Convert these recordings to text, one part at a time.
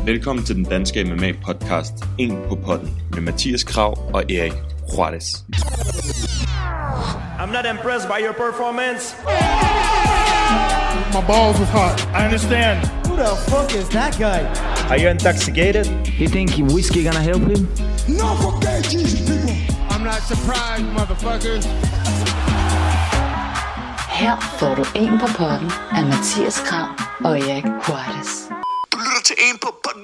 Velkommen til den danske MMA-podcast, En på potten, med Mathias Krav og Erik Juarez. I'm not impressed by your performance. My balls was hot. I understand. Who the fuck is that guy? Are you intoxicated? You think whiskey gonna help him? No for gay Jesus people. I'm not surprised, motherfuckers. Her får du En på potten af Mathias Krav og Erik Juarez. Du lytter til En på potten.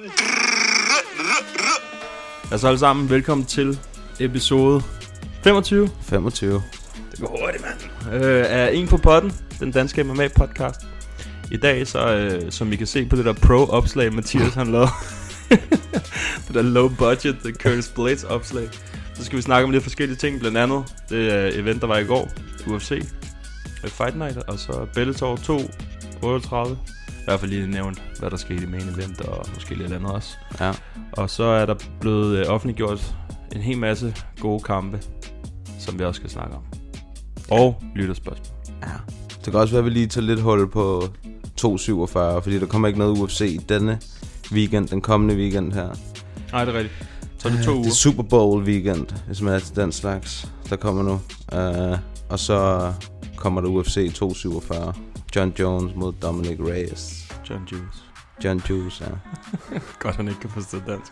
Altså alle sammen, velkommen til episode 25. 25. Det går hurtigt, mand. Af En på potten, den danske MMA-podcast. I dag, så som I kan se på det der pro-opslag, Mathias han lavede. Det der low-budget Curtis Blades opslag. Så skal vi snakke om lidt forskellige ting, blandt andet det event, der var i går, UFC Fight Night, og så Bellator 238. I hvert fald lige nævnt, hvad der skete i main event, og måske lidt andet også. Ja. Og så er der blevet offentliggjort en hel masse gode kampe, som vi også skal snakke om. Og lytterspørgsmål. Ja. Det kan også være, at vi lige tager lidt hul på 247, fordi der kommer ikke noget UFC i denne weekend, den kommende weekend her. Nej, det er rigtigt. Så er det 2 uger. Det er Super Bowl weekend, hvis man er til den slags, der kommer nu. Og så kommer der UFC 247. John Jones mod Dominic Reyes. John Juice, ja. Godt, han ikke kan forstå dansk.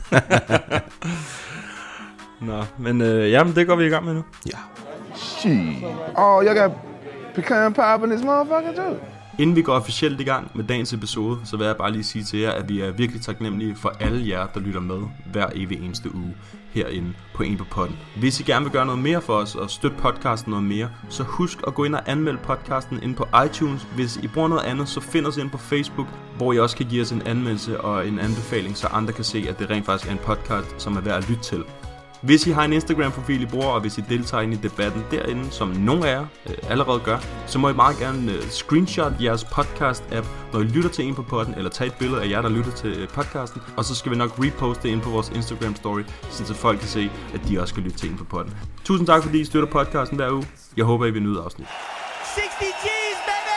Nå, men jamen, det går vi i gang med nu. Ja. Shit. Oh, y'all got pecan pie in this motherfucker too. Inden vi går officielt i gang med dagens episode, så vil jeg bare lige sige til jer, at vi er virkelig taknemmelige for alle jer, der lytter med hver evig eneste uge herinde på En på potten. Hvis I gerne vil gøre noget mere for os og støtte podcasten noget mere, så husk at gå ind og anmelde podcasten inde på iTunes. Hvis I bruger noget andet, så find os inde på Facebook, hvor I også kan give os en anmeldelse og en anbefaling, så andre kan se, at det rent faktisk er en podcast, som er værd at lytte til. Hvis I har en Instagram-profil, I bruger, og hvis I deltager ind i debatten derinde, som nogle af jer allerede gør, så må I meget gerne screenshot jeres podcast-app, når I lytter til En på potten, eller tage et billede af jer, der lytter til podcasten, og så skal vi nok reposte det ind på vores Instagram-story, så folk kan se, at de også skal lytte til En på potten. Tusind tak, fordi I støtter podcasten hver uge. Jeg håber, I vil nyde afsnit. 60 G's,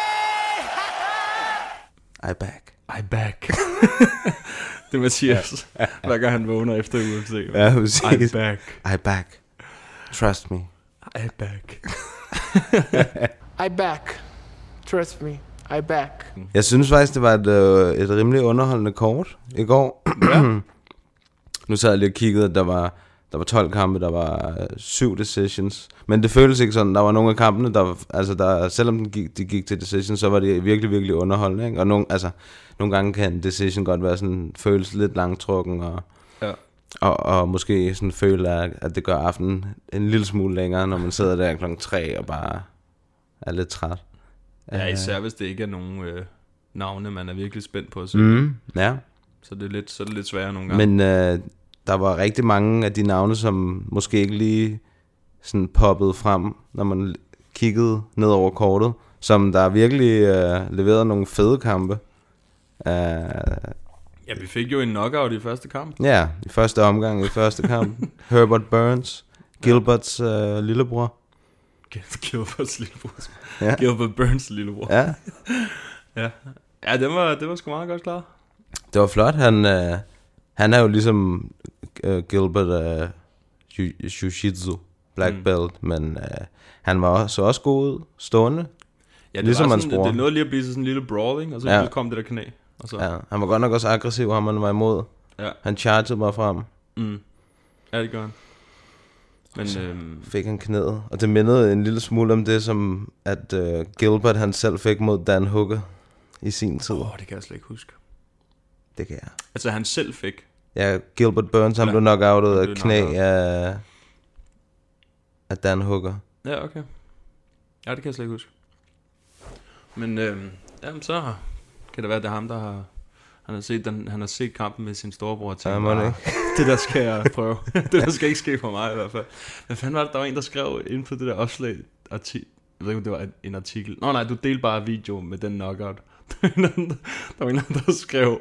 baby! I back. Det er Mathias, hver gang han vågner efter UFC. Ja, præcis. I back. Trust me. I back. I back. Trust me. I back. Jeg synes faktisk, det var et rimelig underholdende kort i går. Ja. Nu sad jeg lige og kiggede, at der var 12 kampe, der var 7 decisions. Men det føles ikke sådan. Der var nogle af kampene, der selvom de gik til decision, så var det virkelig, virkelig underholdende. Ikke? Og nogle gange kan en decision godt være sådan, føles lidt langtrukken, og måske sådan føle, at det gør aftenen en lille smule længere, når man sidder der klokken 3 og bare er lidt træt. Ja, især hvis det ikke er nogen navne, man er virkelig spændt på at se. Ja. Så det er lidt sværere nogle gange. Men der var rigtig mange af de navne, som måske ikke lige sådan poppede frem, når man kiggede ned over kortet, som der virkelig leverede nogle fede kampe. Ja, vi fik jo en knockout i første kamp. Ja, i første omgang i første kamp. Herbert Burns, Gilberts lillebror. Gilberts lillebror. Ja. Gilbert Burns lillebror. Ja. Ja, det var sgu meget godt klar. Det var flot. Han er jo ligesom Gilbert Jiu-Jitsu Black Belt, men han var også god ud, stående. Ja, det ligesom var hans sådan, bror. det nåede lige at blive sådan en lille brawling, og så kom det der knæ. Og så. Ja, han var godt nok også aggressiv, ham han var imod. Ja. Han chargede bare frem. Ja, det gør han. Men fik han knæet. Og det mindede en lille smule om det, som at Gilbert han selv fik mod Dan Hooker i sin tid. Det kan jeg slet ikke huske. Det kan jeg. Altså han selv fik. Ja, Gilbert Burns, han blev knockoutet af knæ af Dan Hooker. Ja, okay. Ja, det kan jeg slet ikke huske. Men jamen, så kan det være, at det er ham, der har... Han har set kampen med sin storebror og tænkt, det der skal jeg prøve. Det der skal ikke ske for mig i hvert fald. Hvad fanden var det, der var en, der skrev inden for det der opslag jeg ved ikke, om det var en artikel. Nå nej, du delte bare video med den knockout. Der var en, der skrev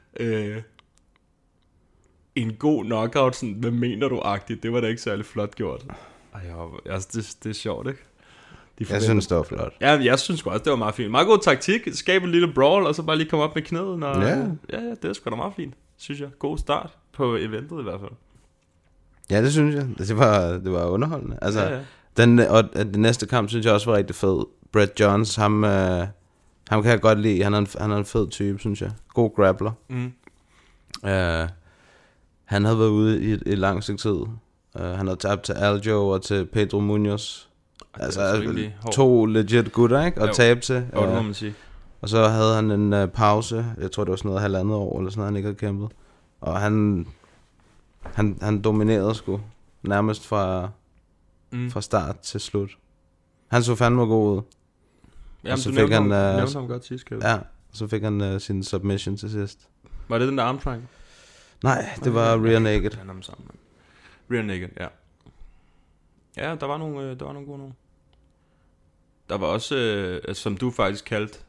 en god knockout, sådan, hvad mener du-agtigt? Det var da ikke særlig flot gjort. Det er sjovt, ikke? Jeg synes, det var flot. Ja, jeg synes også, det var meget fint. Meget god taktik. Skabe en lille brawl, og så bare lige komme op med knæet. Ja, det er sgu da meget fint. synes jeg. God start på eventet i hvert fald. Ja, det synes jeg. Det var underholdende. Altså, Ja. den næste kamp synes jeg også var rigtig fed. Brett Johns, ham kan jeg godt lide. Han er en fed type, synes jeg. God grappler. Han havde været ude i et langt stykke tid. Han havde tabt til Aljo og til Pedro Munoz. Altså 2 legit gutter, ikke? Og tabe til. Jo, det må man sige. Og så havde han en pause. Jeg tror det var sådan noget 1,5 år eller sådan noget, han ikke havde kæmpet. Og han dominerede sgu nærmest fra start til slut. Han så fandme god ud. Jamen, så du fik nævnte ham godt sidst, kan ja, så fik han sin submission til sidst. Var det den der arm triangle? Nej, det var rear naked. Rear naked, ja. Ja, der var nogle gode nogle. Der var også, som du faktisk kaldte,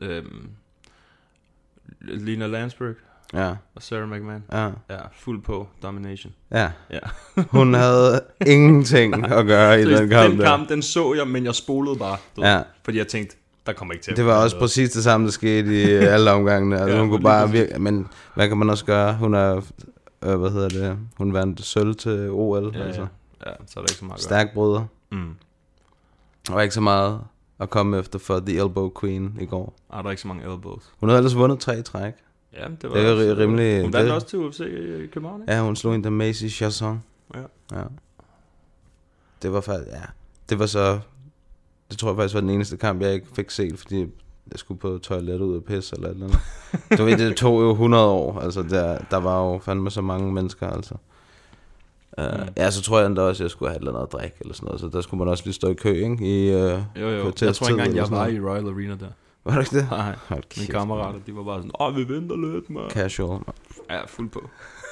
Lina Landsberg. Ja. Og Sarah McMahon. Ja. Ja, fuld på domination. Ja. Hun havde ingenting at gøre i den kamp. Den kamp, den så jeg, men jeg spolede bare. Ja. Fordi jeg tænkte, der kommer ikke til at det var også noget. Præcis det samme, der skete i alle omgangene. Altså, hun kunne bare virke, men hvad kan man også gøre? Hun er, hun vandt sølv til OL. Ja, altså. Ja, så er der ikke så meget at gøre. Stærk bryder. Der var ikke så meget at komme efter for The Elbow Queen i går. Der er ikke så mange elbows. Hun havde ellers vundet 3 træk. Ja, det var også, rimelig. Hun vandt også til UFC i København, ikke? Ja, hun slog en der Macy Chasson. Ja. Det var faktisk, det var så, det tror jeg faktisk var den eneste kamp, jeg ikke fik set, fordi jeg skulle på toilettet ud og pisse eller et eller andet. Du ved, det tog jo 100 år, altså der var jo fandme så mange mennesker, altså. Ja, så tror jeg endda også, at jeg skulle have et eller andet drik eller sådan noget, så der skulle man også lige stå i kø, ikke? Jo. Jeg tror ikke engang, jeg var i Royal Arena der. Var det ikke det? Nej, mine kammerater, de var bare sådan, vi venter lidt, man. Casual. Ja, fuld på.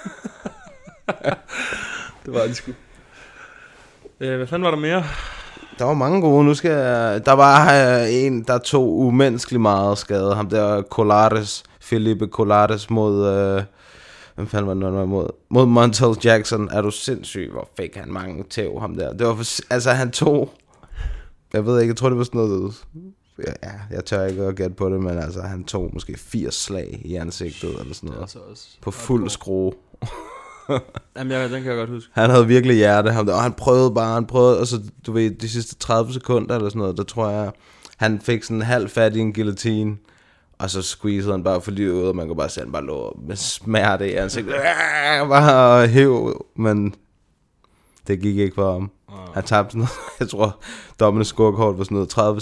Det var det sgu. Hvad fanden var der mere? Der var mange gode. Der var en, der tog umenneskeligt meget skade. Ham der Colares, Felipe Colares mod... hvem fanden var det mod Montel Jackson. Er du sindssyg? Hvor fik han mange tæv, ham der. Det var altså han tog... Jeg ved ikke, jeg tror det var sådan noget... Ja, jeg tør ikke at gætte på det, men altså han tog måske 80 slag i ansigtet eller sådan noget. Altså på fuld skrue. Jamen, den kan jeg godt huske. Han havde virkelig hjerte, og han prøvede, og så, du ved, de sidste 30 sekunder eller sådan noget, der tror jeg, han fik sådan halv fat i en guillotine, og så squeezede han bare for livet ud, og man kunne bare se, han bare lå med smerte i ansigtet, bare hæv, men det gik ikke for ham. Han tabte sådan noget, jeg tror, dommernes scorekort var sådan noget 30-26, 30-26, 30-25.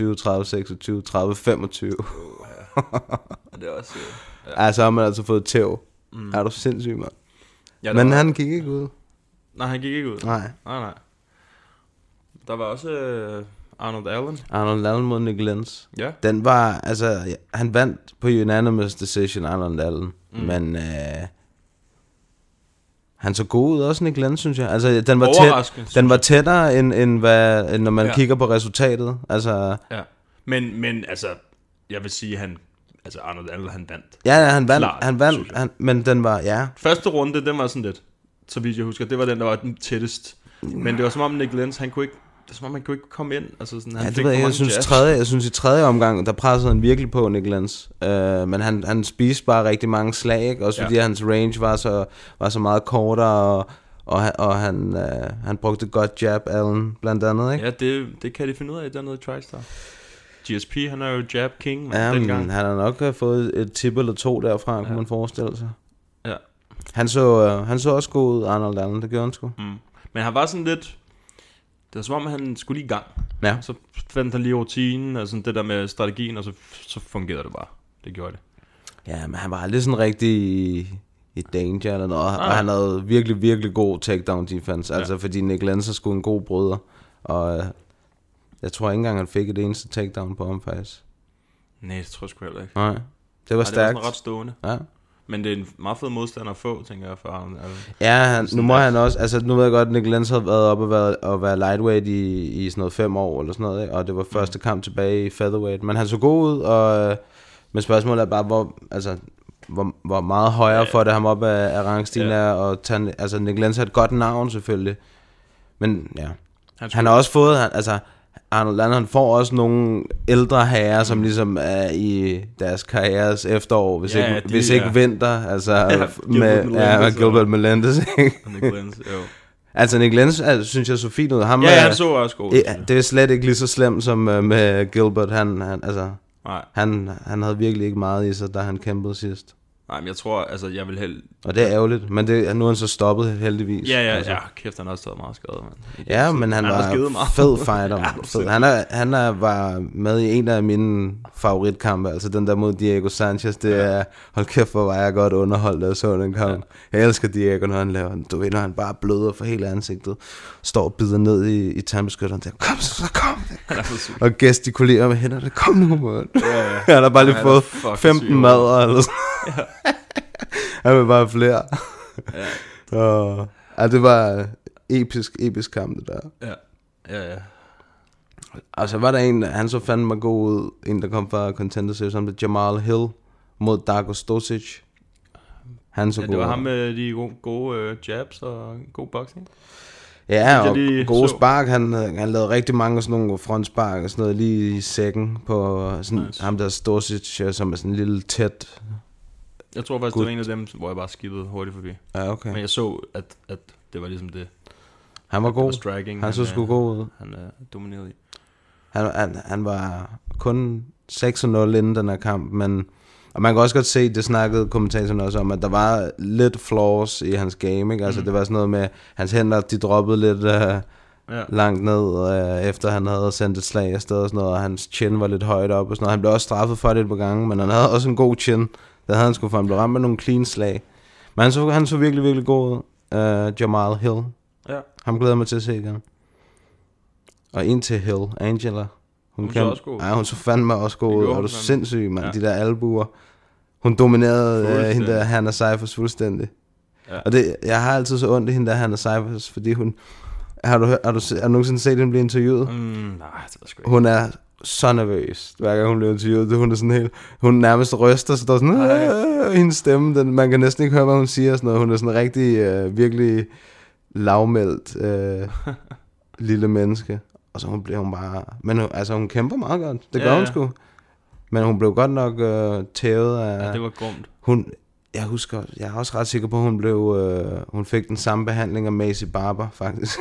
Det er også... Altså har man altså fået tæv. Er du sindssyg, mand? Ja, men han gik ikke ud. Nej, han gik ikke ud. Nej. Der var også Arnold Allen. Arnold Allen mod Nick Lenz. Ja. Den var, altså, han vandt på unanimous decision, Arnold Allen. Men han så god ud også, Nick Lenz, synes jeg. Altså, den var tættere, end når man kigger på resultatet. Altså... Ja. Men altså, jeg vil sige, Arnold Allen, han vandt. Ja, han vandt, men den var, Første runde, den var sådan lidt, så vidt jeg husker, det var den, der var den tættest. Men det var som om Nick Lenz, han kunne ikke komme ind. Altså sådan, han fik jeg synes i tredje omgang, der pressede han virkelig på Nick Lenz. Men han spiste bare rigtig mange slag, ikke? Også fordi hans range var så meget kortere, og han brugte godt jab, Allen, blandt andet, ikke? Ja, det kan de finde ud af dernede i TriStar. GSP, han er jo jab king. Ja, han har nok fået et tip eller 2 derfra, kunne man forestille sig. Ja. Han så også god ud, Arnold Allen, det gjorde han sgu. Men han var sådan lidt, det var som om han skulle lige i gang. Ja. Så fandt han lige rutinen, og sådan det der med strategien, og så fungerede det bare. Det gjorde det. Ja, men han var aldrig sådan rigtig i danger eller noget, og han havde virkelig, virkelig god takedown defense, altså fordi Nick Lenz er sgu en god bryder, og jeg tror ikke engang, han fik et eneste takedown på ham faktisk. Nej, det tror jeg sgu heller ikke. Nej, det var stærkt. Det var sådan ret stående. Ja. Men det er en meget fed modstander at få, tænker jeg, for ham. Ja, nu må han også, altså nu ved jeg godt, at Nick Lenz havde været oppe og være lightweight i sådan noget 5 år eller sådan noget, ikke? Og det var første kamp tilbage i featherweight, men han så god ud, og men spørgsmålet er bare, hvor meget højere får det ham op af rangstilen og altså Nick Lenz har et godt navn selvfølgelig, men ja, han har også fået, han får også nogle ældre herrer, som ligesom er i deres karrieres efterår, hvis ikke vinter, altså med Gilbert Melendez, ikke? Altså Nick Lenz, synes jeg så fint ud. Han så også god. Det er slet ikke lige så slemt som med Gilbert. Han havde virkelig ikke meget i sig, da han kæmpede sidst. Nej, men jeg tror, altså jeg vil hellere... Og det er ærgerligt, men nu er han så stoppet heldigvis. Ja, kæft, han har også taget meget skade, mand. Ja, men han var fed fighter. Han var med i en af mine favoritkampe, altså den der mod Diego Sanchez. Det er, hold kæft, hvor var jeg godt underholdt, og så den kamp. Ja. Jeg elsker Diego, når han laver den. Du ved, når han bare bløder for hele ansigtet, står og bider ned i tandbeskytteren, der, kom så, kom. Og gestikulerer med hænderne, kom nu, mand. Ja. Han har bare lige fået 15 madder, eller sådan. Han vil bare flere. Det var episk kamp, det der. Ja. Altså var der en, han så fandme god ud, en der kom fra Contender Series, som Jamal Hill mod Darko Stosic. Han så god. Det var ham med de gode jabs og god boxing. Ja, og gode spark. Han lavede rigtig mange sådan nogle frontspark og sådan noget lige i sækken på sådan ham der Stosic, som er sådan en lille tæt. Jeg tror faktisk, det var en af dem, hvor jeg bare skippede hurtigt forbi. Ja, okay. Men jeg så, at det var ligesom det. Han var god. Striking, han så sgu god ud. Han dominerede i. Han var kun 6-0 inden den her kamp, men og man kan også godt se, det snakkede kommentatoren også om, at der var lidt flaws i hans game, ikke? Altså det var sådan noget med, hans hænder, de droppede lidt langt ned, efter han havde sendt et slag afsted og sådan noget, og hans chin var lidt højt op og sådan noget. Han blev også straffet for det et par gange, men han havde også en god chin. Der havde han sgu for, han blev ramt med nogle clean slag. Men han så virkelig, virkelig god ud. Jamal Hill. Ja. Ham glæder mig til at se igen. Og en til Hill, Angela. Hun så også god. Ja, hun så fandme også god ud. Og du sindssyg, mand. Ja. De der albuer. Hun dominerede hende der Hannah Cifers fuldstændig. Ja. Og jeg har altid så ondt i hende der Hannah Cifers, fordi hun... Har du nogensinde set hende blive interviewet? Nej, det var sgu ikke. Hun er så nervøs, hver gang hun bliver interviewet. Hun er sådan helt... Hun nærmest ryster, så der er sådan... hendes stemme, man kan næsten ikke høre, hvad hun siger. Sådan noget. Hun er sådan en rigtig, virkelig lavmældt lille menneske. Og så bliver hun bare... Men altså, hun kæmper meget godt. Det gør hun sgu. Men hun blev godt nok tævet af... Ja, det var grumt. Jeg er også ret sikker på, at hun fik den samme behandling af Macy Barber, faktisk.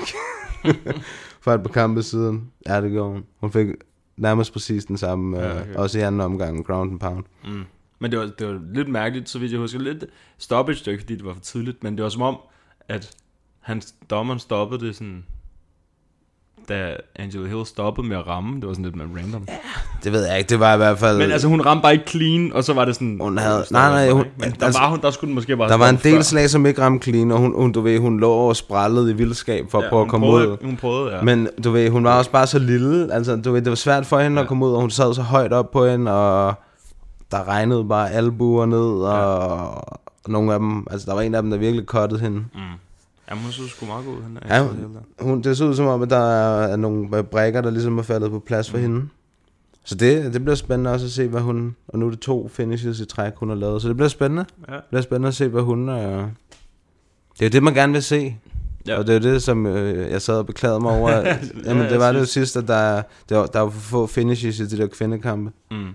For et par kampe siden. Ja, det gjorde hun. Hun fik nærmest præcis den samme, også i anden omgang, ground and pound. Men det var lidt mærkeligt, så vidt jeg husker. Lidt stoppage, det var ikke fordi, det var for tidligt, men det var som om, at dommeren stoppede det sådan... Da Angela Hill stoppede med at ramme. Det var sådan lidt mere random. Ja, det ved jeg ikke. Det var i hvert fald... Men altså hun ramte bare ikke clean. Og så var det sådan... Hun havde... Nej, men der skulle den måske bare... Der var en del slag, som ikke ramte clean. Og hun lå og sprællede i vildskab for at prøve at komme ud. Hun prøvede, ja. Men du ved, hun var også bare så lille. Altså det var svært for hende at komme ud. Og hun sad så højt op på hende. Og der regnede bare albuer ned. Og nogle af dem... Altså der var en af dem, der virkelig cuttede hende. Jamen, hun så sgu meget god ud. Ja, det så ud som om, at der er nogle brækker, der ligesom er faldet på plads for hende. Så det bliver spændende også at se, hvad hun... Og nu er det 2 finishes i træk, hun har lavet. Så det bliver spændende. Ja. Det bliver spændende at se, hvad hun... Det er det, man gerne vil se. Ja. Og det er det, som jeg sad og beklagede mig over. Jamen, det var det jo sidst, at der var for få finishes i de der kvindekampe.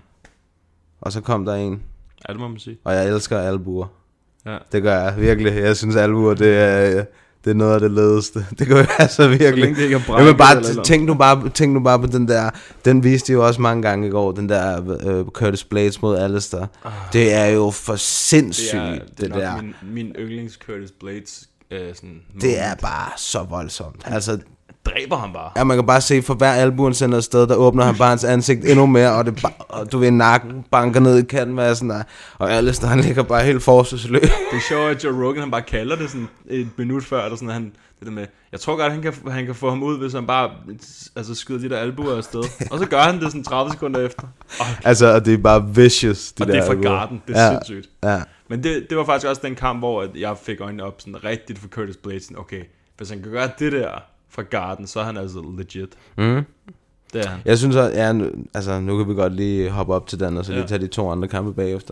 Og så kom der en. Ja, det må man sige. Og jeg elsker albuer. Ja. Det gør jeg virkelig. Jeg synes albuer, det er noget af det ledeste. Det gør jeg altså virkelig. Så længe det ikke bare tænk nu bare på den der. Den viste jo også mange gange i går. Den der Curtis Blades mod Alistair. Det er jo for sindssygt. Det er min yndlings Curtis Blades sådan det er bare så voldsomt. Altså dræber han bare. Ja, man kan bare se, for hver albue han sender afsted, der åbner han bare hans ansigt endnu mere, og det og du ved, nakken banker ned i kanvasen, og Alistair, han ligger bare helt forsvarsløs. Det er sjovt, at Joe Rogan, han bare kalder det sådan et minut før, eller sådan, det der med, jeg tror godt, han kan få ham ud, hvis han bare skyder de der albuer afsted. Og så gør han det sådan 30 sekunder efter. Altså, det er bare vicious, og det er for Garden, det er sindssygt. Ja. Men det var faktisk også den kamp, hvor jeg fik øjnene op sådan rigtigt for Curtis Blades. Okay, hvis han kan gøre det der fra Garden, så er han altså legit. Det er han. Jeg synes at, nu kan vi godt lige hoppe op til den, og så lige tage de 2 andre kampe bagefter.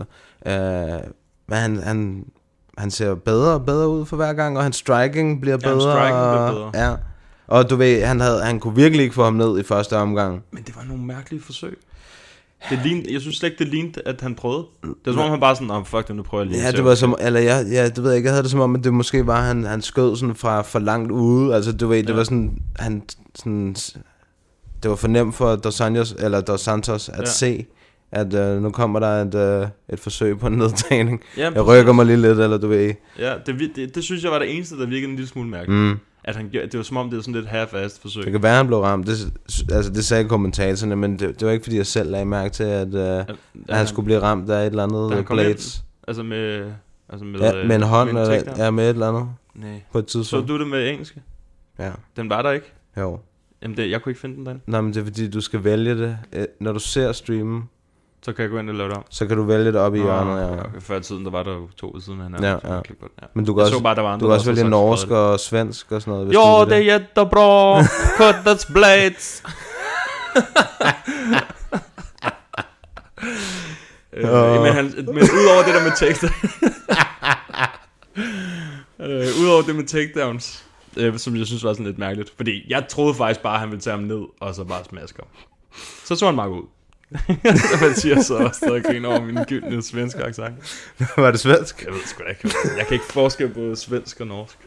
Men han ser bedre og bedre ud for hver gang, og hans striking bliver bedre. Ja, striking bliver bedre. Ja. Og du ved, han kunne virkelig ikke få ham ned i første omgang. Men det var nogle mærkelige forsøg. Jeg synes slet ikke, det lignede, at han prøvede. Det var som om han bare sådan, fuck det, nu prøver jeg lige. Ja, det var som, eller det ved jeg ikke, jeg havde det som om, at det måske var, han skød sådan fra for langt ude. Altså du ved, det var sådan, det var for nemt for Dos Santos at se, at nu kommer der et forsøg på en nedtagning. Ja, jeg rykker mig lige lidt, eller du ved. Ja, det synes jeg var det eneste, der virkede en lille smule mærkeligt. At det var som om, det var sådan lidt half-assed forsøg. Det kan være, han blev ramt. Det sagde kommentatorerne, men det var ikke, fordi jeg selv lagde mærke til, at han skulle blive ramt af et eller andet blades. Altså med med en hånd, med et eller andet. Nej. På et tidspunkt. Så du det med engelsk? Ja. Den var der ikke? Jo. Jamen, jeg kunne ikke finde den derinde. Nej, men det er fordi, du skal vælge det. Når du ser streamen, så kan jeg gå ind og lave det om. Så kan du vælge det op i hjørnet, ja. Okay. Før tiden, der var der jo 2 ved siden af hinanden. Ja. Men du kan også vælge norsk og svensk og sådan noget. Jo, det er jättebra. Cut that's blades. Men udover det der med tekster. Udover det med takedowns, som jeg synes var sådan lidt mærkeligt. Fordi jeg troede faktisk bare, at han ville tage ham ned, og så bare smaske ham. Så han meget ud. Man siger så også stadig griner over min gyldne svenske accent. Var det svensk? Jeg ved sgu da ikke. Jeg kan ikke forske på svensk og norsk.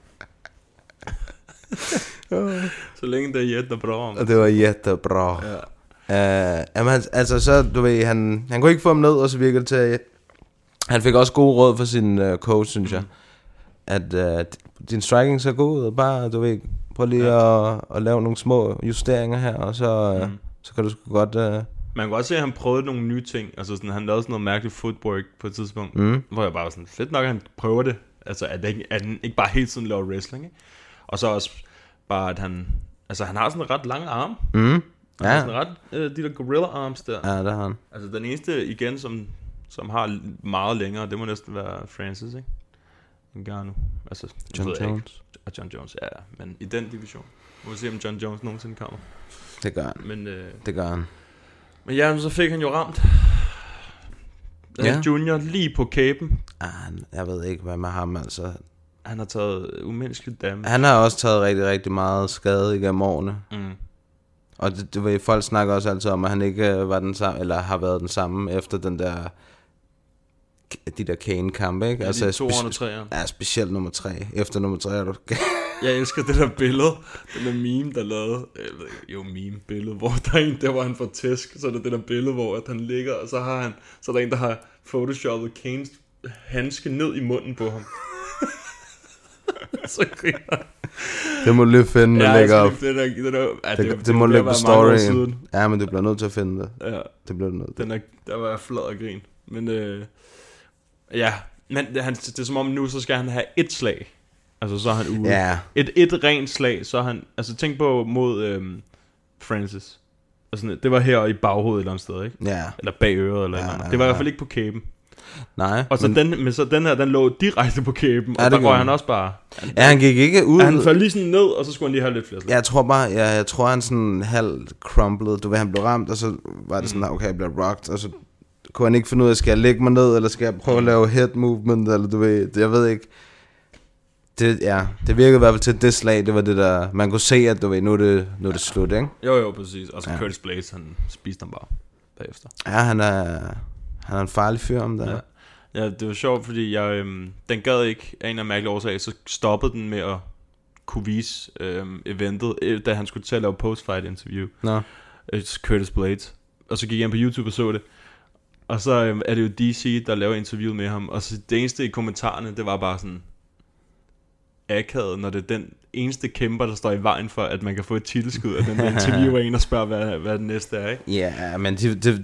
Så længe det er jättebra. Det var jättebra. Ja. Jamen, altså så, du ved, han kunne ikke få ham ned, og så virkede det til, han fik også gode råd for sin coach, synes jeg. At din striking ser god ud, og bare, du ved, prøv lige at lave nogle små justeringer her, og så kan du sgu godt... Man kan godt se, at han prøvede nogle nye ting. Altså sådan, han lavede sådan noget mærkeligt footwork på et tidspunkt, hvor jeg bare var sådan, fedt nok, at han prøver det. Altså, at han ikke bare hele tiden laver wrestling, ikke? Og så også bare, at han har sådan en ret lang arm. Han har sådan ret, de der gorilla arms der. Ja, det har han. Altså, den eneste, igen, som har meget længere, det må næsten være Francis, ikke? Ngannou. Altså, John Jones. Og John Jones, ja. Men i den division. Må vi se, om John Jones nogensinde kommer. Det gør han. Men, det gør han. Men ja, så fik han jo ramt Junior lige på kæben. Jeg ved ikke, hvad med ham, altså. Han har taget umenneskeligt damage. Han har også taget rigtig, rigtig meget skade igennem årene. Og det folk snakker også altid om, at han ikke var den samme, eller har været den samme efter de der Kane-kampe, ikke? Ja, altså, de 2 og 3. Ja, specielt nummer 3. Efter nummer 3 er du... Jeg elsker det der billede, den der meme, der lavede, meme-billede, hvor der er en, der hvor han får tæsk, så er det der billede, hvor at han ligger, og så er der en, der har photoshoppet Kanes handske ned i munden på ham. Så griner. Det må du lige finde, der ligger op. Det må ligge på storyen. Ja, men du bliver nødt til at finde det. Ja. Det bliver du nødt til. Der var jeg flad og grin. Men men det er som om nu, så skal han have et slag. Altså så er han ude. Yeah. Et rent slag, så er han... Altså tænk på mod Francis. Altså, det var her i baghovedet et eller andet sted, ikke? Ja. Yeah. Eller bag øret eller noget. Det var i hvert fald ikke på kæben. Nej. Og så den her, den lå direkte på kæben. Og der går han også bare... Han gik ikke ud. Han faldt lige sådan ned, og så skulle han lige have lidt flere slag. Jeg tror han sådan halv crumbled. Du ved, han blev ramt, og så var det sådan, okay, jeg blev rocked, og så kunne han ikke finde ud af, skal jeg lægge mig ned, eller skal jeg prøve at lave head movement, eller du ved, jeg ved ikke. Det virkede i hvert fald til det slag, det var det der, man kunne se, at du ved, nu er det slut, ikke? Jo, præcis. Og så Curtis Blades, han spiste ham bare bagefter. Ja, han er en farlig fyr om det. Ja, det var sjovt, fordi den gad ikke af en af mærkelige årsager, så stoppede den med at kunne vise eventet, da han skulle til at lave post-fight interview. Curtis Blades. Og så gik jeg på YouTube og så det. Og så er det jo DC, der laver interviewet med ham. Og så det eneste i kommentarerne, det var bare sådan akavet, når det er den eneste kæmper, der står i vejen for, at man kan få et titelskud af den der interview af en og spørger, hvad det næste er, ikke? Ja, men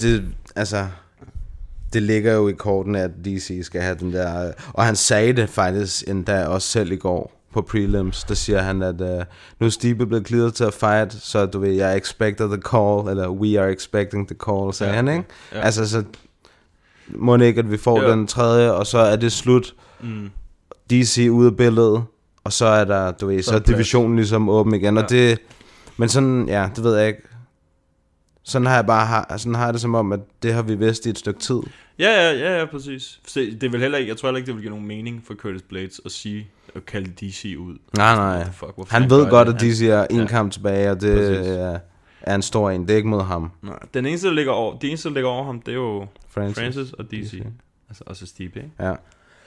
det ligger jo i korten, at DC skal have den der... Og han sagde det faktisk endda også selv i går på prelims. Der siger han, at nu er Stipe blevet clearet til at fight, så du ved, jeg expected the call, eller we are expecting the call, sagde han, ikke? Ja. Altså, så må det ikke, at vi får den tredje, og så er det slut. DC ude af billedet, og så er der, du ved, så er divisionen ligesom åben igen, og det... Men sådan, det ved jeg ikke. Sådan har jeg det som om, at det har vi vidst i et stykke tid. Ja, præcis. Det er vel heller ikke, jeg tror heller ikke, det vil give nogen mening for Curtis Blades at kalde DC ud. Nej. Han ved godt, at DC er en kamp tilbage, og det er en stor en. Det er ikke mod ham. Nej. Den eneste, der ligger over ham, det er jo Francis og DC. Altså også Stipe, ikke? Ja.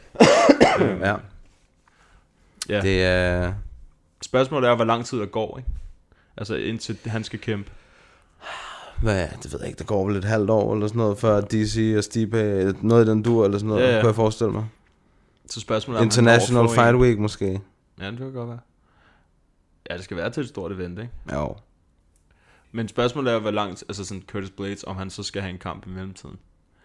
Ja. Det er... Spørgsmålet er, hvor lang tid der går, ikke? Altså indtil han skal kæmpe. Det ved jeg ikke, der går vel et halvt år eller sådan noget, før DC og Stipe, noget i den dur eller sådan noget, kunne jeg forestille mig. Så spørgsmålet er, International Fight Week måske. Ja, det kan godt være. Ja, det skal være til et stort event, ikke? Jo. Men spørgsmålet er, hvor langt, altså sådan Curtis Blades, om han så skal have en kamp i mellemtiden.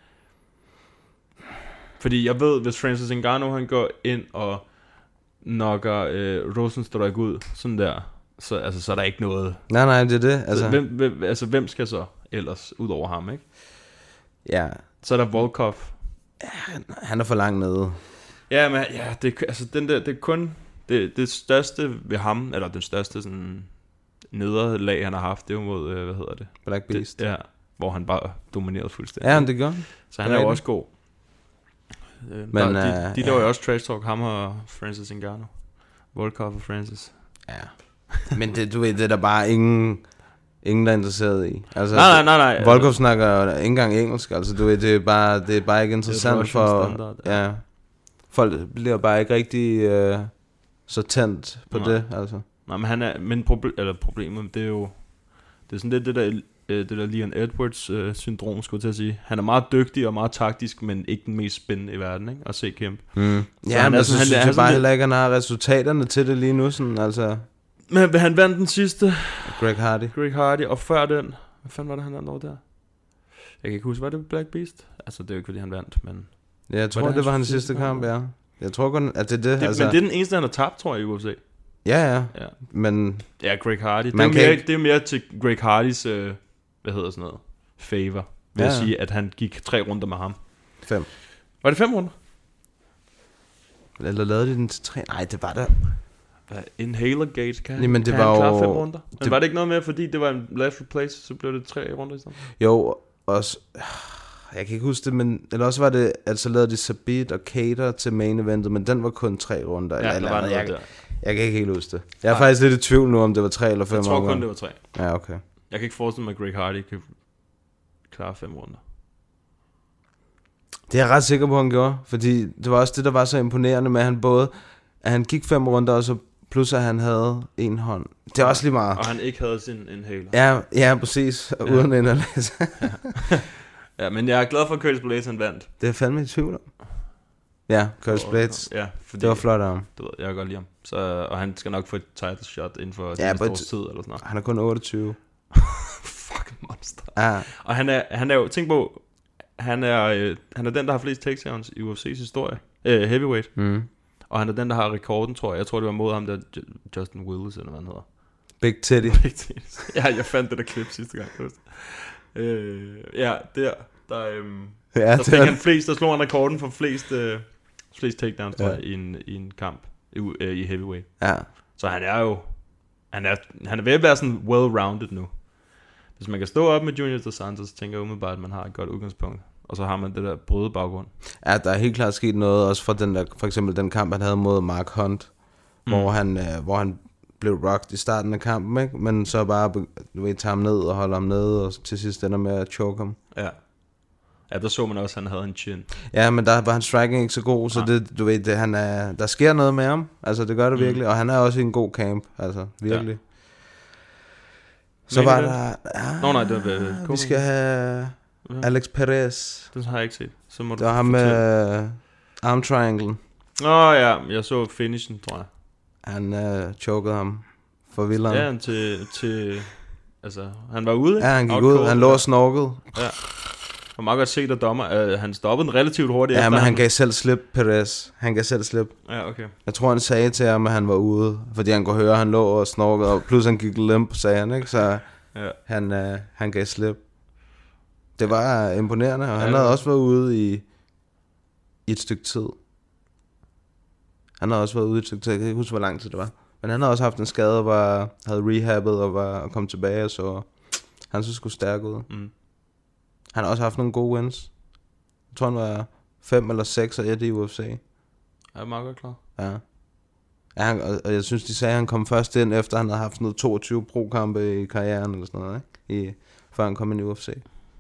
Fordi jeg ved, hvis Francis Ngannou han går ind og knocker Rosenstruck ud, sådan der, så er der ikke noget. Nej, det er det. Altså, hvem skal så ellers ud over ham, ikke? Ja. Så er der Volkov. Ja, han er for langt nede. Ja, men det er kun det største ved ham, eller den største sådan nederlag han har haft, det er jo mod hvad hedder det? Black Beast. Ja, hvor han bare dominerede fuldstændig. Ja, det gør. Så han er jo også god. Men de laver jo også trash talk, ham og Francis Ngannou. Volkov og Francis. Ja. Men du ved, det er der bare ingen der er interesseret i. Altså, nej. Volkov snakker ikke engang engelsk. Altså, du ved, det er bare ikke interessant for... Standard, ja. Folk bliver bare ikke rigtig så tændt på det, altså. Nej, men problemet, det er jo... Det er sådan lidt det der Leon Edwards syndrom, skulle jeg til at sige. Han er meget dygtig og meget taktisk, men ikke den mest spændende i verden, ikke? At se kæmpe. Ja, men så synes jeg bare heller ikke, han har resultaterne til det lige nu, sådan, altså. Men han vandt den sidste. Greg Hardy, og før den, hvad fanden var det, han vandt over der? Jeg kan ikke huske, var det Black Beast? Altså, det er jo ikke, fordi han vandt, men... Ja, jeg tror, det var hans sidste kamp, ja. Jeg tror kun, at det er det. Altså... Men det er den eneste, han har tabt, tror jeg, i UFC. Ja. Men... Ja, Greg Hardy. Det er mere til Greg Hardys, hvad hedder sådan noget, favor. Vil jeg sige, at han gik 3 runder med ham. 5. Var det 5 runder? Eller lavede de den til 3? Nej, det var der. Inhaler Gate kan jamen, det kan var han klare jo... 5 runder? Men var det ikke noget med, fordi det var en last replace, så blev det 3 runder i stedet? Jo, også... Jeg kan ikke huske det, men... Eller også var det, at så lavede de Sabit og Cater til main eventet, men den var kun 3 runder. Ja, der var noget der. Jeg kan ikke helt huske det. Jeg er faktisk lidt i tvivl nu, om det var 3 eller 5 runder. Jeg tror kun, det var 3. Ja, okay. Jeg kan ikke forestille mig, at Greg Hardy kan klare 5 runder. Det er jeg ret sikker på, han gjorde. Fordi det var også det, der var så imponerende med, at han gik 5 runder, og så plus at han havde en hånd. Det er også lige meget. Og han ikke havde sin inhaler. Ja, præcis. Uden inhaler. Ja, men jeg er glad for, at Curtis Blades han vandt. Det er fandme i tvivl om. Ja, Curtis Blades. Ja, fordi, det var flot af ham. Du ved, jeg kan godt lide ham. Så, og han skal nok få et title shot inden for næste års tid eller sådan noget. Han er kun 28. Fucking monster. Ja. Og han er jo, tænk på, han er den, der har flest takedowns i UFC's historie. Heavyweight. Og han er den, der har rekorden, tror jeg. Jeg tror, det var mod ham, der Justin Willis, eller hvad han hedder. Big Titty. Ja, jeg fandt det der klip sidste gang. Der fik han flest, der slog han rekorden for flest takedowns, tror jeg, i en kamp i heavyweight. Ja. Så han er jo, han er ved at være sådan well-rounded nu. Hvis man kan stå op med Junior Dos Santos, tænker jeg umiddelbart, at man har et godt udgangspunkt. Og så har man det der brøde baggrund. Ja, der er helt klart sket noget, også fra den der, for eksempel den kamp, han havde mod Mark Hunt, hvor han blev rocked i starten af kampen, ikke? Men så bare, du ved, tager ham ned og holder ham nede, og til sidst ender med at choke ham. Ja. Ja, der så man også, at han havde en chin. Ja, men der var hans striking ikke så god, så det, du ved, det, der sker noget med ham. Altså, det gør det virkelig, og han er også i en god camp, altså, virkelig. Ja. Så var der... nej, det var vi skal have Alex Perez. Den har jeg ikke set. Så må det var ham med arm trianglen. Ja, jeg så finishen, tror jeg. Han chokede ham for vilderen. Ja, han til altså, han var ude, ikke? Ja, han gik ud, han lå og snorkede. Ja. Og meget godt set af dommer. Han stoppede den relativt hurtigt. Ja, men han gav selv slip, Perez. Han gav selv slip. Ja, okay. Jeg tror, han sagde til ham, at han var ude, fordi han kunne høre, at han lå og snorkede, og plus han gik limp, sagde han, ikke? Så ja. Han gav slip. Det var imponerende, og han havde også været ude i et stykke tid. Han havde også været ude i et stykke tid. Jeg kan ikke huske, hvor lang tid det var. Men han havde også haft en skade, og havde rehabbet og kom tilbage, og så Han så sgu stærk ud. Han har også haft nogle gode wins. Jeg tror, han var 5 eller 6 og 1 i UFC. Jeg er meget godt klar. Ja. Og jeg synes, de sagde, at han kom først ind, efter han havde haft noget 22 pro-kampe i karrieren, eller sådan noget, ikke? Før han kom ind i UFC.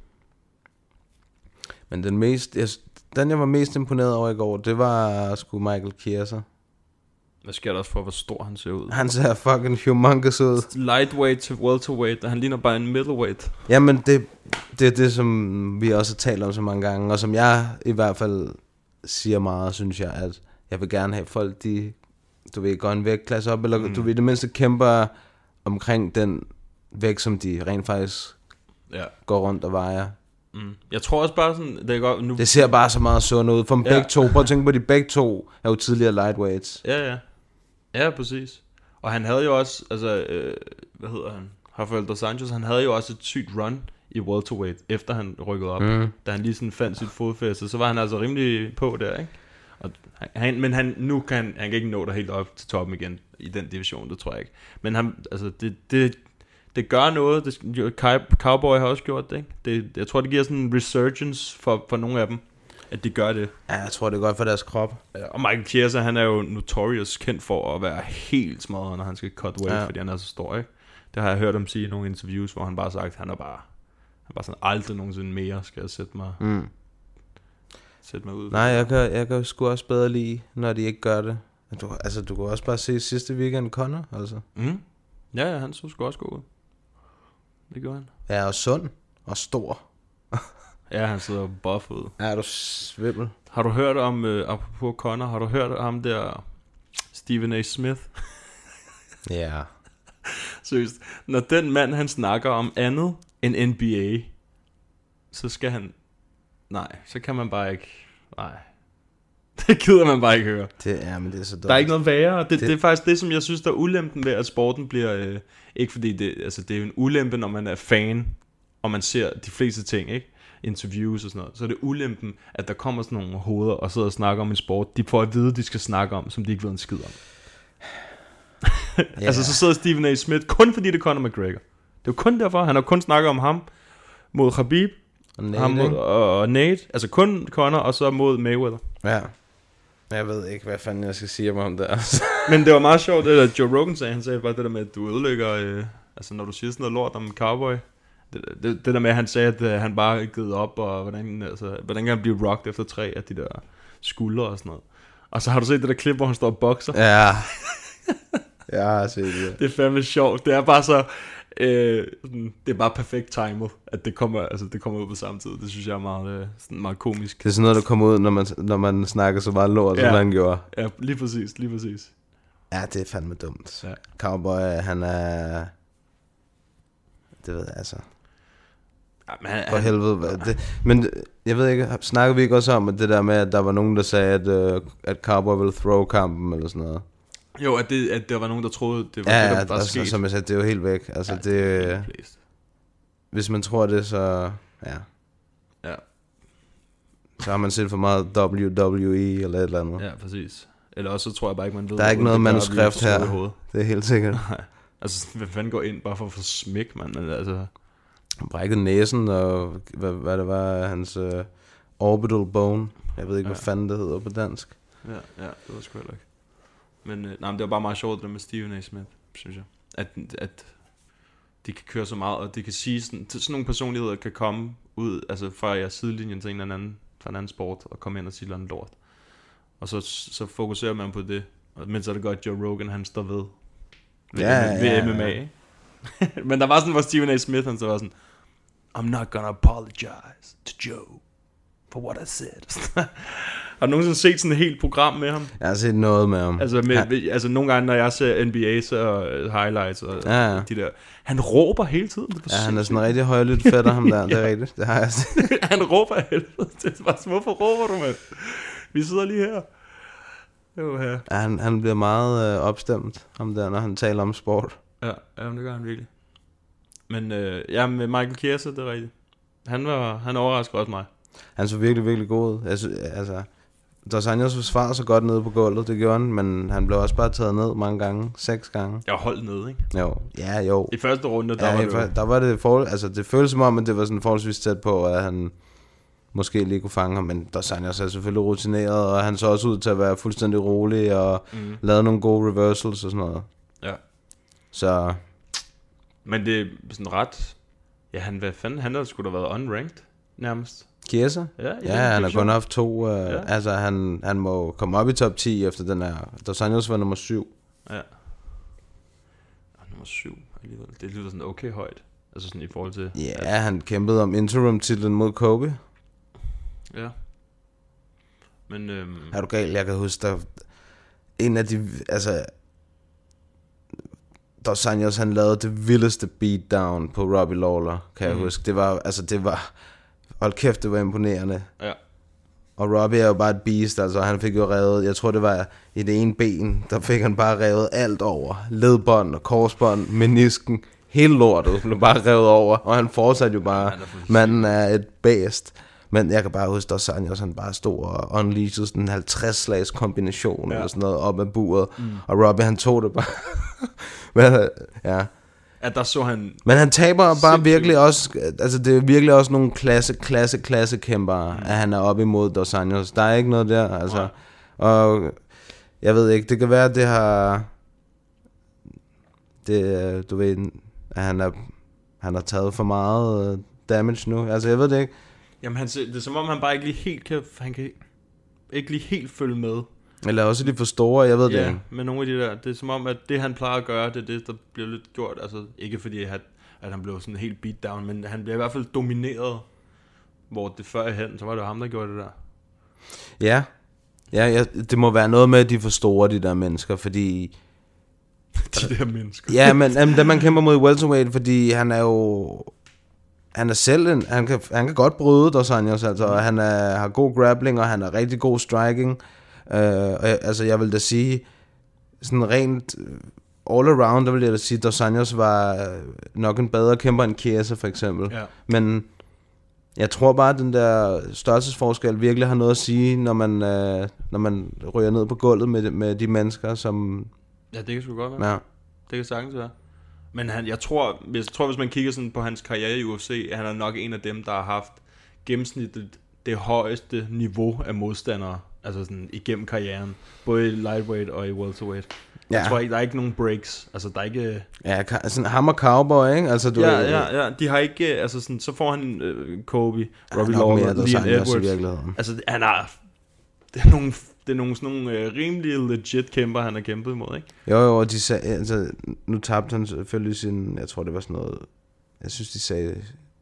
Men den jeg var mest imponeret over i går, det var sgu Michael Chiesa. Hvad sker der også for, hvor stor han ser ud? Han ser fucking humongous ud. Lightweight til welterweight, og han ligner bare en middleweight. Jamen, det er det, som vi også har talt om så mange gange, og som jeg i hvert fald siger meget, synes jeg, at jeg vil gerne have folk, du ved, går en vægtklasse op, eller du ved, det mindste kæmper omkring den vægt, som de rent faktisk går rundt og vejer. Jeg tror også bare sådan, det ser bare så meget sundt ud for dem begge to. Prøv at tænke på, de begge to er jo tidligere lightweights. Ja, præcis. Og han havde jo også, altså, hvad hedder han? Rafael dos Anjos, han havde jo også et sygt run i welterweight, efter han rykkede op. Da han lige sådan fandt sit fodfæste, så var han altså rimelig på der, ikke? Og men han kan ikke nå der helt op til toppen igen i den division, det tror jeg ikke. Men han, altså, det gør noget. Cowboy har også gjort det, ikke? Jeg tror, det giver sådan en resurgence for nogle af dem, at de gør det. Ja, jeg tror, det er godt for deres krop. Og Michael Chiesa, han er jo notorious kendt for at være helt smadret, når han skal cut weight, fordi han er så stor, ikke? Det har jeg hørt ham sige i nogle interviews, hvor han bare har sagt, han er bare sådan, aldrig nogensinde mere skal jeg sætte mig ud. Nej, jeg kan sgu også bedre lide, når de ikke gør det. Du kunne også bare se sidste weekend Conor, altså. Ja, han så sgu også god ud. Det gjorde han. Ja, og sund og stor. Ja, han sidder buff ud. Ja, du svimmel. Har du hørt om, apropos Conor, har du hørt om der Stephen A. Smith? Ja. Seriøst. Når den mand, han snakker om andet end NBA, så skal han... Nej, så kan man bare ikke... Nej. Det gider man bare ikke høre. Men det er så dumt. Der er ikke noget værre. Det er faktisk det, som jeg synes, der er ulempen ved, at sporten bliver... ikke fordi det er jo en ulempe, når man er fan, og man ser de fleste ting, ikke? Interviews og sådan noget. Så er det ulempen, at der kommer sådan nogle hoveder og sidder og snakker om en sport, de får at vide, de skal snakke om, som de ikke ved en skid om. Altså, så sidder Stephen A. Smith, kun fordi det er Conor McGregor. Det er jo kun derfor. Han har kun snakket om ham mod Khabib, og Nate, ham og Nate. Altså kun Conor, og så mod Mayweather. Ja. Jeg ved ikke, hvad fanden jeg skal sige om det. Men det var meget sjovt, det der Joe Rogan sagde. Han sagde bare det der med, at du ødelægger... altså, når du siger sådan noget lort om Cowboy... Det der med, at han sagde, at han bare er givet op, og hvordan kan han blive rocked efter 3 af de der skuldre og sådan noget. Og så har du set det der klip, hvor han står og bokser. Ja. Jeg har set det. Det er fandme sjovt. Det er bare så... det er bare perfekt timet, at det kommer ud på samme tid. Det synes jeg er meget, sådan meget komisk. Det er sådan noget, der kommer ud, når man snakker så meget lort, som han gjorde. Ja, lige præcis. Ja, det er fandme dumt. Ja. Cowboy, han er... Det ved jeg altså... Ja, for helvede. Men jeg ved ikke, snakker vi ikke også om, at det der med, at der var nogen, der sagde, at Cowboy ville throw kampen, eller sådan noget? Jo, at der var nogen, der troede, det var det, der var altså, sket. Som jeg sagde, det er jo helt væk. Altså, det hvis man tror det, så... Ja. Så har man set for meget WWE, eller et eller andet. Ja, præcis. Eller også så tror jeg bare ikke, man ved... Der er ikke noget manuskript her. Det er helt sikkert. Nej. Altså, hvem fanden går ind bare for at få smæk, mand? Altså... Brækket næsen, og hvad det var, hans orbital bone. Jeg ved ikke, hvad fanden det hedder på dansk. Ja, det var sgu heller ikke. Men, men det var bare meget sjovt, det med Stephen A. Smith, synes jeg. At de kan køre så meget, og de kan sige, sådan nogle personligheder kan komme ud, altså fra jeres sidelinjen til en anden sport, og komme ind og sige noget lort. Og så fokuserer man på det, men så er det godt, Joe Rogan, han står ved MMA, ikke? Men der var sådan, hvor Stephen A. Smith, han så var sådan, I'm not gonna apologize to Joe for what I said. Har du nogensinde set sådan et helt program med ham? Jeg har set noget med ham. Altså nogle gange, når jeg ser NBA, så highlights og de der, han råber hele tiden. Ja, han er sådan en rigtig højlydt fætter, ham der. Det er rigtigt, det har jeg set. Han råber helvede. Det er bare, hvorfor råber du, mand? Vi sidder lige her. Ja, han bliver meget opstemt, ham der, når han taler om sport. Ja, det gør han virkelig. Men med Michael Chiesa, det er rigtigt. Han overrasker også mig. Han så virkelig, virkelig god. Altså, Dos Anjos forsvarede så godt nede på gulvet, det gjorde han, men han blev også bare taget ned mange gange, 6 gange. Jeg holdt nede, ikke? Jo. I første runde, der var det altså det føltes som om, at det var sådan forholdsvis tæt på, at han måske lige kunne fange ham, men Dos Anjos er selvfølgelig rutineret, og han så også ud til at være fuldstændig rolig, og lavede nogle gode reversals og sådan noget. Ja. Så... Men det er sådan ret... Ja, han har sgu da været unranked, nærmest. Chiesa? Ja, han har kun haft 2. Altså, han må komme op i top 10 efter den her. Dos Anjos var nummer 7. Ja. Nummer 7 alligevel. Det lyder sådan okay højt. Altså sådan i forhold til... Ja, han kæmpede om interim-titlen mod Kobe. Ja. Men... Er du gal? Jeg kan huske, der... En af de... Altså... Dos Anjos, han lavede det vildeste beatdown på Robbie Lawler, kan jeg huske. Det var... Hold kæft, det var imponerende. Ja. Og Robbie er jo bare et beast, altså han fik jo revet, jeg tror det var i det ene ben, der fik han bare revet alt over. Ledbånd og korsbånd, menisken, hele lortet blev bare revet over, og han fortsatte jo bare, manden er et bæst. Men jeg kan bare huske, at Sanjos han bare stod og unleashede sådan en 50-slags kombination eller sådan noget op ad buret, og Robbie han tog det bare. Men, ja. At der så han... Men han taber bare virkelig også, altså det er virkelig også nogle klasse kæmpere, at han er op imod Dos Anjos. Der er ikke noget der, altså. Og jeg ved ikke, det kan være, at det har... Det, du ved, at han har taget for meget damage nu. Altså jeg ved det ikke. Jamen det er som om han bare ikke lige helt kan... Han kan ikke lige helt følge med. Eller også de for store, jeg ved det ikke. Ja, med nogle af de der. Det er som om, at det han plejer at gøre, det er det, der bliver lidt gjort. Altså ikke fordi, at han blev sådan helt beat down, men han bliver i hvert fald domineret. Hvor det førhen, så var det jo ham, der gjorde det der. Ja, det må være noget med, at de for store, de der mennesker, fordi... De der mennesker. Ja, men da man kæmper mod welterweight, fordi han er jo... Han er selv han kan godt bryde Dos Anjos, altså, og han har god grappling, og han har rigtig god striking. Altså jeg vil da sige sådan rent all around, der vil jeg da sige Dos Anjos var nok en bedre kæmper end Chiesa for eksempel, men jeg tror bare at den der størrelsesforskel virkelig har noget at sige, når man ryger ned på gulvet med de mennesker som... Ja, det kan sgu godt være. Ja. Det kan sagtens være. Men jeg tror hvis man kigger sådan på hans karriere i UFC, han er nok en af dem, der har haft gennemsnitligt det højeste niveau af modstandere, altså sådan igennem karrieren, både i lightweight og i welterweight. Jeg tror ikke, der er ikke nogen breaks, altså der er ikke... Ja, sådan ham og Cowboy, ikke? Altså, ja, de har ikke, altså sådan, så får han Kobe, Robbie Lawler, Leon Edwards. Altså han har, det er nogle sådan nogle rimelig legit kæmper, han har kæmpet imod, ikke? Jo, de sagde, altså, nu tabte han selvfølgelig sin, jeg tror det var sådan noget, jeg synes de sagde,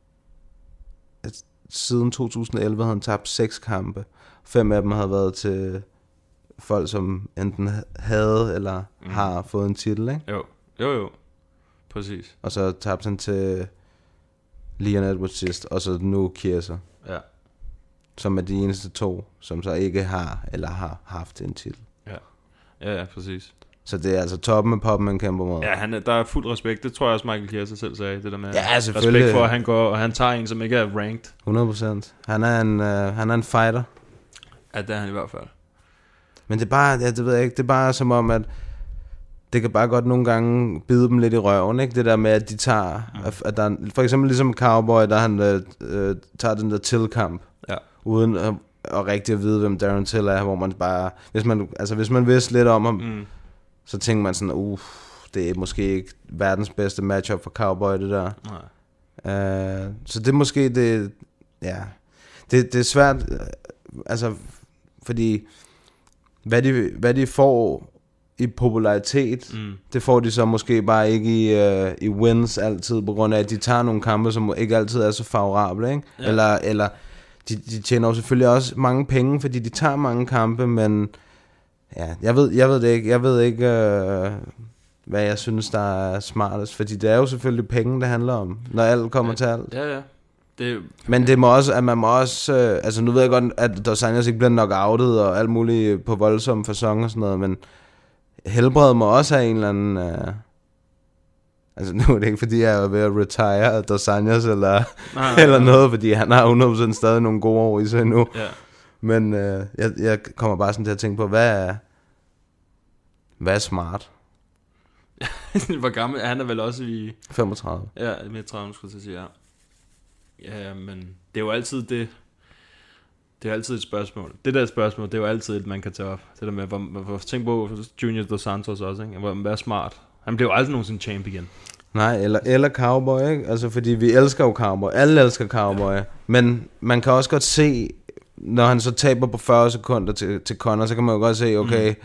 at siden 2011 havde han tabt 6 kampe. 5 af dem havde været til folk, som enten havde eller har fået en titel, ikke? Jo, præcis. Og så tabte han til Leon Edwards sidst, og så nu Chiesa. Ja. Som er de eneste 2, som så ikke har eller har haft en titel. Ja, præcis. Så det er altså toppen af poppen, man kæmper mod. Ja, der er fuld respekt. Det tror jeg også, Michael Chiesa selv sagde. Det der med respekt for, at han går, og han tager en, som ikke er ranked. 100%. Han er en fighter. Ja, det er han i hvert fald. Men det er bare, det ved jeg ikke, det er bare som om, at det kan bare godt nogle gange bide dem lidt i røven, ikke? Det der med, at de tager, at der, for eksempel ligesom Cowboy, der han tager den der Till-kamp, uden at rigtig at vide, hvem Darren Till er, hvor man bare, hvis man vidste lidt om ham, så tænker man sådan, det er måske ikke verdens bedste matchup for Cowboy, det der. Så det er måske det er svært, altså, fordi hvad de får i popularitet, det får de så måske bare ikke i wins altid, på grund af, at de tager nogle kampe, som ikke altid er så favorable, ikke? Ja. Eller de tjener jo selvfølgelig også mange penge, fordi de tager mange kampe, men ja, jeg ved det ikke. Jeg ved ikke, hvad jeg synes, der er smartest, fordi det er jo selvfølgelig penge, det handler om, når alt kommer til alt. Ja. Men det må også, at man må også, altså nu ved jeg godt, at Dos Anjos ikke bliver knockoutet og alt muligt på voldsomme facon og sådan noget, men helbred må også have en eller anden, altså nu er det ikke fordi jeg er ved at retire Dos Anjos eller noget, fordi han har 100% stadig nogle gode år i sig endnu. Men jeg kommer bare sådan til at tænke på, hvad er smart? Hvor gammel? Han er vel også i... 35. Ja, med 30, skulle jeg sige, ja. Ja, men det er jo altid det... Det er altid et spørgsmål. Det der spørgsmål, det er jo altid et, man kan tage op. Det der med, tænk på Junior Dos Santos også, ikke? Hvad er smart? Han bliver jo aldrig nogensinde champ igen. Nej, eller Cowboy, ikke? Altså, fordi vi elsker jo Cowboy. Alle elsker Cowboy. Men man kan også godt se, når han så taber på 40 sekunder til Conor, så kan man jo godt se, okay,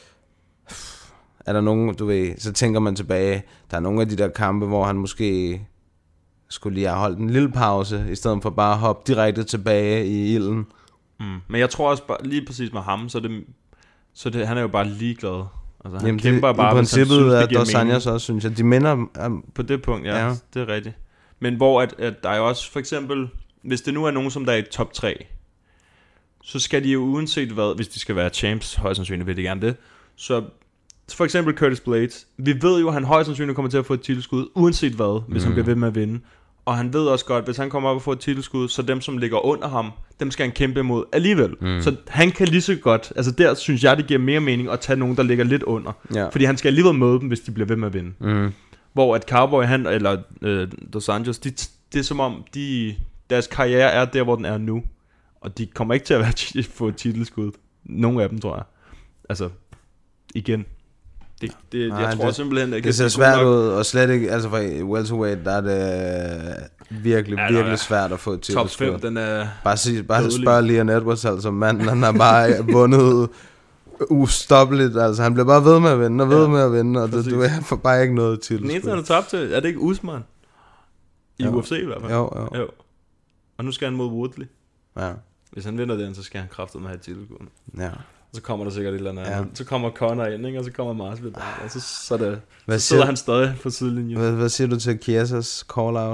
er der nogen, du ved, så tænker man tilbage, der er nogle af de der kampe, hvor han måske skulle lige have holdt en lille pause, i stedet for bare at hoppe direkte tilbage i ilden. Men jeg tror også, bare, lige præcis med ham, så det, han er jo bare ligeglad. Altså, han jamen, kæmper bare, i princippet synes, er Dos Anjos også, synes jeg. De minder på det punkt, ja, det er rigtigt. Men hvor at der er jo også, for eksempel, hvis det nu er nogen, som der er i top 3, så skal de jo uanset hvad, hvis de skal være champs, højst sandsynligt vil de gerne det, så for eksempel Curtis Blades, vi ved jo, at han højst sandsynligt kommer til at få et titelskud, uanset hvad, hvis han bliver ved med at vinde. Og han ved også godt, hvis han kommer op og får et titelskud, så dem, som ligger under ham, dem skal han kæmpe imod alligevel. Så han kan lige så godt, altså der synes jeg, det giver mere mening at tage nogen, der ligger lidt under. Ja. Fordi han skal alligevel møde dem, hvis de bliver ved med at vinde. Hvor at Cowboy, han, eller Dos Anjos, det er som om, deres karriere er der, hvor den er nu. Og de kommer ikke til at få et titelskud. Nogle af dem, tror jeg. Altså, igen. Jeg tror simpelthen ikke, det ser svært ud, og slet ikke, altså for welterweight, der er det virkelig svært at få et top 5, den er bare spørg Leon Edwards, altså manden, han har bare vundet ustoppeligt, altså han bliver bare ved med at vinde, og ved med at vinde, og du får bare ikke noget til. Den eneste, han er tabt til, er det ikke Usman? I UFC i hvert fald. Jo. Og nu skal han mod Woodley. Ja. Hvis han vinder den, så skal han kraftedeme have et titelskud. Ja. Så kommer der sikkert et eller andet. Ja. Så kommer Conor ind, ikke? Og så kommer Masvidal, og så sidder han stadig på sidelinjen. Hvad siger du til Chiesas call-out?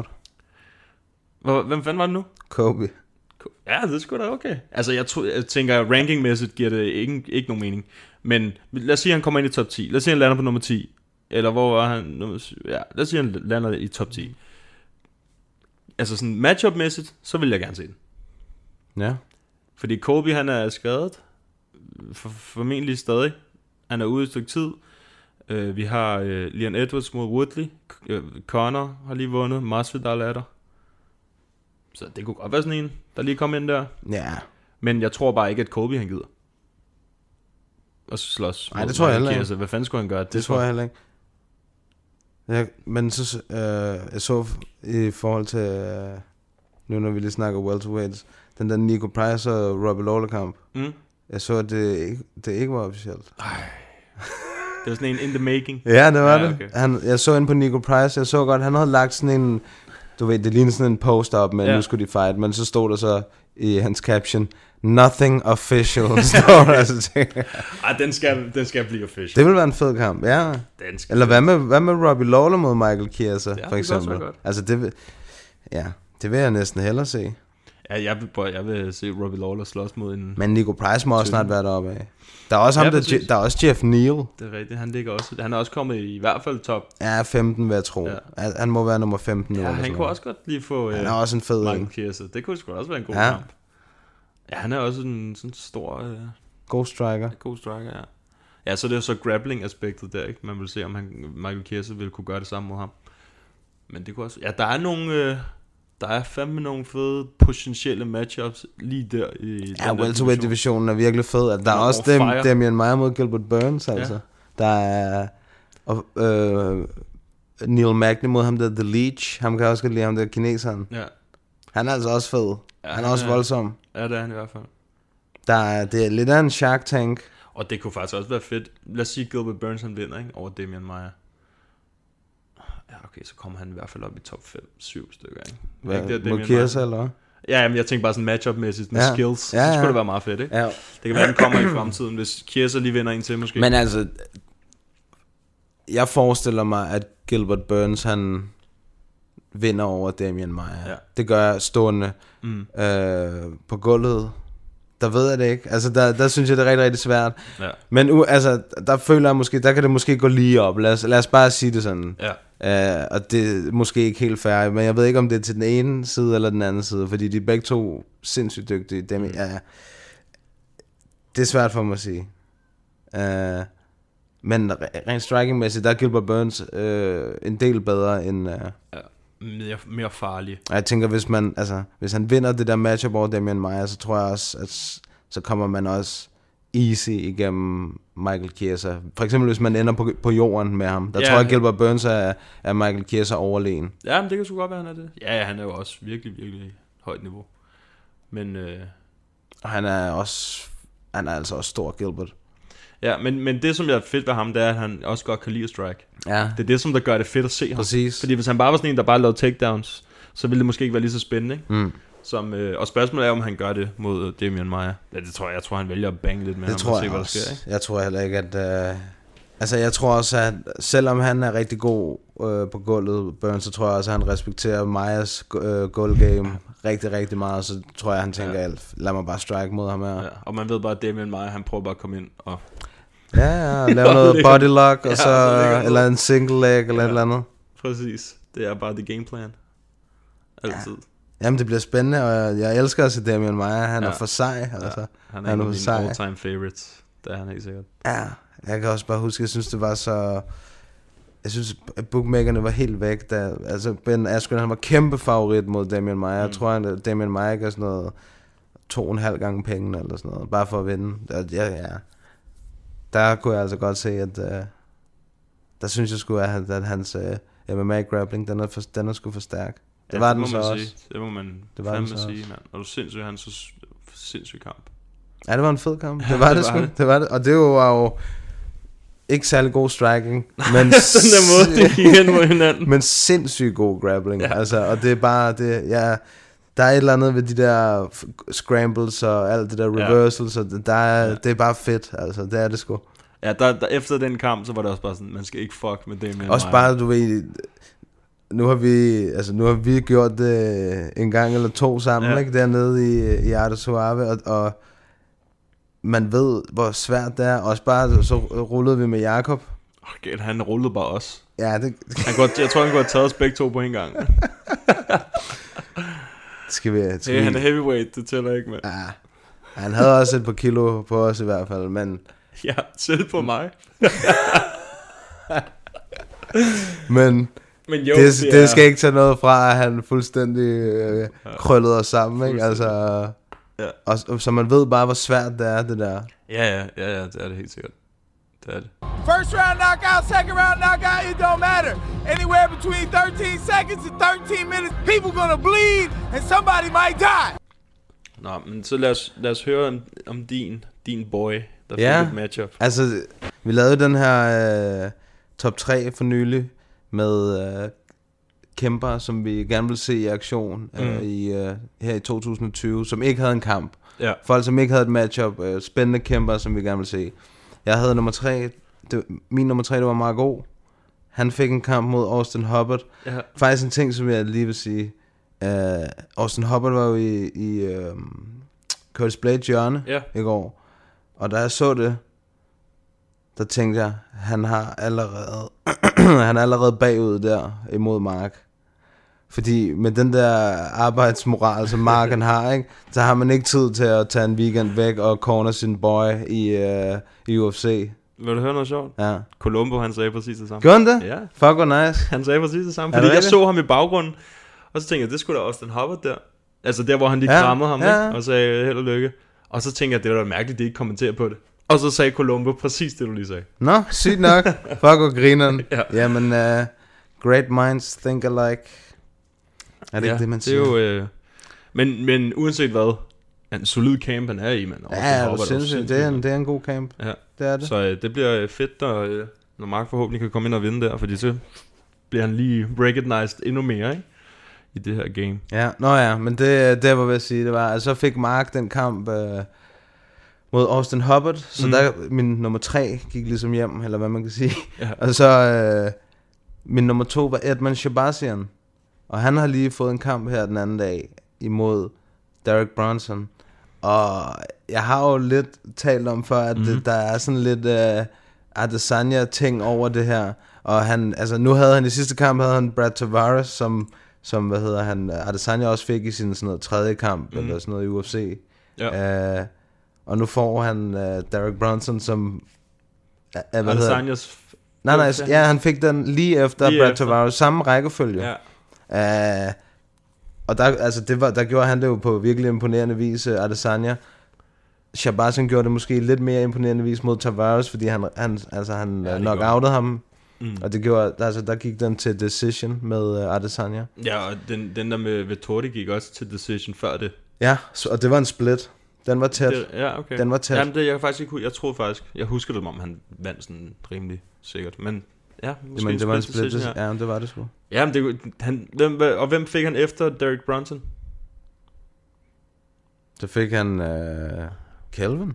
Hvem fanden var det nu? Kobe. Ja, det er sgu da okay. Altså, jeg tænker, rankingmæssigt giver det ikke nogen mening. Men lad os sige, han kommer ind i top 10. Lad os sige, han lander på nummer 10. Eller hvor var han? Ja, lad os sige, han lander i top 10. Altså sådan matchup-mæssigt, så vil jeg gerne se den. Ja. Fordi Kobe, han er skadet. Formentlig stadig. Han er ude et stykke tid. Vi har Leon Edwards mod Woodley. Conor har lige vundet. Masvidal er der. Så det kunne godt være sådan en, der lige kom ind der. Ja. Men jeg tror bare ikke, at Kobe han gider og slås. Nej, det tror jeg heller ikke. Hvad fanden skulle han gøre? Det tror jeg heller ikke. Ja, men så jeg så i forhold til nu når vi lige snakker welterweights, den der Nico Price og Robbie Lawler kamp. Jeg så at det ikke var officielt. Det var sådan en in the making. Ja, det var det. Okay. Jeg så ind på Nico Price. Jeg så godt, han havde lagt sådan en, du ved, det lignede sådan en post op, men nu skulle de fight, men så stod der så i hans caption, nothing official. Den skal blive official. Det vil være en fed kamp, ja. Eller hvad med Robbie Lawler mod Michael Chiesa, for eksempel. Altså det vil jeg næsten hellere se. Ja, jeg vil se Robbie Lawler slås mod en... Men Nico Price må også snart være deroppe af. Der er også ham, der er også Jeff Neal. Det er rigtigt, han ligger også. Han er også kommet i hvert fald top. Ja, 15 vil jeg tro. Ja. Han må være nummer 15 nu. Ja, han kunne også godt lige få... Han er også en fed Michael Chiesa. Det kunne sgu også være en god kamp. Ja, han er også en sådan stor... God striker. God striker, ja. Ja, så det er jo så grappling-aspektet der, ikke? Man vil se, om Michael Chiesa ville kunne gøre det samme mod ham. Men det kunne også... Ja, der er nogle... Der er fandme nogle fede potentielle matchups lige der i welterweight-divisionen er virkelig fed. Der er også Damian Maia mod Gilbert Burns, altså. Ja. Der er Neil Magny mod ham der The Leech. Ham kan også godt lide ham der kineseren. Ja. Han er altså også fed. Ja, han er også voldsom. Ja, det er han i hvert fald. Det er lidt af en Shark Tank. Og det kunne faktisk også være fedt. Lad os sige Gilbert Burns han vinder, ikke? Over Damian Maia. Ja, okay, så kommer han i hvert fald op i top 5-7 stykker, ikke? Mod Chiesa, eller hvad? Ja, men jeg tænker bare sådan matchup-mæssigt med skills. Så skulle det være meget fedt, ikke? Ja. Det kan være, den kommer i fremtiden, hvis Chiesa lige vinder en til, måske. Men altså, jeg forestiller mig, at Gilbert Burns, han vinder over Damian Maia. Ja. Det gør jeg stående på gulvet. Der ved jeg det ikke. Altså, der synes jeg, det er rigtig, rigtig svært. Ja. Men altså, der føler jeg måske, der kan det måske gå lige op. Lad os bare sige det sådan. Ja. Og det er måske ikke helt fair, men jeg ved ikke, om det er til den ene side eller den anden side, fordi de er begge to sindssygt dygtige. Det er svært for mig at sige. Men rent striking-mæssigt, der er Gilbert Burns en del bedre end... mere farlig. Jeg tænker, hvis han vinder det der matchup over Damian Maia, så tror jeg også, at så kommer man også easy igennem Michael Chiesa. For eksempel, hvis man ender på jorden med ham. Der tror jeg, at Gilbert Burns er Michael Chiesa overlegen. Ja, men det kan sgu godt være, han er det. Ja, han er jo også virkelig, virkelig højt niveau. Men... Og han er altså også stor, Gilbert. Ja, men det, som er fedt ved ham, det er, at han også godt kan lide at strike. Ja. Det er det, som der gør det fedt at se ham. Præcis. Fordi hvis han bare var sådan en, der bare lavede takedowns, så ville det måske ikke være lige så spændende, ikke? Mm. Og spørgsmålet er, om han gør det mod Damian Maia. Ja, det tror jeg. Jeg tror, han vælger at bange lidt med det ham tror og se, jeg hvad der også. sker, ikke? Jeg tror heller ikke, at... jeg tror også, at selvom han er rigtig god på gulvet, Burns, så tror jeg også, at han respekterer Maias gulvgame rigtig, rigtig meget. Så tror jeg, han tænker, lad mig bare strike mod ham her. Ja. Og man ved bare, at Damian Maia, han prøver bare at komme ind og... Ja, lave noget body lock, og så eller en single leg, eller et eller andet. Præcis. Det er bare the game plan. Altid. Jamen, det bliver spændende, og jeg elsker at se Damian Maia. Han er for sej, altså. Han er en af mine all-time favorites. Det er han helt sikkert. Ja, jeg kan også bare huske, jeg synes, det var så... Jeg synes, at bookmakerne var helt væk. Altså, Ben Askren, han var kæmpe favorit mod Damian Maia. Jeg tror, at Damian Maia gør sådan noget 2,5 gange penge, eller sådan noget, bare for at vinde. Ja. Der kunne jeg altså godt se, at der synes jeg sgu, at hans MMA-grappling, den er sgu for stærk. Det var den så også. Det må man fandme sige, mand. Og du sindssygt, han så sindssyg kamp. Ja, det var en fed kamp. Det var det sgu. Det var det. Og det var jo ikke særlig god striking, men den der måde, det gik hen mod hinanden. Men sindssygt god grappling. Ja. Altså, og det er bare det, der er et eller andet ved de der scrambles og alt det der reversals, og det er bare fedt, altså, det er det sgu. Ja, der efter den kamp, så var det også bare sådan, man skal ikke fuck med Damian Maia. Også bare, du ved, nu har vi gjort det en gang eller to sammen, ikke, dernede i Arte Suave, og man ved, hvor svært det er. Også bare, så rullede vi med Jakob. Okay, han rullede bare os. Ja, det... jeg tror, han kunne have taget os begge to på en gang. Skal vi... Han er heavyweight, det tæller ikke med. Ja, han havde også et par kilo på os i hvert fald, men... Ja, selv på mig. men jo, det skal ikke tage noget fra, at han fuldstændig krøllede os sammen, ikke? Altså... Ja. Og så man ved bare, hvor svært det er, det der. Ja, det er det helt sikkert. Det er det. First round knockout, second round knockout, it don't matter. Anywhere between 13 seconds and 13 minutes, people gonna bleed, and somebody might die. Nå, men så lad os høre om din boy, der fik et matchup. Altså, vi lavede den her top 3 for nylig med kæmper, som vi gerne vil se i aktion her i 2020, som ikke havde en kamp. Ja. Folk, som ikke havde et matchup, spændende kæmper, som vi gerne vil se. Jeg havde nummer 3, min nummer 3, det var meget god. Han fik en kamp mod Austin Hubbard. Ja. Faktisk en ting, som jeg lige vil sige. Austin Hubbard var jo i Curtis Blades hjørne i går. Og da jeg så det, der tænkte jeg, han er allerede bagud der imod Mark. Fordi med den der arbejdsmoral, som Mark han har, ikke, så har man ikke tid til at tage en weekend væk og corner sin boy i UFC. Vil du høre noget sjovt? Ja. Colombo, han sagde præcis det samme. Gjorde han det? Ja. Fuck, hvor nice. Han sagde præcis det samme, fordi jeg så ham i baggrunden, og så tænkte jeg, det skulle da Austin Hubbard der. Altså der, hvor han lige krammede ham, ikke? Og sagde held og lykke. Og så tænkte jeg, det var da mærkeligt, de ikke kommenterer på det. Og så sagde Colombo præcis det, du lige sagde. Nå, sygt nok. Fuck, hvor grineren. Jamen, great minds think alike. Er det ikke det, man siger? Det er jo... Men uanset hvad, en solid camp, han er i, mand. Ja, det er en god camp. Ja. Det er det. Så det bliver fedt, når Mark forhåbentlig kan komme ind og vinde der, fordi så bliver han lige recognized endnu mere, ikke? I det her game. Ja, men det var ved at sige, det var, altså så fik Mark den kamp mod Austin Hubbard, så der min nummer 3 gik ligesom hjem, eller hvad man kan sige. Ja. Og så min nummer 2 var Edmen Shahbazyan, og han har lige fået en kamp her den anden dag imod Derek Brunson. Og jeg har jo lidt talt om før, at der er sådan lidt Adesanya-ting over det her. Og han, altså nu havde han i sidste kamp, havde han Brad Tavares, som hvad hedder han, Adesanya også fik i sin sådan noget tredje kamp, eller sådan noget i UFC. Ja. Og nu får han Derek Brunson, som... Adesanyas... Nej, ja, han fik den lige efter Brad Tavares. Samme rækkefølge. Ja. Og der gjorde han det jo på virkelig imponerende vis, Adesanya. Shabazz gjorde det måske lidt mere imponerende vis mod Tavares, fordi han knockoutede ham. Og det gjorde, der gik den til decision med Adesanya. Ja, og den der med Vettori gik også til decision før det. Ja, og det var en split. Den var tæt. Ja, okay. Den var tæt. Jamen, jeg kan faktisk ikke... Jeg troede faktisk... Jeg husker det, om han vandt sådan rimelig sikkert. Men ja, måske det var en split. decision, ja, det var det sgu. Ja, men hvem fik han efter Derek Brunson? Så fik han Kelvin.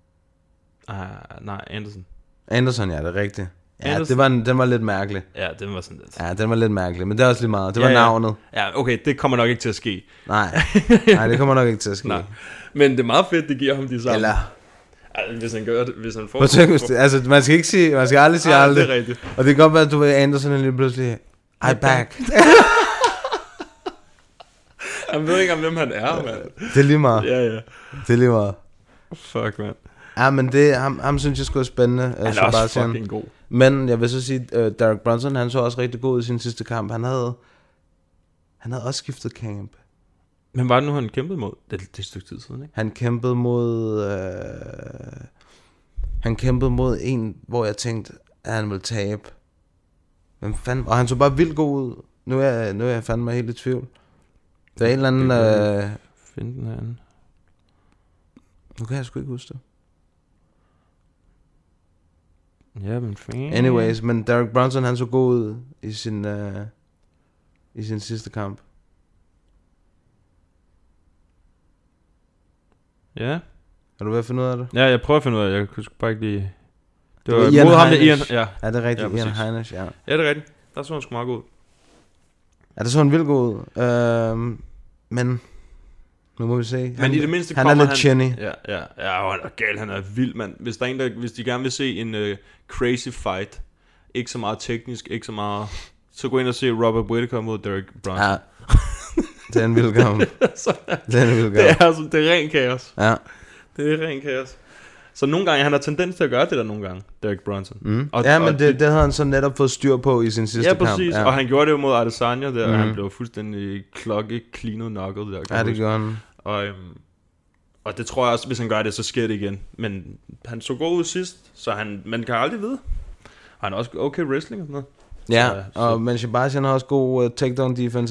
Nej, Anderson. Anderson, ja, det er rigtigt. Ja, Anderson. den var lidt mærkelig. Ja, den var sådan lidt. Ja, den var lidt mærkelig, men det er også lige meget. Det var navnet. Ja, okay, det kommer nok ikke til at ske. Nej, det kommer nok ikke til at ske. Nej. Men det er meget fedt, det giver ham de samme. Eller... Altså, hvis han gør det, hvis han får... Altså, man skal aldrig sige aldrig. Det er rigtigt. Og det kan godt være, at du ved, Anderson lige pludselig... I back. Han ved ikke om, hvem han er, mand. Det er lige meget. Ja. Det er lige meget. Fuck, mand. Ja, men det, ham synes jeg sgu er spændende. Han er også fucking god. Men jeg vil så sige, Derek Brunson, han så også rigtig god ud i sin sidste kamp. Han havde også skiftet camp. Men var det nu, han kæmpede mod? Det er et stykke tid siden, ikke? Han kæmpede mod en, hvor jeg tænkte, at han ville tabe. Hvem fanden? Og han så bare vildt god ud. Nu er jeg fandme helt i tvivl. Der er en eller anden... Find den herinde. Nu kan jeg sgu ikke huske det. Ja, men fanden. Anyways, men Derek Brunson, han så god ud i sin sidste kamp. Ja. Er du ved at finde ud af det? Ja, jeg prøver at finde ud af det. Jeg kunne bare ikke lige... Det var Ian mod ham, Heinisch. Ja, det er rigtigt. Ian Heinisch, ja. Ja, det er rigtigt. Der så han sgu meget god ud. Ja, det så han vildt god ud. Men... Nu må vi se. Men i det mindste han er lidt chinny. Ja, han er gal, han er vild, mand. Hvis de gerne vil se en crazy fight, ikke så meget teknisk, ikke så meget... Så gå ind og se Robert Whittaker mod Derek Brunson. Ja. Det er en vild kamp. Det er ren kaos. Ja. Det er ren kaos. Så nogle gange, han har tendens til at gøre det der nogle gange, Derek Brunson. Men det havde han så netop fået styr på i sin sidste kamp. Ja, præcis. Og han gjorde det jo mod Adesanya der, og han blev fuldstændig cleanet knocket der. Ja, det gjorde han. Og det tror jeg også, hvis han gør det, så sker det igen. Men han så god ud sidst, så man kan aldrig vide. Han er også okay wrestling og sådan noget. Ja, men Shabazz har også god takedown defense.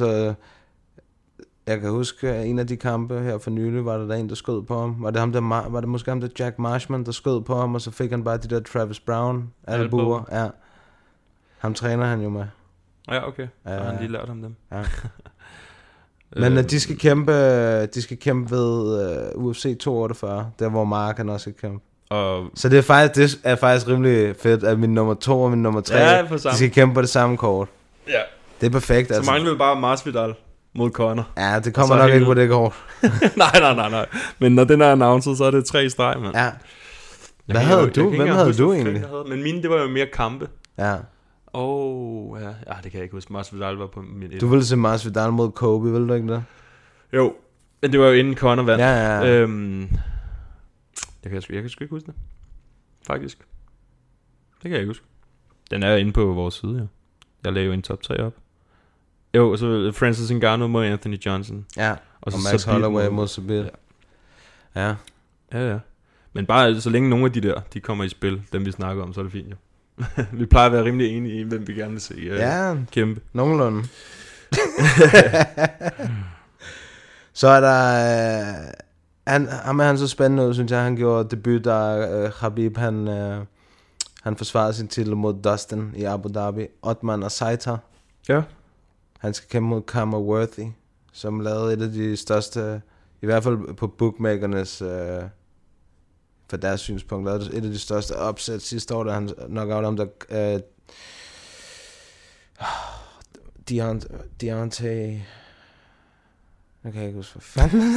Jeg kan huske, en af de kampe her for nylig, var der en, der skød på ham. Var det måske ham, der Jack Marshman, der skød på ham, og så fik han bare de der Travis Brown albuer. Ja. Ham træner han jo med. Ja, okay. Så har han lige lært ham dem. Ja. Men de skal kæmpe ved UFC 248, der hvor Mark han også skal kæmpe. Så det er faktisk rimelig fedt, at min nummer 2 og min nummer 3, de skal kæmpe på det samme kort. Ja. Det er perfekt. Så mangler vi bare Masvidal mod Conor. Ja, det kommer nok ikke på det kort. nej. Men når den er announced, så er det 3 i streg, mand. Ja. Hvem havde du egentlig? Men mine, det var jo mere kampe. Ja. Ja, det kan jeg ikke huske. Masvidal var på min 1. Du ville se Masvidal mod Kobe, ville du ikke det? Jo, men det var jo inden Conor vandt. Ja. Jeg kan sgu ikke huske det. Faktisk. Det kan jeg ikke huske. Den er inde på vores side, ja. Jeg lagde jo en top 3 op. Jo, så Francis Ngannou mod Anthony Johnson. Ja, og Max Holloway mod Sabir. Ja. Men bare så længe nogle af de der, de kommer i spil, dem vi snakker om, så er det fint jo. Vi plejer at være rimelig enige i, hvem vi gerne vil se kæmpe. Nogenlunde. Så er der... Han er så spændende ud, synes jeg. Han gjorde debut, da Khabib, han forsvarede sin titel mod Dustin i Abu Dhabi. Othman og Saita. Ja. Han skal kæmpe mod Kama Worthy, som lavede et af de største, i hvert fald på bookmakernes, for deres synspunkt, lavede et af de største upsets sidste år, da han knockout om der Deontay... Jeg kan ikke huske, hvad fanden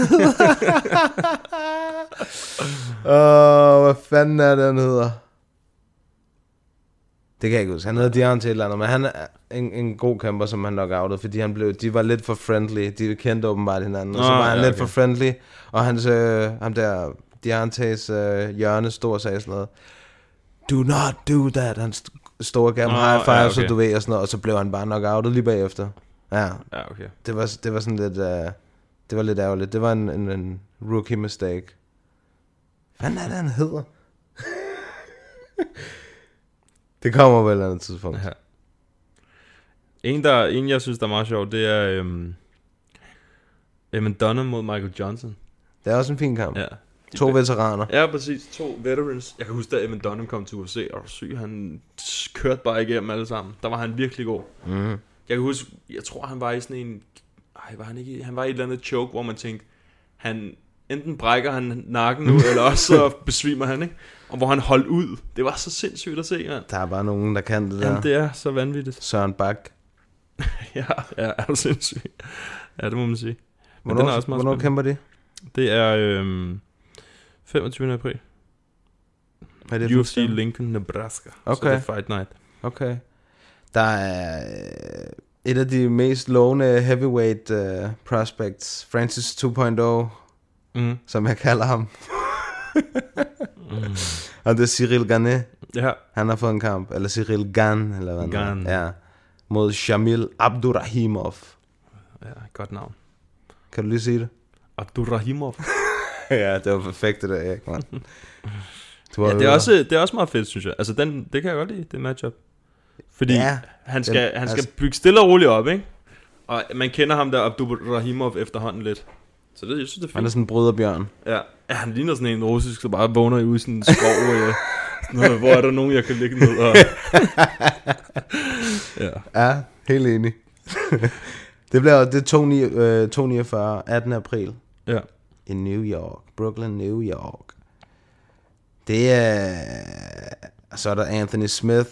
hvad fanden er det, han hedder? Det kan jeg ikke huske. Han hedder Deontay et eller andet, men han er en god kæmper, som han knockoutede, fordi de var lidt for friendly. De kendte åbenbart hinanden, og så var han lidt for friendly. Og ham der Deontay's hjørne stod sagde sådan noget, do not do that. Han stod og gav ham high five, okay. Så du ved, og sådan noget, og så blev han bare knockoutet lige bagefter. Ja, okay. Det var sådan lidt, det var lidt ærgerligt. Det var en rookie mistake. Hvad er det, han hedder? Det kommer på et eller andet tidspunkt. Ja. En jeg synes, der er meget sjov, det er Eamon Dunham mod Michael Johnson. Det er også en fin kamp. Ja. 2 veteraner. Ja, præcis. 2 veterans. Jeg kan huske, da Eamon Dunham kom til UFC, og syg, han kørte bare igennem alle sammen. Der var han virkelig god. Mm. Jeg kan huske, jeg tror, han var i sådan en... Han var i et eller andet choke, hvor man tænkte, han enten brækker han nakken nu, eller også så besvimer han, ikke? Og hvor han holdt ud. Det var så sindssygt at se, man. Der er bare nogen, der kan det der. Jamen, det er så vanvittigt. Søren Bak. ja, er du sindssygt. Ja, det må man sige. Men hvornår kæmper de? Det er 25. april. Er det UFC Lincoln, Nebraska. Okay. Så det er Fight Night. Okay. Der er et af de mest lovende heavyweight prospects, Francis 2.0, som jeg kalder ham. Og det er Cyril Gane. Ja. Han har fået en kamp, eller Cyril Gane, eller hvad han er. Ja. Mod Shamil Abdurahimov. Ja, godt navn. Kan du lige sige det? Abdurahimov. Ja, det var perfekt det der, Erik, man. Ja, det er også meget fedt, synes jeg. Altså, det kan jeg godt lide, det matchup. Fordi han skal bygge stille og roligt op, ikke? Og man kender ham der, Abdurahimov, efterhånden lidt. Så det, jeg synes, det er fint. Han er sådan en bryderbjørn. Ja, han ligner sådan en russisk, der bare vågner ude i sådan en skov, hvor er der nogen, jeg kan ligge ned og... Ja, helt enig. Det er 249, 18. april. Ja. I New York. Brooklyn, New York. Det er... Så er der Anthony Smith.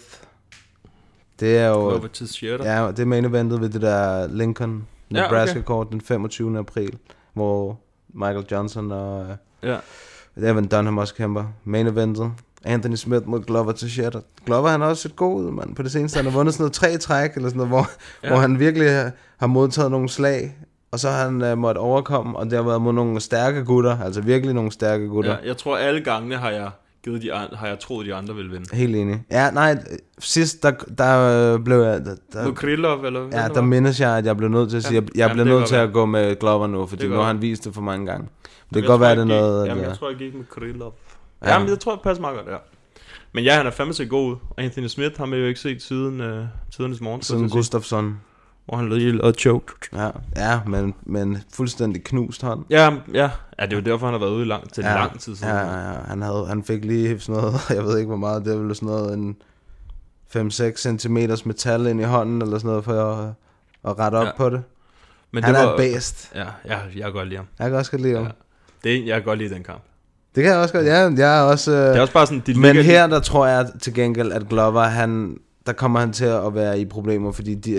Det er jo... Ja, det er main eventet ved det der Lincoln, Nebraska Court den 25. april, hvor Michael Johnson og Evan Dunham også kæmper. Main eventet. Anthony Smith mod Glover Teixeira. Glover, han har også set god ud, mand. På det seneste, han har vundet sådan noget 3 træk, eller sådan noget, hvor han virkelig har modtaget nogle slag, og så har han måttet overkomme, og det har været mod nogle stærke gutter, altså virkelig nogle stærke gutter. Ja, jeg tror, alle gangene har jeg troet, de andre ville vinde. Helt enig. Ja, nej, sidst, der blev jeg... Mod Krylov, eller hvad? Ja, der mindes jeg, at jeg blev nødt til at sige, jeg blev nødt til at gå med Glover nu, fordi nu har han vist det for mange gange. Det kan godt være, det er noget... Jamen, jeg tror, jeg gik med Krylov. Ja, men jeg tror, det passer meget godt, ja. Men ja, han er fandme set god ud. Anthony Smith har man jo ikke set siden tidernes morgen. Siden Gustafsson. Hvor han lød og choke. Ja, men fuldstændig knust hånd. Ja, det er jo derfor, han har været ude lang tid siden. Ja, han fik lige sådan noget, jeg ved ikke hvor meget, det er vel sådan noget, en 5-6 centimeters metal ind i hånden, eller sådan noget, for at rette op på det. Men han er bedst. Ja, jeg kan godt lide ham. Jeg kan også godt lide ham. Jeg kan godt lide den kamp. Det kan jeg også godt, jeg er også... Det er også bare sådan, men her, der tror jeg til gengæld, at Glover, der kommer han til at være i problemer, fordi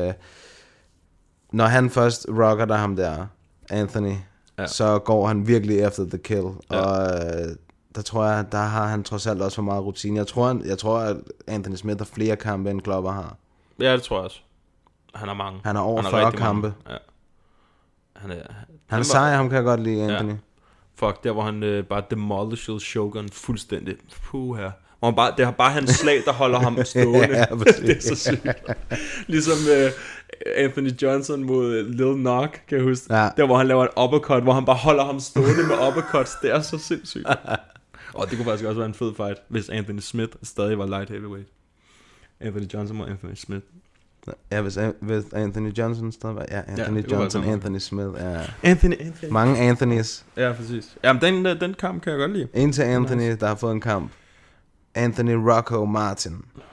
når han først rocker der ham der, Anthony, så går han virkelig efter the kill. Ja. Og der tror jeg, der har han trods alt også for meget rutine. Jeg tror, at Anthony Smith har flere kampe, end Glover har. Ja, det tror jeg også. Han har mange. Han har over 40 kampe. Ja. Han er sej, ham kan jeg godt lide, Anthony. Ja. Fuck, der hvor han bare demolished Shogun fuldstændig. Puh her. Det er bare hans slag, der holder ham stående. Ja, det er så sygt. Ligesom Anthony Johnson mod Lil Nog, kan jeg huske. Ja. Der hvor han laver en uppercut, hvor han bare holder ham stående med uppercuts. Det er så sindssygt. Og det kunne faktisk også være en fed fight, hvis Anthony Smith stadig var light heavyweight. Anthony Johnson mod Anthony Smith. Ja, hvis Anthony Johnson stadig var... Ja, Anthony Johnson, Anthony Smith. Ja. Anthony. Mange Anthonys. Ja, præcis. Jamen, den kamp kan jeg godt lide. En til Anthony, der har fået en kamp. Anthony Rocco Martin.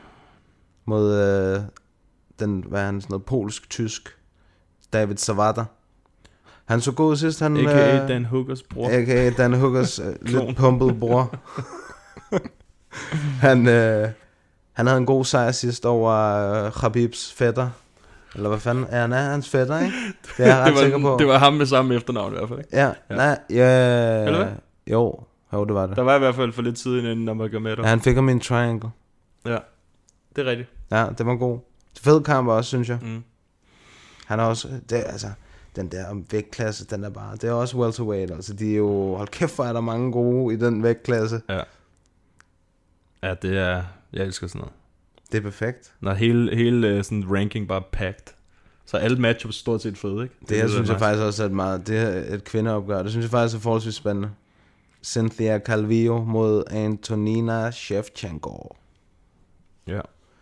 Mod hvad er han, sådan noget polsk-tysk. David Zawada. Han så god sidst. A.k.a. Dan Hookers bror. A.k.a. Dan Hookers lidt pumpet bror. Han havde en god sejr sidst over Khabibs fætter. Eller hvad fanden? Ja, han er hans fætter, ikke? Det er jeg ret sikker på. Det var ham med samme efternavn i hvert fald, ikke? Ja. Nej, ja. Eller hvad? Jo, det var det. Der var i hvert fald for lidt tid inden Nurmagomedov. Ja, han fik ham i en triangle. Ja, det er rigtigt. Ja, det var god. Fed kamp også, synes jeg. Han er også... den der vægtklasse, den er bare, det er også welterweight, altså de er jo, hold kæft, hvor er der mange gode i den vægtklasse. Ja, det er, jeg elsker sådan noget. Det er perfekt. Når hele sådan ranking bare packed. Så alle matchups stort set fede, ikke? Det her synes jeg faktisk også er det er et kvindeopgør. Det synes jeg faktisk er forholdsvis spændende. Cynthia Calvillo mod Antonina Shevchenko. Ja.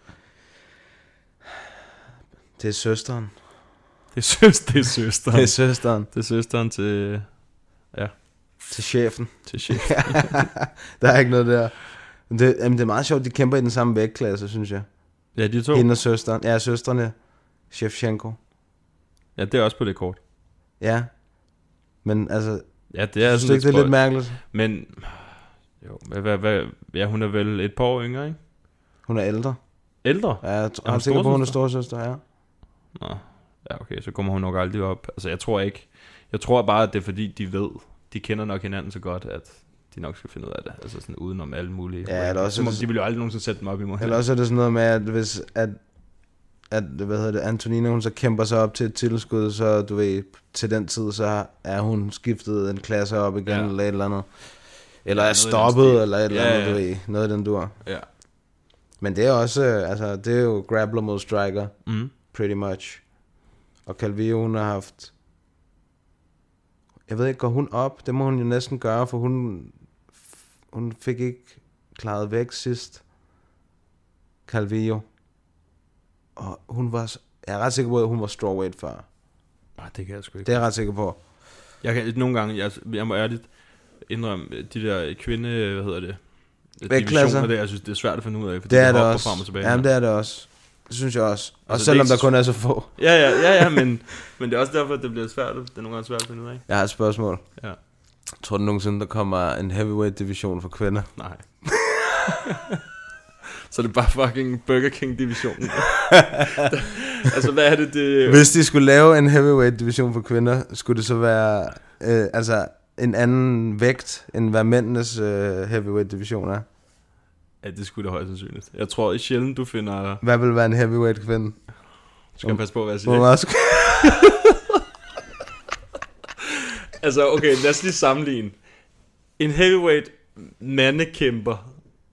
Det er søsteren. Det er søsteren. Det er søsteren. Det er søsteren til... Ja. Til chefen. Til chefen. Der er ikke noget der. Det er meget sjovt, de kæmper i den samme vægtklasse, synes jeg. Ja, de to. Hende og søsteren. Ja, søstrene. Shevchenko. Ja, det er også på det kort. Ja. Men altså... Ja, det er sådan lidt, det er lidt mærkeligt. Men... Jo, ja, hun er vel et par år yngre, ikke? Hun er ældre. Ældre? Ja, jeg er sikker på, hun er storsøster, ja. Nå. Ja, okay, så kommer hun nok aldrig op. Altså, jeg tror ikke... Jeg tror bare, at det er fordi, de ved... De kender nok hinanden så godt, at de nok skal finde ud af det. Altså sådan udenom alle mulige... Ja, eller også... De vil jo aldrig nogensinde sætte dem op imod. Eller også er det sådan noget med, at hvis... At Antonina, hun så kæmper sig op til et titelskud, så du ved, til den tid, så er hun skiftet en klasse op igen, eller et eller andet. Eller er stoppet, eller et eller andet, du ved, noget af den dur. Ja. Men det er også, altså, det er jo grappler mod striker, pretty much. Og Calvillo, hun har haft, jeg ved ikke, går hun op? Det må hun jo næsten gøre, for hun fik ikke klaret væk sidst. Calvillo. Og hun var, jeg er ret sikker på, at hun var strawweight før. Nej, det kan jeg sgu ikke. Det er jeg ret sikker på. Jeg kan nogle gange, jeg må ærligt indrømme, de der kvinde, hvad hedder det? Vægtklasser. Der, jeg synes, det er svært at finde ud af, fordi det er det hopper også. Frem og tilbage. Jamen, det er det også. Det synes jeg også. Og altså, selvom der kun er så få. Ja, men det er også derfor, at det bliver svært. Det er nogle gange svært at finde ud af. Jeg har et spørgsmål. Ja. Tror du nogensinde, der kommer en heavyweight division for kvinder? Nej. Så det er bare fucking Burger King divisionen. Altså, hvad er det? Hvis de skulle lave en heavyweight division for kvinder, skulle det så være altså en anden vægt, end hvad mændenes heavyweight division er? Ja, det skulle det højst sandsynligt. Jeg tror sjældent, du finder... Hvad vil være en heavyweight kvinde? Skal jeg passe på, hvad jeg siger? Altså, okay, lad os lige sammenligne. En heavyweight mandekæmper.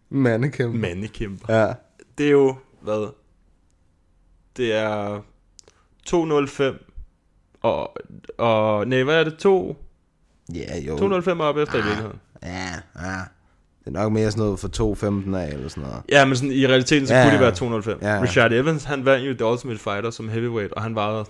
Ja. Det er jo, hvad? Det er 205 og nej, hvad er det? 205 op efter i virkeligheden. Ja. Det er nok mere sådan noget for 2.15 af eller sådan noget. Ja, men sådan, i realiteten så kunne det være 205. Ja. Richard Evans, han vandt jo The Ultimate Fighter som heavyweight, og han vejede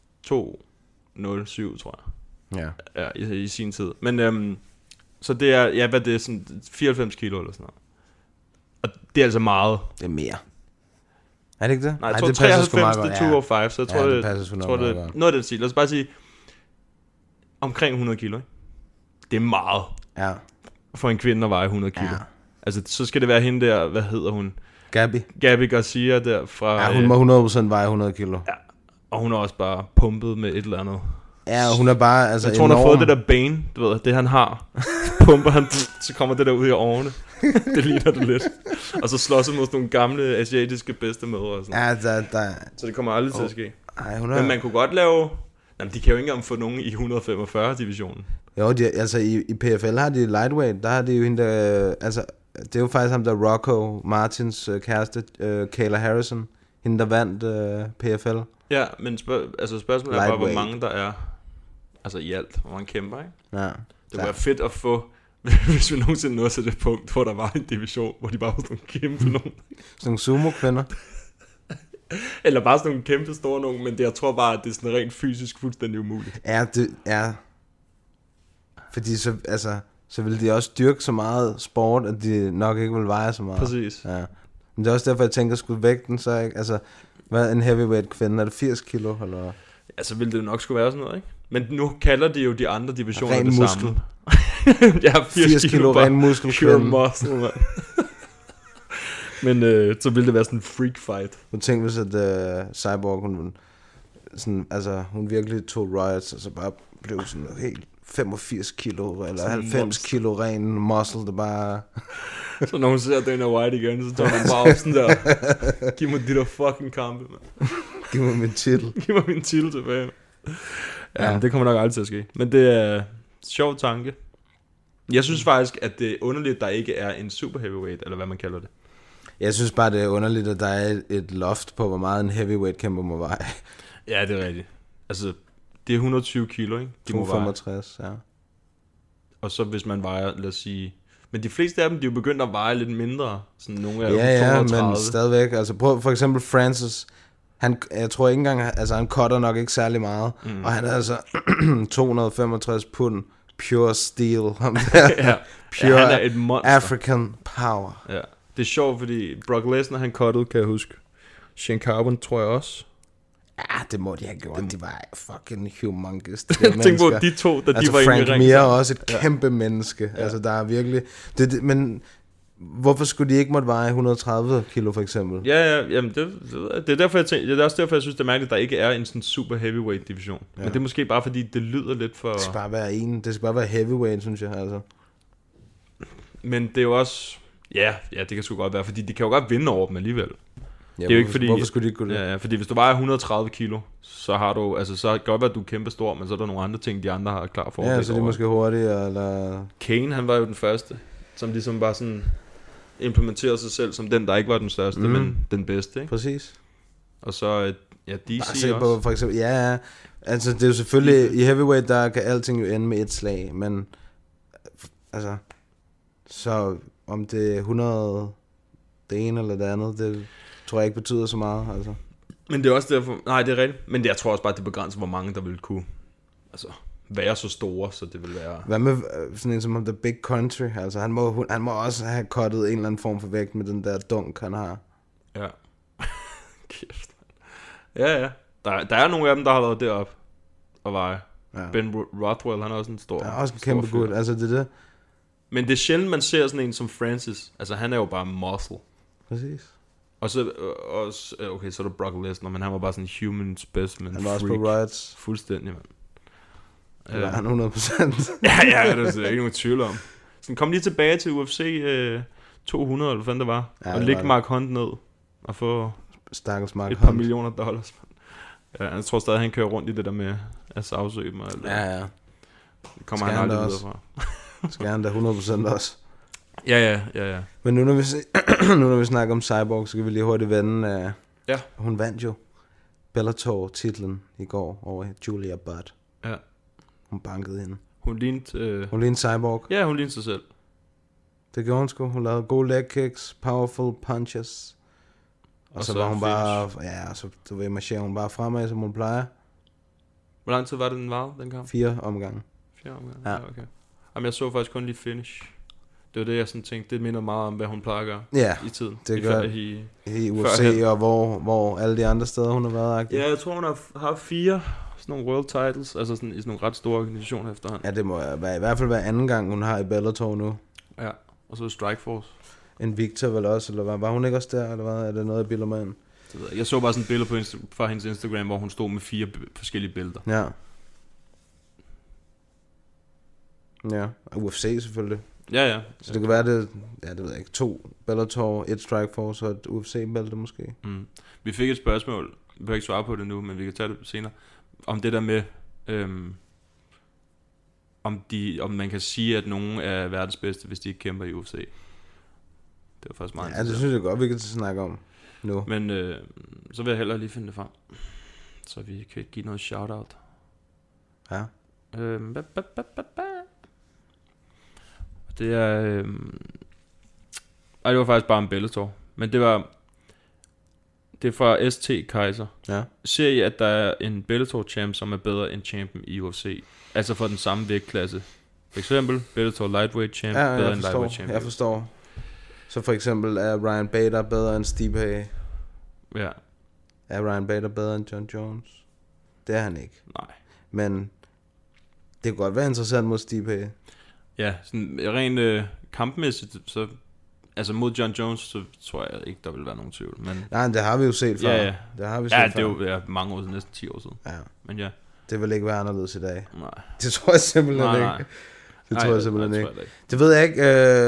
207, tror jeg. Ja, i sin tid. Men så det er, ja, hvad det er, sådan 94 kilo eller sådan noget. Og det er altså meget. Det er mere. Er det ikke det? Nej, jeg tror det 93 til 205, så jeg tror, det passer det er noget af den stil. Lad os bare sige, omkring 100 kilo, ikke? Det er meget. Ja. For en kvinde at veje 100 kilo. Ja. Altså, så skal det være hende der, hvad hedder hun? Gabi Garcia der fra... Ja, hun må 100% veje 100 kilo. Ja, og hun er også bare pumpet med et eller andet. Ja, hun er bare, altså jeg tror, hun har fået det der Bane, du ved, det han har. Pumper han, så kommer det der ud i årene. Det ligner det lidt. Og så slås han mod nogle gamle asiatiske bedstemødre og sådan. Ja, så det kommer aldrig til at ske. Ej, men man kunne godt lave... Jamen, de kan jo ikke engang få nogen i 145-divisionen. Jo, altså i PFL har de lightweight, der har de jo hende der, altså det er jo faktisk ham der Rocco Martins kæreste, Kayla Harrison, hende der vandt PFL. Ja, men spørgsmålet er bare, hvor mange der er, altså i alt, hvor mange kæmper, ikke? Ja. Det var fedt at få, hvis vi nogensinde nåede til det punkt, hvor der var en division, hvor de bare var sådan nogle kæmpe nogen. Sådan nogle sumo-kvinder. Eller bare sådan nogle kæmpe store nogen, men det, jeg tror bare, at det er sådan rent fysisk fuldstændig umuligt. Ja, det er. Fordi så vil de også dyrke så meget sport, at de nok ikke vil veje så meget. Præcis. Ja. Men det er også derfor, jeg tænker, skulle vægten så ikke, altså, hvad er en heavyweight kvinde, er det 80 kilo, eller? Ja, så ville det nok skulle være sådan noget, ikke? Men nu kalder de jo de andre divisioner ren det muskel. samme. Jeg har 80 kilo ren muskel. Pure muscle, man. Men så ville det være sådan en freak fight. Du tænker, hvis at Cyborg, hun virkelig tog riots, og så bare blev sådan helt 85 kilo, eller sådan 90 monster. Kilo ren muscle, det bare... Så når hun ser Dana White igen, så tager hun bare op sådan der, giv mig de der fucking kampe, man. Giv mig min titel. Giv mig min titel tilbage. Ja, det kommer nok aldrig til at ske. Men det er sjov tanke. Jeg synes faktisk, at det er underligt, at der ikke er en super heavyweight, eller hvad man kalder det. Jeg synes bare, det er underligt, at der er et loft på, hvor meget en heavyweight kæmper må veje. Ja, det er rigtigt. Altså, det er 120 kilo, ikke? De 265, ja. Og så hvis man vejer, lad os sige... Men de fleste af dem, de er jo begyndt at veje lidt mindre. Sådan nogle af Ja, 230. men stadigvæk. Altså prøv for eksempel Francis. Jeg tror ikke engang, altså han cutter nok ikke særlig meget. Og han er altså 265 pund pure steel. Ja. Pure han er et monster. African power. Ja. Det er sjovt, fordi Brock Lesnar, han cuttede, kan jeg huske. Shane Carwin, tror jeg også. Ja, det må de have gjort. De var fucking humongous. Tænk på, de to, da altså, de var Frank inde i Mir er ringen. også et kæmpe menneske. Ja. Altså, der er virkelig... Men hvorfor skulle de ikke måtte veje 130 kilo, for eksempel? Ja, jamen det er derfor, det er også derfor, jeg synes, det er mærkeligt, at der ikke er en sådan super heavyweight division. Ja. Men det er måske bare, fordi det lyder lidt for... Det skal bare være det skal bare være heavyweight, synes jeg, altså. Men det er jo også... Ja, det kan sgu godt være, fordi de kan jo godt vinde over dem alligevel. Ja, det er jo ikke fordi, hvorfor skulle de ikke kunne det? Ja, fordi hvis du vejer 130 kilo, så har du, altså så kan det godt være, at du er kæmpe stor, men så er der nogle andre ting, de andre har klar for. Ja, så de er måske hurtigere, eller... Kane, han var jo den første, som ligesom bare sådan implementerede sig selv som den, der ikke var den største, men den bedste, ikke? Præcis. Og så, ja, DC også. På, for eksempel, ja, altså det er jo selvfølgelig, i heavyweight, der kan alting jo ende med et slag, men, altså, så om det er 100, det ene eller det andet, det tror jeg ikke betyder så meget, altså. Men det er også derfor, nej, det er rigtigt, men jeg tror også bare, det begrænser, hvor mange der vil kunne, altså, være så store, så det vil være... Hvad med sådan en som The Big Country? Altså, han må også have cuttet en eller anden form for vægt med den der dunk, han har. Ja. Kæft. Ja. Der er nogle af dem, der har været deroppe og veje. Ja. Ben Rothwell, han er også en stor... Han er også en kæmpe gut, altså det er det. Men det er sjældent, man ser sådan en som Francis. Altså, han er jo bare muscle. Præcis. Og så, okay, så er der Brock Lesnar, men han var bare sådan en human specimen. Han var freak. også på riots. Fuldstændig, mand. Det var han 100%. ja, det er ikke nogen tvivl om. Så kom lige tilbage til UFC 200, eller hvad det var. Ja, og lægge Mark Hunt ned og få et par millioner dollars. Ja, jeg tror stadig, han kører rundt i det der med at sagsøge mig. Eller, ja. Det kommer han aldrig videre fra. Skal han da 100% også. Ja. Men nu når vi snakker om Cyborg, så kan vi lige hurtigt vende. Ja. Hun vandt jo Bellator-titlen i går over Julia Budd. Ja. Hun bankede hende. Hun lignede Cyborg. Ja, hun lignede sig selv. Det gjorde hun sgu. Hun lavede gode leg kicks, powerful punches. Og så var hun bare... Ja, så marcherer hun bare fremad, som hun plejer. Hvor lang tid var det, den varede, den kamp? 4 omgange. 4 omgange? Ja, okay. Jamen, jeg så faktisk kun lige finish. Det var det, jeg sådan tænkte. Det minder meget om, hvad hun plejer at gøre i tiden. Det gør i UFC, og hvor alle de andre steder, hun har været. Ja, jeg tror, hun har 4 sådan nogle world titles, altså sådan, i sådan nogle ret store organisationer efterhånden. Ja, det må i hvert fald være anden gang, hun har i Bellator nu. Ja, og så Strikeforce. En Victor vel også, eller hvad? Var hun ikke også der, eller hvad? Er det noget, jeg bilder mig ind? Jeg så bare sådan et billede fra hendes Instagram, hvor hun stod med 4 forskellige billeder. Ja. Ja, og UFC selvfølgelig. Ja. Så det kan være, det ved jeg ikke, 2 Bellator, 1 Strikeforce og et UFC-bælte måske. Vi fik et spørgsmål, vi kan ikke svare på det nu, men vi kan tage det senere, om det der med, om man kan sige, at nogen er verdens bedste, hvis de ikke kæmper i UFC. Det var faktisk meget interessant. Det synes jeg godt, vi kan snakke om nu. Men så vil jeg hellere lige finde det frem, så vi kan give noget shout-out. Ja. Det er... det var faktisk bare en Bellator. Men det er fra ST Kaiser. Ja. Ser I, at der er en Bellator champ, som er bedre end champion i UFC? Altså for den samme vægtklasse. For eksempel Bellator lightweight champ bedre end lightweight champ. Jeg forstår. Så for eksempel er Ryan Bader bedre end Stipe? Ja. Er Ryan Bader bedre end John Jones? Det er han ikke. Nej. Men det kan godt være interessant mod Stipe. Ja, sådan rent kampmæssigt, så altså mod John Jones, så tror jeg ikke, der vil være nogen tvivl. Men nej, det har vi jo set før. Ja. Det har vi set det er jo mange år siden, næsten 10 år siden. Ja. Men ja. Det vil ikke være anderledes i dag. Nej. Det tror jeg simpelthen ikke. Nej. Det tror jeg simpelthen ikke. Det ved jeg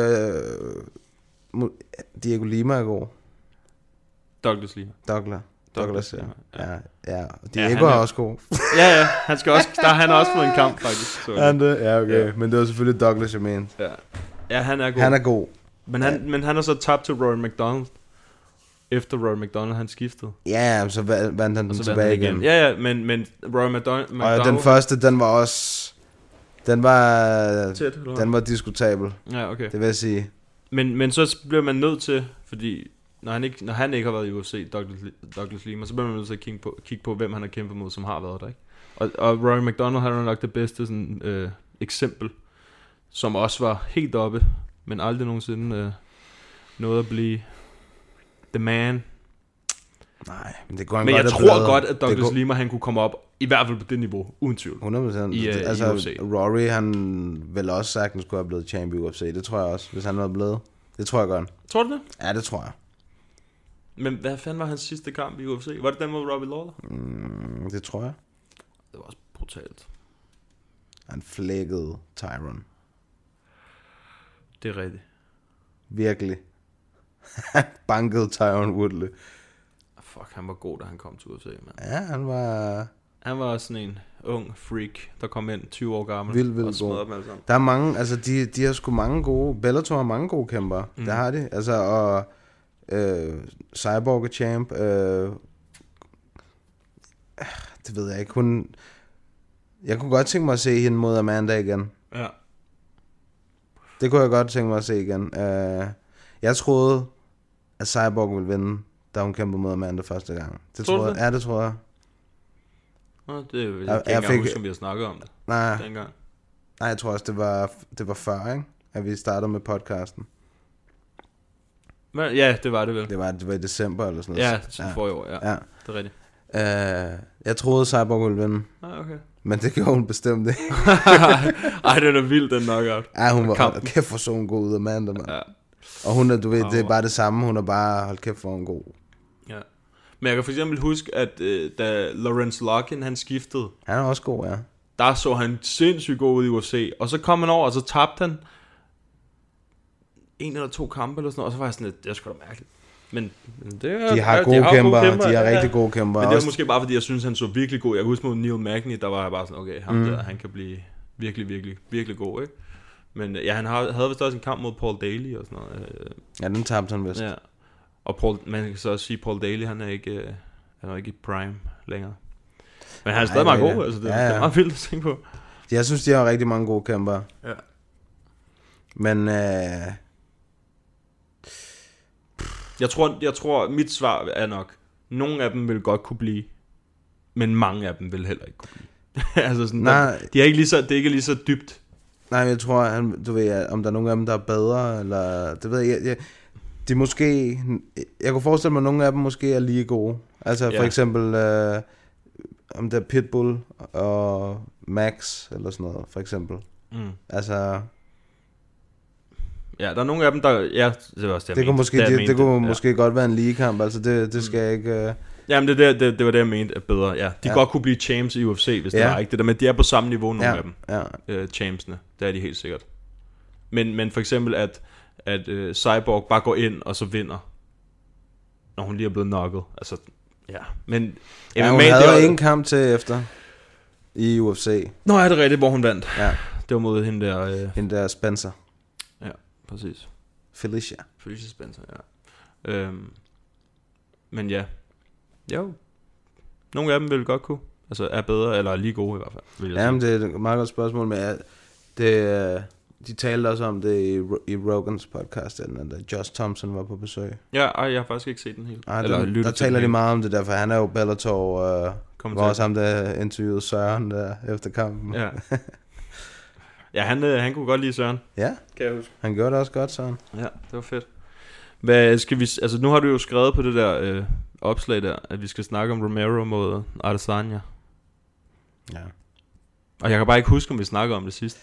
ikke. Diego Lima er god. Douglas Lima. Douglas, ja. Diego er også god. Ja, han skal også, han har også fået en kamp, faktisk. Ja, okay. Men det var selvfølgelig Douglas, jeg mente. Ja, han er god. Han er god. Men han har så tabt til Rory McDonald. Efter Rory McDonald, han skiftede. Ja, så vandt han den tilbage igen. Ja, men Rory McDonald... Og den første, den var også... Den var... Tæt, den var diskutabel. Ja, okay. Det vil jeg sige. Men så bliver man nødt til, fordi... Når han ikke har været i UFC, Douglas Lima, så bliver man nødt til at kigge på, hvem han har kæmpet mod, som har været der, ikke? Og Rory McDonald har nok det bedste sådan, eksempel, som også var helt oppe, men aldrig nogensinde nåede at blive the man. Nej, men det går men jeg tror godt, at Douglas Lima, han kunne komme op, i hvert fald på det niveau, uden tvivl. 100%. Altså, i UFC. Rory, han vel også sagtens kunne have blevet champ i UFC. Det tror jeg også, hvis han var blevet. Det tror jeg godt. Tror du det? Ja, det tror jeg. Men hvad fanden var hans sidste kamp i UFC? Var det den mod Robbie Lawler? Det tror jeg. Det var også brutalt. Han flækkede Tyron. Det er rigtigt. Virkelig. Han bankede Tyron Woodley. Fuck, han var god, da han kom til UFC, mand. Ja, han var... Han var sådan en ung freak, der kom ind 20 år gammel. Vildt god. Der er mange, altså de har sgu mange gode... Bellator har mange gode kæmpere. Det har de. Altså, og... Cyborg er champ. Det ved jeg ikke. Jeg kunne godt tænke mig at se hende mod Amanda igen. Ja. Det kunne jeg godt tænke mig at se igen. Jeg troede, at Cyborg ville vinde, da hun kæmpede mod Amanda første gang. Det tror jeg. Ja, det tror jeg. Det er jo ikke engang huske, vi har snakket om det. Nej, dengang. Nej, jeg tror også, det var før, ikke? At vi startede med podcasten. Men, ja, det var det vel. Det var i december eller sådan noget. Ja, for i år, ja. Det er rigtigt. Jeg troede, Cyborg ville vinde. Okay. Men det gjorde hun bestemt ikke. Ej, den er vild, den knockout. Ja, hun var kæft for så hun god ud af Amanda, mand. Ja. Og hun er, du ved, det er bare det samme. Hun er bare, hold kæft for hun god. Ja. Men jeg kan for eksempel huske, at da Lawrence Larkin, han skiftede. Han er også god, ja. Der så han sindssygt god ud i UFC. Og så kom han over, og så tabte han 1 eller 2 kampe eller sådan noget. Og så var jeg sådan lidt, det er sgu da mærkeligt. Men det er, de har gode kæmper. De har rigtig gode kæmper. Men det var måske bare fordi, jeg synes, han så virkelig god. Jeg kan huske mod Neil Magny, der var jeg bare sådan, okay, ham der, han kan blive virkelig, virkelig, virkelig god, ikke? Men ja, han havde vist også en kamp mod Paul Daly og sådan noget. Ja, den tabte han vist. Ja. Og man kan så også sige, Paul Daly, han er ikke i prime længere. Men han er stadig meget god, altså det er meget vildt at tænke på. Jeg synes, de har rigtig mange gode kæmper. Ja. Men jeg tror mit svar er nok, nogle af dem vil godt kunne blive, men mange af dem vil heller ikke kunne blive. Altså sådan, det er ikke lige så dybt. Nej, jeg tror, du ved, om der er nogle af dem, der er bedre, eller det ved jeg. De måske, jeg kunne forestille mig, at nogle af dem måske er lige gode. Altså for eksempel, om der er Pitbull og Max, eller sådan noget, for eksempel. Altså... Ja, der er nogle af dem, der... Ja, det var også det, det kunne måske godt være en ligekamp, altså det skal jeg ikke... Jamen, det var det, jeg mente er bedre, ja. De godt kunne blive champs i UFC, hvis det var ikke det der, men de er på samme niveau, nogle af dem, champsene, det er de helt sikkert. Men for eksempel, at Cyborg bare går ind, og så vinder, når hun lige er blevet knocket, altså, ja. Men MMA, hun havde en kamp til efter, i UFC. Nå, er det rigtigt, hvor hun vandt? Ja. Det var mod hende der... hende der Spencer. Ja, præcis. Felicia Spencer, ja. Men ja. Jo. Nogle af dem vil godt kunne. Altså er bedre, eller er lige gode i hvert fald, vil jeg sige. Jamen, det er et meget godt spørgsmål, men de talte også om det i Rogans podcast, da Josh Thompson var på besøg. Ja, jeg har faktisk ikke set den helt. Der taler de meget om det der, for han er jo Bellator, var også ham, der interviewede Søren der efter kampen. Ja. Ja, han kunne godt lide Søren. Ja, kan jeg huske. Han gjorde det også godt, Søren. Ja, det var fedt. Hvad skal vi... Altså, nu har du jo skrevet på det der opslag der, at vi skal snakke om Romero mod Adesanya. Ja. Og jeg kan bare ikke huske, om vi snakker om det sidst.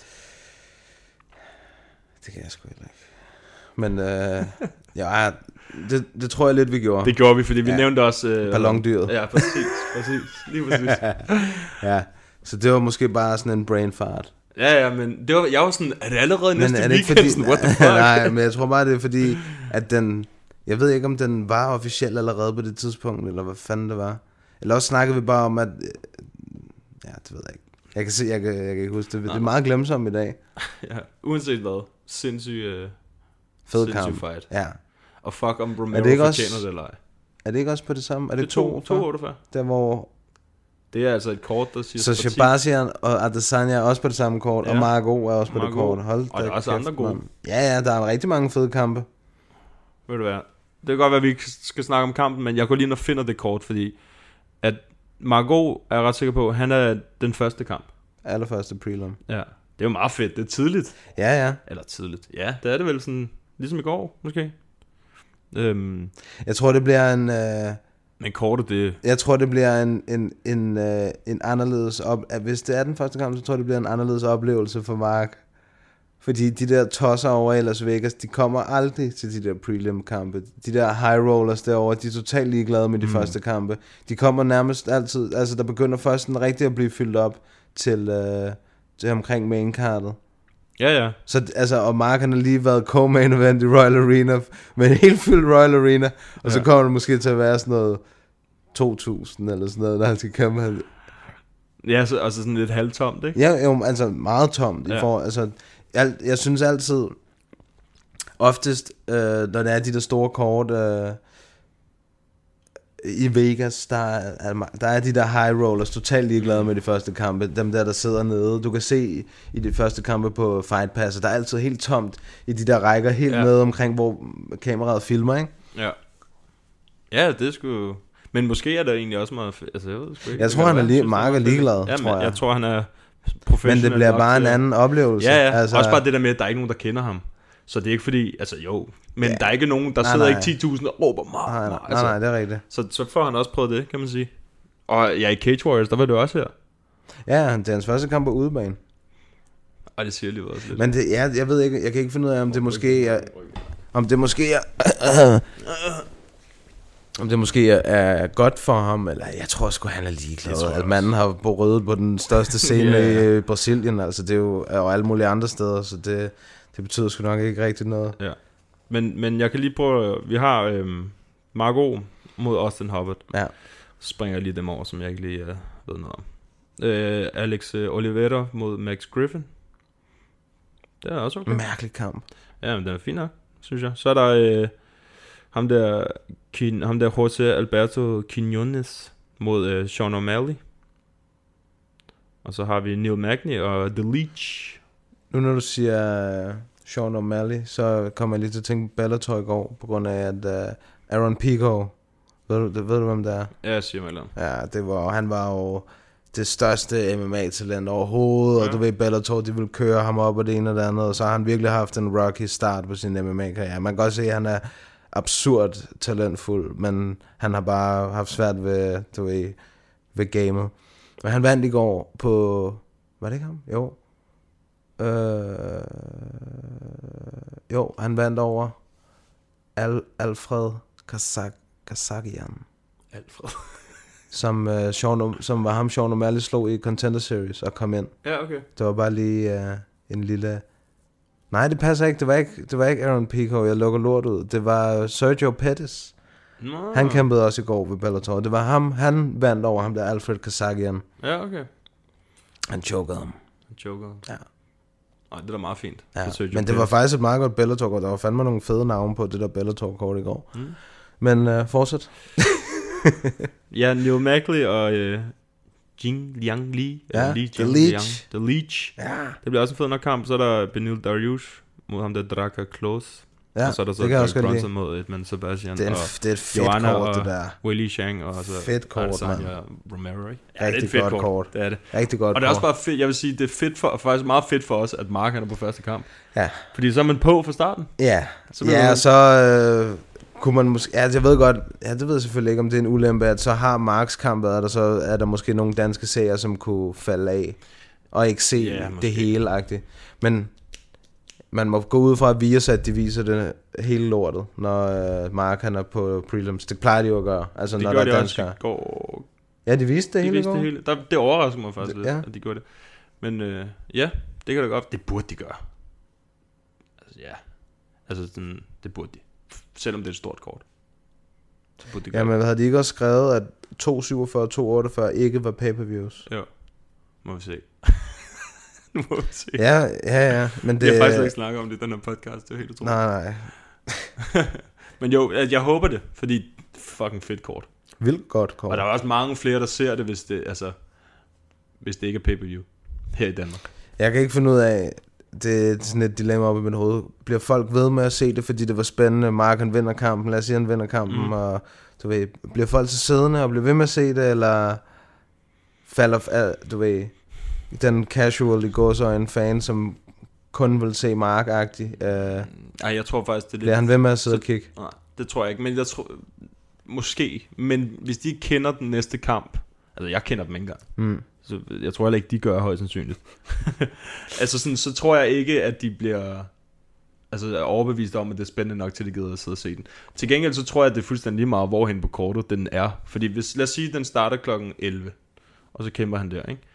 Det kan jeg sgu heller ikke. Men ja, det tror jeg lidt, vi gjorde. Det gjorde vi, fordi vi nævnte også... ballondyret. Ja, præcis. Lige præcis. Ja, så det var måske bare sådan en brain fart. Ja, men jeg var sådan, er det allerede næste weekend? What the fuck? Nej, men jeg tror bare, det er fordi, at Jeg ved ikke, om den var officiel allerede på det tidspunkt, eller hvad fanden det var. Eller også snakkede vi bare om, at... Ja, det ved jeg ikke. Jeg kan se, jeg kan ikke huske det. Det er meget glemsomt i dag. Ja, uanset hvad. Sindssyg kamp. fight. Ja. Og fuck om Romero fortjener det eller ej. Er det ikke også på det samme? Er det 2-48? Der hvor... Det er altså et kort, der siger... Så Shabazian og Adesanya er også på det samme kort, og Margot er også på det kort. Hold og der er også kæft, andre gode. Ja, der er rigtig mange fede kampe. Ved du hvad? Det kan godt være, at vi ikke skal snakke om kampen, men jeg går lige ind og finder det kort, fordi at Margot er jeg ret sikker på, han er den første kamp. Allerførste prelim. Ja, det er jo meget fedt. Det er tidligt. Ja. Eller tidligt. Ja, det er det vel sådan, ligesom i går, måske. Jeg tror, det bliver en... Men kortet, det... Jeg tror, det bliver en anderledes... Hvis det er den første kamp, så tror jeg, det bliver en anderledes oplevelse for Mark. Fordi de der tosser over i Las Vegas, de kommer aldrig til de der prelim-kampe. De der high rollers derovre, de er totalt ligeglade med de første kampe. De kommer nærmest altid... Altså, der begynder først den rigtige at blive fyldt op til omkring maincardet. Ja. Så, altså, og Mark han har lige været co-main event i Royal Arena, med en helt fyldt Royal Arena, og så kommer det måske til at være sådan noget 2.000 eller sådan noget, når han skal kæmpe. Ja, så altså sådan lidt halvtomt, ikke? Ja, jo, altså meget tomt. Altså, jeg synes altid, oftest, når der er de der store kort i Vegas, der er de der high rollers totalt ligeglade med de første kampe. Dem der sidder nede. Du kan se i de første kampe på Fight Pass, der er altid helt tomt i de der rækker helt nede omkring, hvor kameraet filmer, ikke? Ja. Ja, det skulle... Men måske er der egentlig også meget... Altså, jeg ved sgu ikke. Jeg tror, han er Mark er ligeglad, ja, tror jeg. Jeg tror, han er professionel. Men det bliver bare en anden oplevelse. Ja. Altså... Også bare det der med, at der er ikke nogen, der kender ham. Så det er ikke fordi... Altså, jo... Men der er ikke nogen, der sidder ikke 10.000 og råber Mark. Nej, det er rigtigt. Så får han også prøvet det, kan man sige. Og i Cage Warriors, der var det også her. Ja, det er hans første kamp på udebane. Og det siger lige også lidt. Men det, jeg ved ikke, jeg kan ikke finde ud af, om det måske er... Om det måske er godt for ham, eller jeg tror sgu, han er ligeglad. At manden har rødet på den største scene i Brasilien, altså det er jo, og alle mulige andre steder, så det betyder sgu nok ikke rigtig noget. Ja. Men jeg kan lige prøve, vi har Margot mod Austin Hubbard. Ja. Så springer jeg lige dem over, som jeg ikke lige ved noget om. Alex Oliveira mod Max Griffin. Det er også okay. Mærkelig kamp. Ja, men den er fin nok, synes jeg. Så er der ham der José Alberto Quiñones mod Sean O'Malley. Og så har vi Neil Magny og The Leech. Nu når du siger Sean O'Malley, så kommer jeg lige til at tænke på Bellator i går, på grund af at Aaron Pico, ved du hvem det er? Ja, jeg siger mig lidt. Ja, han var jo det største MMA-talent overhovedet, og du ved, Bellator, de ville køre ham op og det ene og det andet, og så har han virkelig haft en rocky start på sin MMA-karriere. Man kan godt se, at han er absurd talentfuld, men han har bare haft svært ved, du ved gamet. Men han vandt i går på... Var det ikke ham? Jo. Jo, han vandt over Alfred Kasakian. Alfred. som var ham, Sean O'Malley slog i Contender Series og kom ind. Ja, okay. Det var bare lige en lille... Nej, det passer ikke. Det var ikke Aaron Pico, jeg lukker lort ud. Det var Sergio Pettis. No. Han kæmpede også i går ved Bellator. Det var ham, han vandt over ham der Alfred Kasakian. Ja, okay. Han chokede ham. Ja. Ej, det er da meget fint. Ja, men det var faktisk et meget godt Bellator-kort. Der var fandme nogle fede navne på det der Bellator-kort i går. Men fortsæt. Ja, Neil Magny og Jing Liang Li. Ja, The Leech. Ja. Det bliver også en fed nok kamp. Så er der Benil Dariush mod ham der Draka Close. Ja, og så er der så Derek Brunson mod Edmund Sebastian. Det er et fedt kort, det der. Willie Shang og så fedt kort, man. Romero. Ja, rigtig det er et fedt kort. Det er det. Rigtig godt. Og det er også bare fedt. Jeg vil sige, det er fedt faktisk meget fedt for os, at Mark er på første kamp. Ja. Fordi så er man på fra starten. Ja. Så kunne man måske... Ja, jeg ved godt... Ja, det ved jeg selvfølgelig ikke, om det er en ulempe, at så har Marks kamp været der, så er der måske nogle danske serier, som kunne falde af og ikke se det hele-agtigt. Men man må gå ud fra, at Viasat, de viser det hele lortet, når Mark han er på prelims. Det plejer de jo at gøre. Altså, de når gør der er danskere. Ja, de viste det hele i går. Det overrasker mig faktisk lidt, at de gør det. Men ja, det kan da godt. Det burde de gøre. Altså, ja. Altså, sådan, det burde de. selvom det er et stort kort. Ja, men havde de ikke også skrevet, at 247 og 248 ikke var pay-per-views? Jo, må vi se. Nu må vi se. Ja, men det... Jeg har faktisk ikke snakket om det i den her podcast, det er helt utroligt. Nej. Men jo, jeg håber det, fordi fucking fedt kort. Vildt godt kort. Og der er også mange flere, der ser det, hvis det ikke er pay-per-view her i Danmark. Jeg kan ikke finde ud af, det er sådan et dilemma op i mit hoved. Bliver folk ved med at se det, fordi det var spændende? Mark han vinder kampen, lad os sige han vinder kampen, og du ved, bliver folk så siddende og bliver ved med at se det, eller falder, du ved, den casual i gåseøjne fan, som kun vil se Mark-agtig. Ej, jeg tror faktisk, det er lidt... Bliver han ved med at sidde og kigge? Nej, det tror jeg ikke, men jeg tror... Måske, men hvis de kender den næste kamp... Altså, jeg kender dem ikke engang. Så jeg tror heller ikke, de gør højst sandsynligt. Altså, sådan, så tror jeg ikke, at de bliver... Altså, overbevist om, at det er spændende nok, til de gider at sidde og se den. Til gengæld, så tror jeg, at det er fuldstændig lige meget, hvorhen på kortet den er. Fordi hvis, lad os sige, at den starter klokken 11, og så kæmper han der, ikke?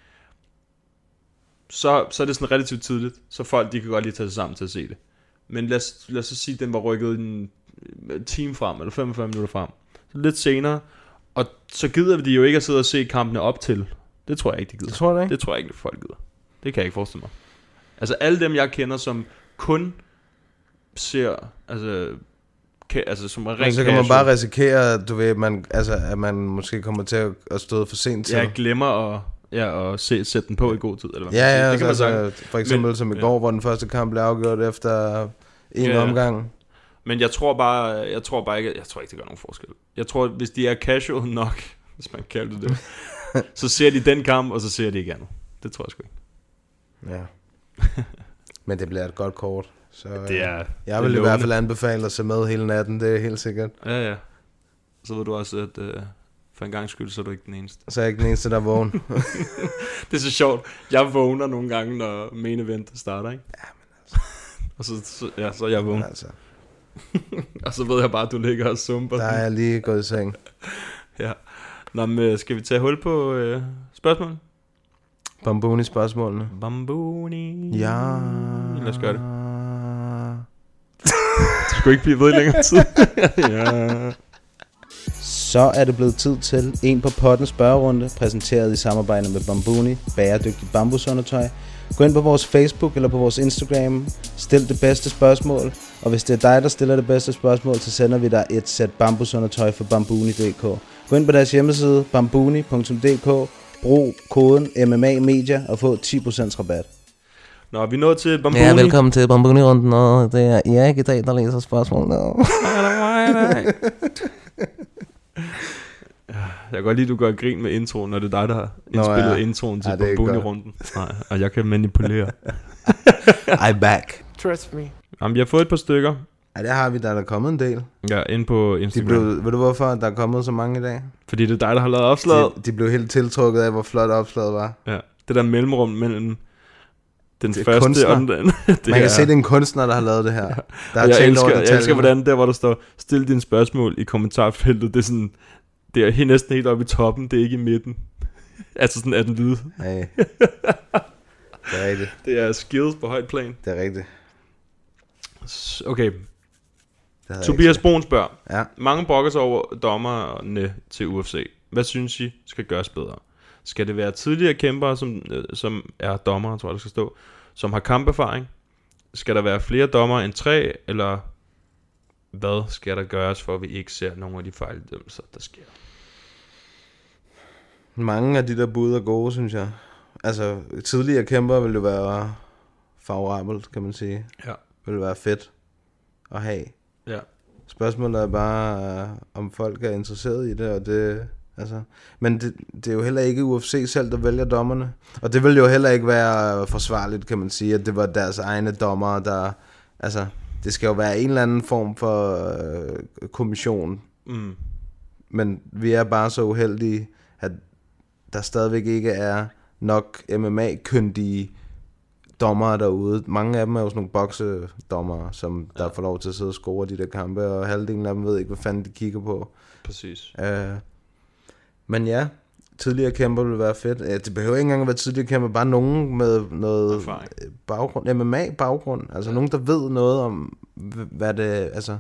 Så er det sådan relativt tidligt, så folk, de kan godt lige tage sig sammen til at se det. Men lad os så sige, at den var rykket en time frem, eller 45 minutter frem. Så lidt senere, og så gider de jo ikke at sidde og se kampene op til. Det tror jeg ikke, de gider. Det tror jeg ikke. Det tror jeg ikke, folk gider. Det kan jeg ikke forestille mig. Altså alle dem, jeg kender, som kun ser, altså som er rent. Så kan man bare risikere, du ved, at man måske kommer til at stå for sent til. Jeg glemmer at sætte den på i god tid. Eller hvad Ja, det kan man for eksempel som i går, hvor den første kamp blev afgjort efter en omgang. Men jeg tror ikke, det gør nogen forskel. Jeg tror, hvis de er casual nok, hvis man kalder det, så ser de den kamp, og så ser de ikke andet. Det tror jeg sgu ikke. Ja. Men det bliver et godt kort. Så jeg vil i hvert fald anbefale at se med hele natten, det er helt sikkert. Ja. Så ved du også, at for en gang skyld, så er du ikke den eneste. Så er jeg ikke den eneste, der er vågen. Det er så sjovt. Jeg vågner nogle gange, når main event starter, ikke? Ja, men altså. Og så er jeg vågen. Altså. Og så ved jeg bare, at du ligger og sumper. Der er jeg lige gået i seng. Ja. Nå, men skal vi tage hul på spørgsmål? Bambuni spørgsmålene. Bambuni. Ja. Lad os gøre det. Du skulle ikke blive ved i længere tid. Ja. Så er det blevet tid til en på potten spørgerunde, præsenteret i samarbejde med Bambuni, bæredygtigt bambusundertøj. Gå ind på vores Facebook eller på vores Instagram, stil det bedste spørgsmål, og hvis det er dig, der stiller det bedste spørgsmål, så sender vi dig et sæt bambusundertøj fra Bambuni.dk. Gå ind på deres hjemmeside, bambuni.dk, brug koden MMA Media og få 10% rabat. Nå, vi er nået til Bambuni. Ja, velkommen til Bambuni-runden, og det er Erik i dag, der læser spørgsmål. Jeg kan godt lide, at du gør grin med introen, når det er dig, der har indspillet introen til Bambuni-runden. Nej, og jeg kan manipulere. I'm back. Trust me. Jamen, vi har fået et par stykker. Ja, der har vi, der er kommet en del. Ja, inde på Instagram. Ved du hvorfor der er kommet så mange i dag? Fordi det er dig, der har lavet opslaget. De blev helt tiltrukket af, hvor flot opslaget var. Ja, det der mellemrum mellem den det første kunstner. og den. Man kan se, det er en kunstner, der har lavet det her. Der jeg elsker, hvordan der, hvor der står, stil dine spørgsmål i kommentarfeltet, det er sådan, det er næsten helt oppe i toppen, det er ikke i midten. Altså sådan er den lyd. Hey. Det er rigtigt. Det er skills på højt plan. Det er rigtigt. Okay. Tobias Brun spørger. Ja. Mange brokker sig over dommerne til UFC. Hvad synes I skal gøres bedre? Skal det være tidligere kæmpere, som er dommere, tror jeg, der skal stå, som har kamperfaring? Skal der være flere dommere end 3, eller hvad skal der gøres, for at vi ikke ser nogle af de fejldømmelser, der sker? Mange af de der bud er gode, synes jeg. Altså, tidligere kæmpere vil jo være favorabelt, kan man sige. Ja. Vil det være fedt at have. Ja. Spørgsmålet er bare, om folk er interesseret i det, og det... Altså, men det er jo heller ikke UFC selv, der vælger dommerne. Og det vil jo heller ikke være forsvarligt, kan man sige, at det var deres egne dommere, der... Altså, det skal jo være en eller anden form for kommission. Mm. Men vi er bare så uheldige, at der stadigvæk ikke er nok MMA-kyndige dommere derude. Mange af dem er jo sådan nogle boksedommere, som der får lov til at sidde og score de der kampe, og halvdelen af dem ved ikke, hvad fanden de kigger på. Præcis. Men ja, tidligere kæmper vil være fedt. Det behøver ikke engang at være tidligere kæmper, bare nogen med noget baggrund, MMA-baggrund. Altså nogen, der ved noget om, hvad det, altså,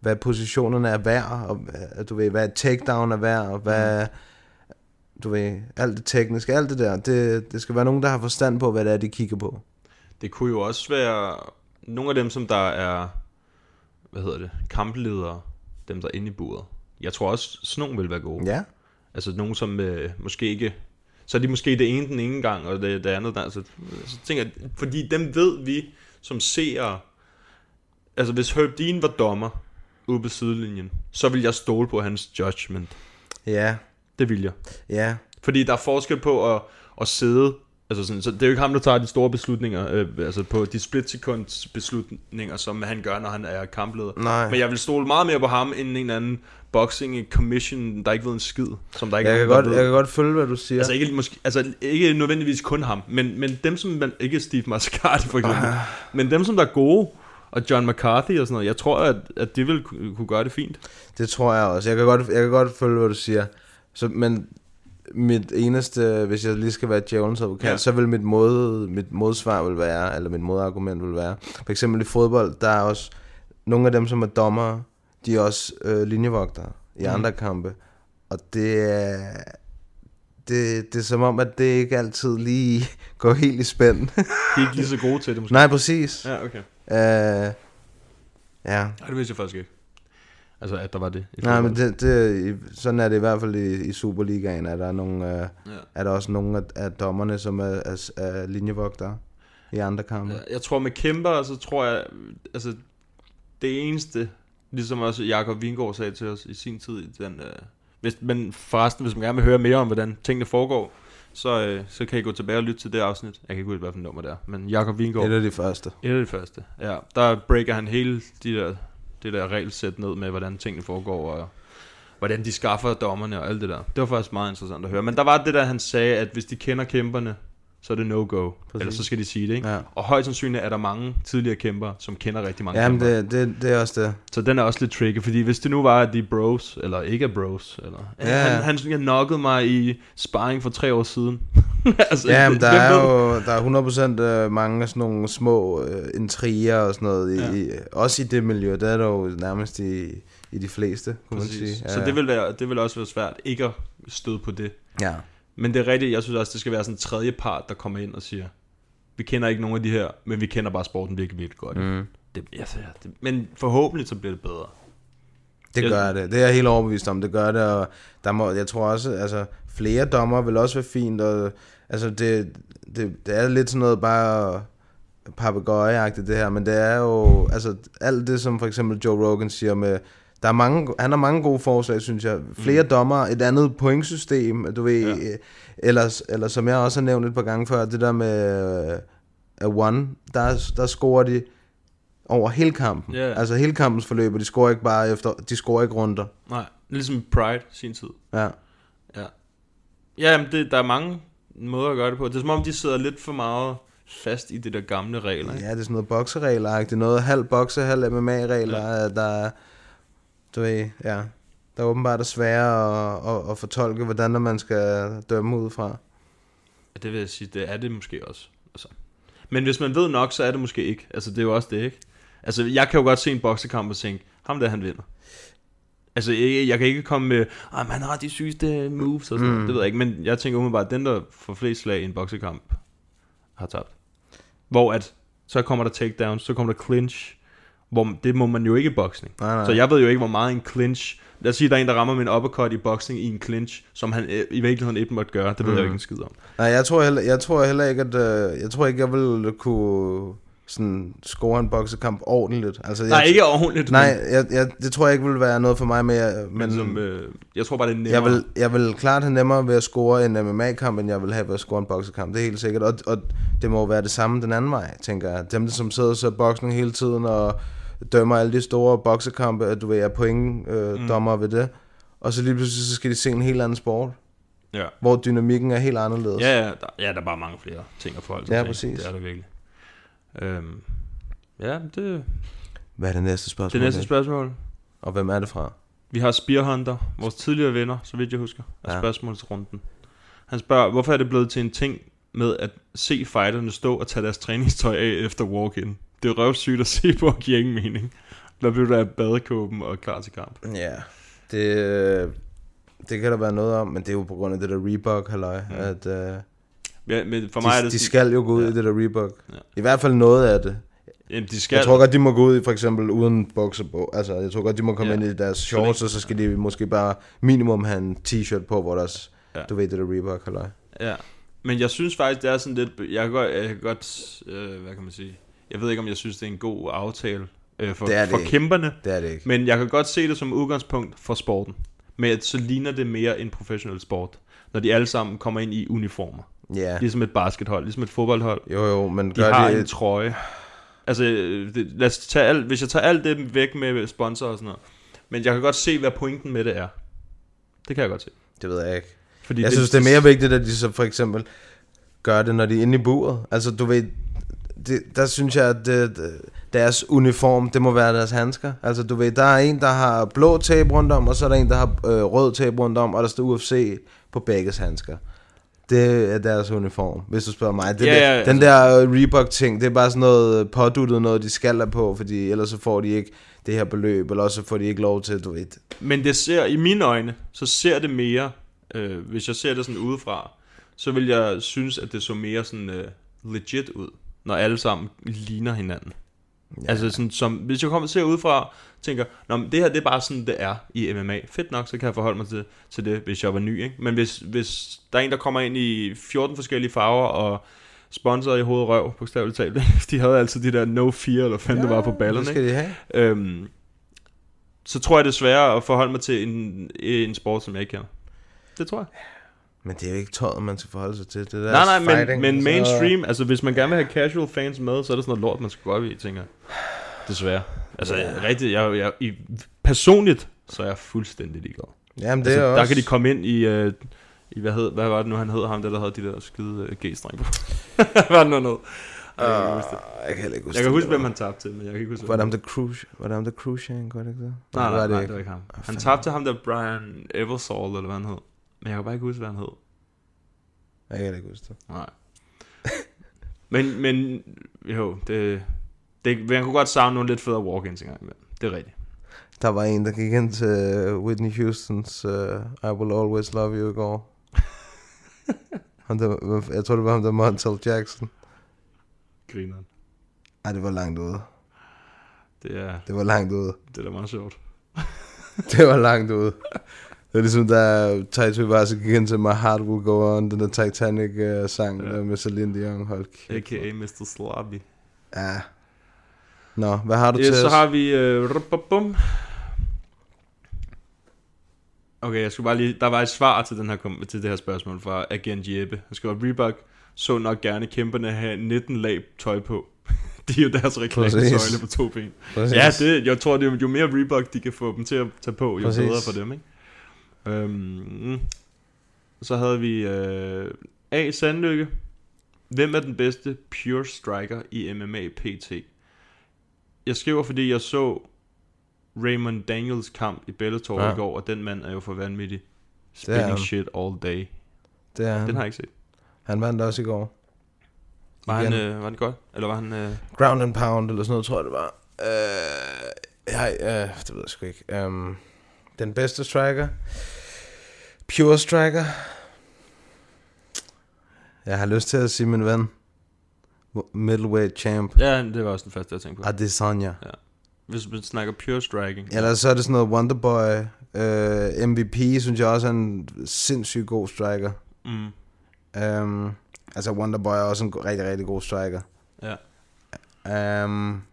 hvad positionerne er værd, og du ved, hvad takedown er værd, og hvad, du ved, alt det tekniske, alt det der, det skal være nogen, der har forstand på, hvad det er, de kigger på. Det kunne jo også være nogle af dem, som der er, kampledere, dem der er inde i buret. Jeg tror også, sådan nogle vil være gode. Ja. Altså nogen, som måske ikke... Så er de måske det ene den ene gang, og det andet der. Så tænker jeg, fordi dem ved vi, som seere... Altså hvis Herb Dean var dommer ude på sidelinjen, så vil jeg stole på hans judgment. Ja. Det vil jeg. Ja. Fordi der er forskel på at sidde... Altså sådan, så det er jo ikke ham, der tager de store beslutninger, altså på de split-seconds beslutninger, som han gør, når han er kampleder. Nej. Men jeg vil stole meget mere på ham, end en eller anden boxing commission, der ikke ved en skid. Som der ikke jeg kan godt følge, hvad du siger. Altså ikke nødvendigvis kun ham, men dem som, ikke Steve Mascati for eksempel, men dem som der er gode, og John McCarthy og sådan noget, jeg tror, at de vil kunne gøre det fint. Det tror jeg også. Jeg kan godt følge, hvad du siger. Så, men... Mit eneste, hvis jeg lige skal være djævelens advokat, så vil mit modsvar vil være, eller mit modargument vil være, for eksempel i fodbold, der er også nogle af dem, som er dommere, de er også linjevogtere i andre kampe, og det er som om, at det ikke altid lige går helt i spænd. De er ikke lige så gode til det måske. Nej, præcis. Ja, okay. Ja. Det vidste jeg faktisk ikke. Altså at der var det. Nej, men sådan er det i hvert fald i Superligaen. Er der også nogle af dommerne, som er linjevogtere i andre kampe. Jeg tror med kæmper, så tror jeg, altså det eneste, ligesom også Jakob Vingård sagde til os i sin tid, men forresten, hvis man gerne vil høre mere om, hvordan tingene foregår, så kan I gå tilbage og lytte til det afsnit. Jeg kan ikke huske, hvad for nummer det er, men Jakob Vingård. Et af de første. Ja. Der breaker han hele det der regelsæt ned med, hvordan tingene foregår, og hvordan de skaffer dommerne og alt det der. Det var faktisk meget interessant at høre. Men der var det der, han sagde, at hvis de kender kæmperne, så er det no-go. Eller så skal de sige det, ikke? Ja. Og højst sandsynligt er der mange tidligere kæmpere, som kender rigtig mange kæmpere. Jamen, det er også det. Så den er også lidt tricky, fordi hvis det nu var, at de er bros, eller ikke er bros, eller... Ja. Han knockede mig i sparring for 3 år siden. Altså, jamen, der er 100% mange af sådan nogle små intriger og sådan noget, også i det miljø. Det er der jo nærmest i de fleste, kunne man sige. Ja. Så det vil også være svært ikke at støde på det. Ja. Men det er rigtigt, jeg synes også, det skal være sådan en tredje part, der kommer ind og siger, vi kender ikke nogen af de her, men vi kender bare sporten virkelig, virkelig godt. Men forhåbentlig så bliver det bedre. Det gør det. Det er jeg helt overbevist om. Det gør det, og jeg tror også, altså flere dommer vil også være fint, og altså det er lidt sådan noget bare papegøjeagtigt det her, men det er jo altså alt det, som for eksempel Joe Rogan siger med, han har mange gode forslag, synes jeg. Flere dommer, et andet pointsystem, du ved, eller som jeg også har nævnt et par gange før, det der med A1, der scorer de over hele kampen. Altså hele kampens forløb, og de scorer ikke bare de scorer ikke runder. Nej, ligesom Pride sin tid. Ja. Ja, men der er mange måder at gøre det på. Det er som om, de sidder lidt for meget fast i det der gamle regler, ikke? Ja, det er sådan noget bokseregler-agtigt, noget halv bokse, halv MMA-regler, der du ved, der er åbenbart er svære at fortolke, hvordan man skal dømme ud fra. Ja, det vil jeg sige, det er det måske også. Altså. Men hvis man ved nok, så er det måske ikke. Altså, det er jo også det, ikke? Altså, jeg kan jo godt se en boksekamp og tænke, ham der, han vinder. Altså, jeg kan ikke komme med, han har de sygeste moves og sådan noget. Det ved jeg ikke, men jeg tænker umiddelbart, at den, der får flest slag i en boksekamp, har tabt. Hvor at, så kommer der takedowns, så kommer der clinch, hvor det må man jo ikke i boksning. Nej. Så jeg ved jo ikke, hvor meget en clinch... Lad os sige, der er en, der rammer med en uppercut i boksning i en clinch, som han i virkeligheden ikke måtte gøre. Det ved jeg jo ikke en skid om. Nej, jeg tror heller ikke, at... Jeg tror ikke, jeg ville kunne sådan score en boksekamp ordentligt. Altså, ikke ordentligt. Nej, det tror jeg ikke ville være noget for mig mere. Men som, jeg tror bare, det er nemmere. Jeg vil klart have nemmere ved at score en MMA-kamp, end jeg vil have ved at score en boksekamp. Det er helt sikkert. Og det må være det samme den anden vej, tænker jeg. Dem, som sidder og ser boksning hele tiden og dømmer alle de store boksekampe, at du ved, er dommer ved det. Og så lige pludselig så skal de se en helt anden sport. Ja. Hvor dynamikken er helt anderledes. Ja, der er bare mange flere ting at forholde sig til. Præcis. Det er der virkelig. Hvad er det næste spørgsmål? Det næste spørgsmål. Og hvem er det fra? Vi har Spearhunter, vores tidligere venner, så vidt jeg husker, af spørgsmålsrunden. Han spørger, hvorfor er det blevet til en ting med at se fighterne stå og tage deres træningstøj af efter walk-in? Det er jo røvsygt at se på og giver ingen mening. Der blev der badekåben og klar til kamp. Ja, det kan der være noget om, men det er jo på grund af det der Reebok-halløj, at Ja, men for mig er det de skal jo gå ud i det der Reebok. Ja. I hvert fald noget af det. Jamen, de skal... Jeg tror godt, de må gå ud i for eksempel uden bukser på. Altså, jeg tror godt, de må komme ind i deres shorts, så og så skal de måske bare minimum have en t-shirt på, hvor deres, du ved, det der Reebok-halløj. Ja, men jeg synes faktisk, det er sådan lidt... Jeg kan godt hvad kan man sige... Jeg ved ikke, om jeg synes, det er en god aftale for kæmperne. Det er det ikke. Men jeg kan godt se det som udgangspunkt for sporten. Men at så ligner det mere en professionel sport, når de alle sammen kommer ind i uniformer. Ja. Ligesom et baskethold, ligesom et fodboldhold. Jo, men de har en trøje. Altså, lad os tage hvis jeg tager alt det væk med sponsorer og sådan noget. Men jeg kan godt se, hvad pointen med det er. Det kan jeg godt se. Det ved jeg ikke. Fordi jeg synes, det er mere vigtigt, at de så for eksempel gør det, når de er inde i buret. Altså, du ved, der synes jeg, at deres uniform, det må være deres handsker. Altså, du ved, der er en, der har blå tape rundt om, og så er der en, der har rød tape rundt om, og der står UFC på begges handsker. Det er deres uniform, hvis du spørger mig. Den der Reebok-ting, det er bare sådan noget påduttet noget, de skal have på, fordi ellers så får de ikke det her beløb, eller også så får de ikke lov til, du ved. Men det ser, i mine øjne, så ser det mere, hvis jeg ser det sådan udefra, så vil jeg synes, at det så mere sådan legit ud, når alle sammen ligner hinanden. Ja. Altså sådan, som, hvis jeg kommer til at se udefra, tænker, nå, men det her det er bare sådan det er i MMA. Fedt nok, så kan jeg forholde mig til det, hvis jeg var ny, ikke? Men hvis der er en, der kommer ind i 14 forskellige farver og sponsorer i hoved og røv, bogstaveligt talt, de havde altid de der no fear, eller fanden det var på ballerne, det skal de have. Så tror jeg det er sværere at forholde mig til en sport, som jeg ikke kender. Det tror jeg. Men det er jo ikke tøjet, man skal forholde sig til. Det der nej, men mainstream, altså hvis man gerne vil have casual fans med, så er det sådan noget lort, man skal gå op i, tænker jeg. Desværre. Altså rigtigt, jeg personligt, så er jeg fuldstændig ligeglad. Jamen det altså, er også... Der kan de komme ind i hvad var det nu, han hed, ham der havde de der skide G-streng på. Hvad var det nu noget? Jeg kan ikke huske. Jeg kan huske, hvem han tabte til, men jeg kan ikke huske. Var det ham, der Crucian, var det ikke det? Nej, det var ikke ham. Han tabte til ham der Brian Eversole, eller hvad han hed. Men jeg kan bare ikke huske, hvad han hed. Jeg kan ikke huske det. Nej. men jo, man kunne godt savne nogle lidt federe walk-ins engang imellem. Det er rigtigt. Der var en, der gik ind til Whitney Houstons I Will Always Love You i går. Jeg tror, det var ham der Montel Jackson. Grineren. Ej, det var langt ude. Det var langt ude. Det er da meget sjovt. Det var langt ude. Det er ligesom, da Taito Ivasa gik ind til My Heart Will Go On, den der Titanic-sang med Celine Dion. A.k.a. Mr. Slobby. Ja. Nå, hvad har du til så har vi... Okay, jeg skulle bare lige... Der var et svar til, til det her spørgsmål fra Agent Jeppe. Han skriver, Reebok så nok gerne kæmperne have 19 lag tøj på. De er jo deres reklamesøjle på 2 ben. Præcis. Ja, jeg tror, det er jo mere Reebok, de kan få dem til at tage på, jo bedre for dem, ikke? Så havde vi A. Sandlykke. Hvem er den bedste pure striker i MMA PT? Jeg skriver, fordi jeg så Raymond Daniels kamp i Bellator i går, og den mand er jo for vanvittig. Spinning shit all day. Det er han. Den har jeg ikke set. Han vandt også i går. Var det godt? Eller var han... Ground and pound, eller sådan noget, tror jeg det var. Det ved jeg sgu ikke. Den bedste striker. Pure striker. Jeg har lyst til at sige min ven. Middleweight champ. Ja, det var også den første, jeg tænkte på. Adesanya. Ja. Hvis man snakker pure striking. Eller så er det sådan noget Wonderboy. MVP, synes jeg også er en sindssygt god striker. Altså Wonderboy er også en rigtig, rigtig god striker. Ja.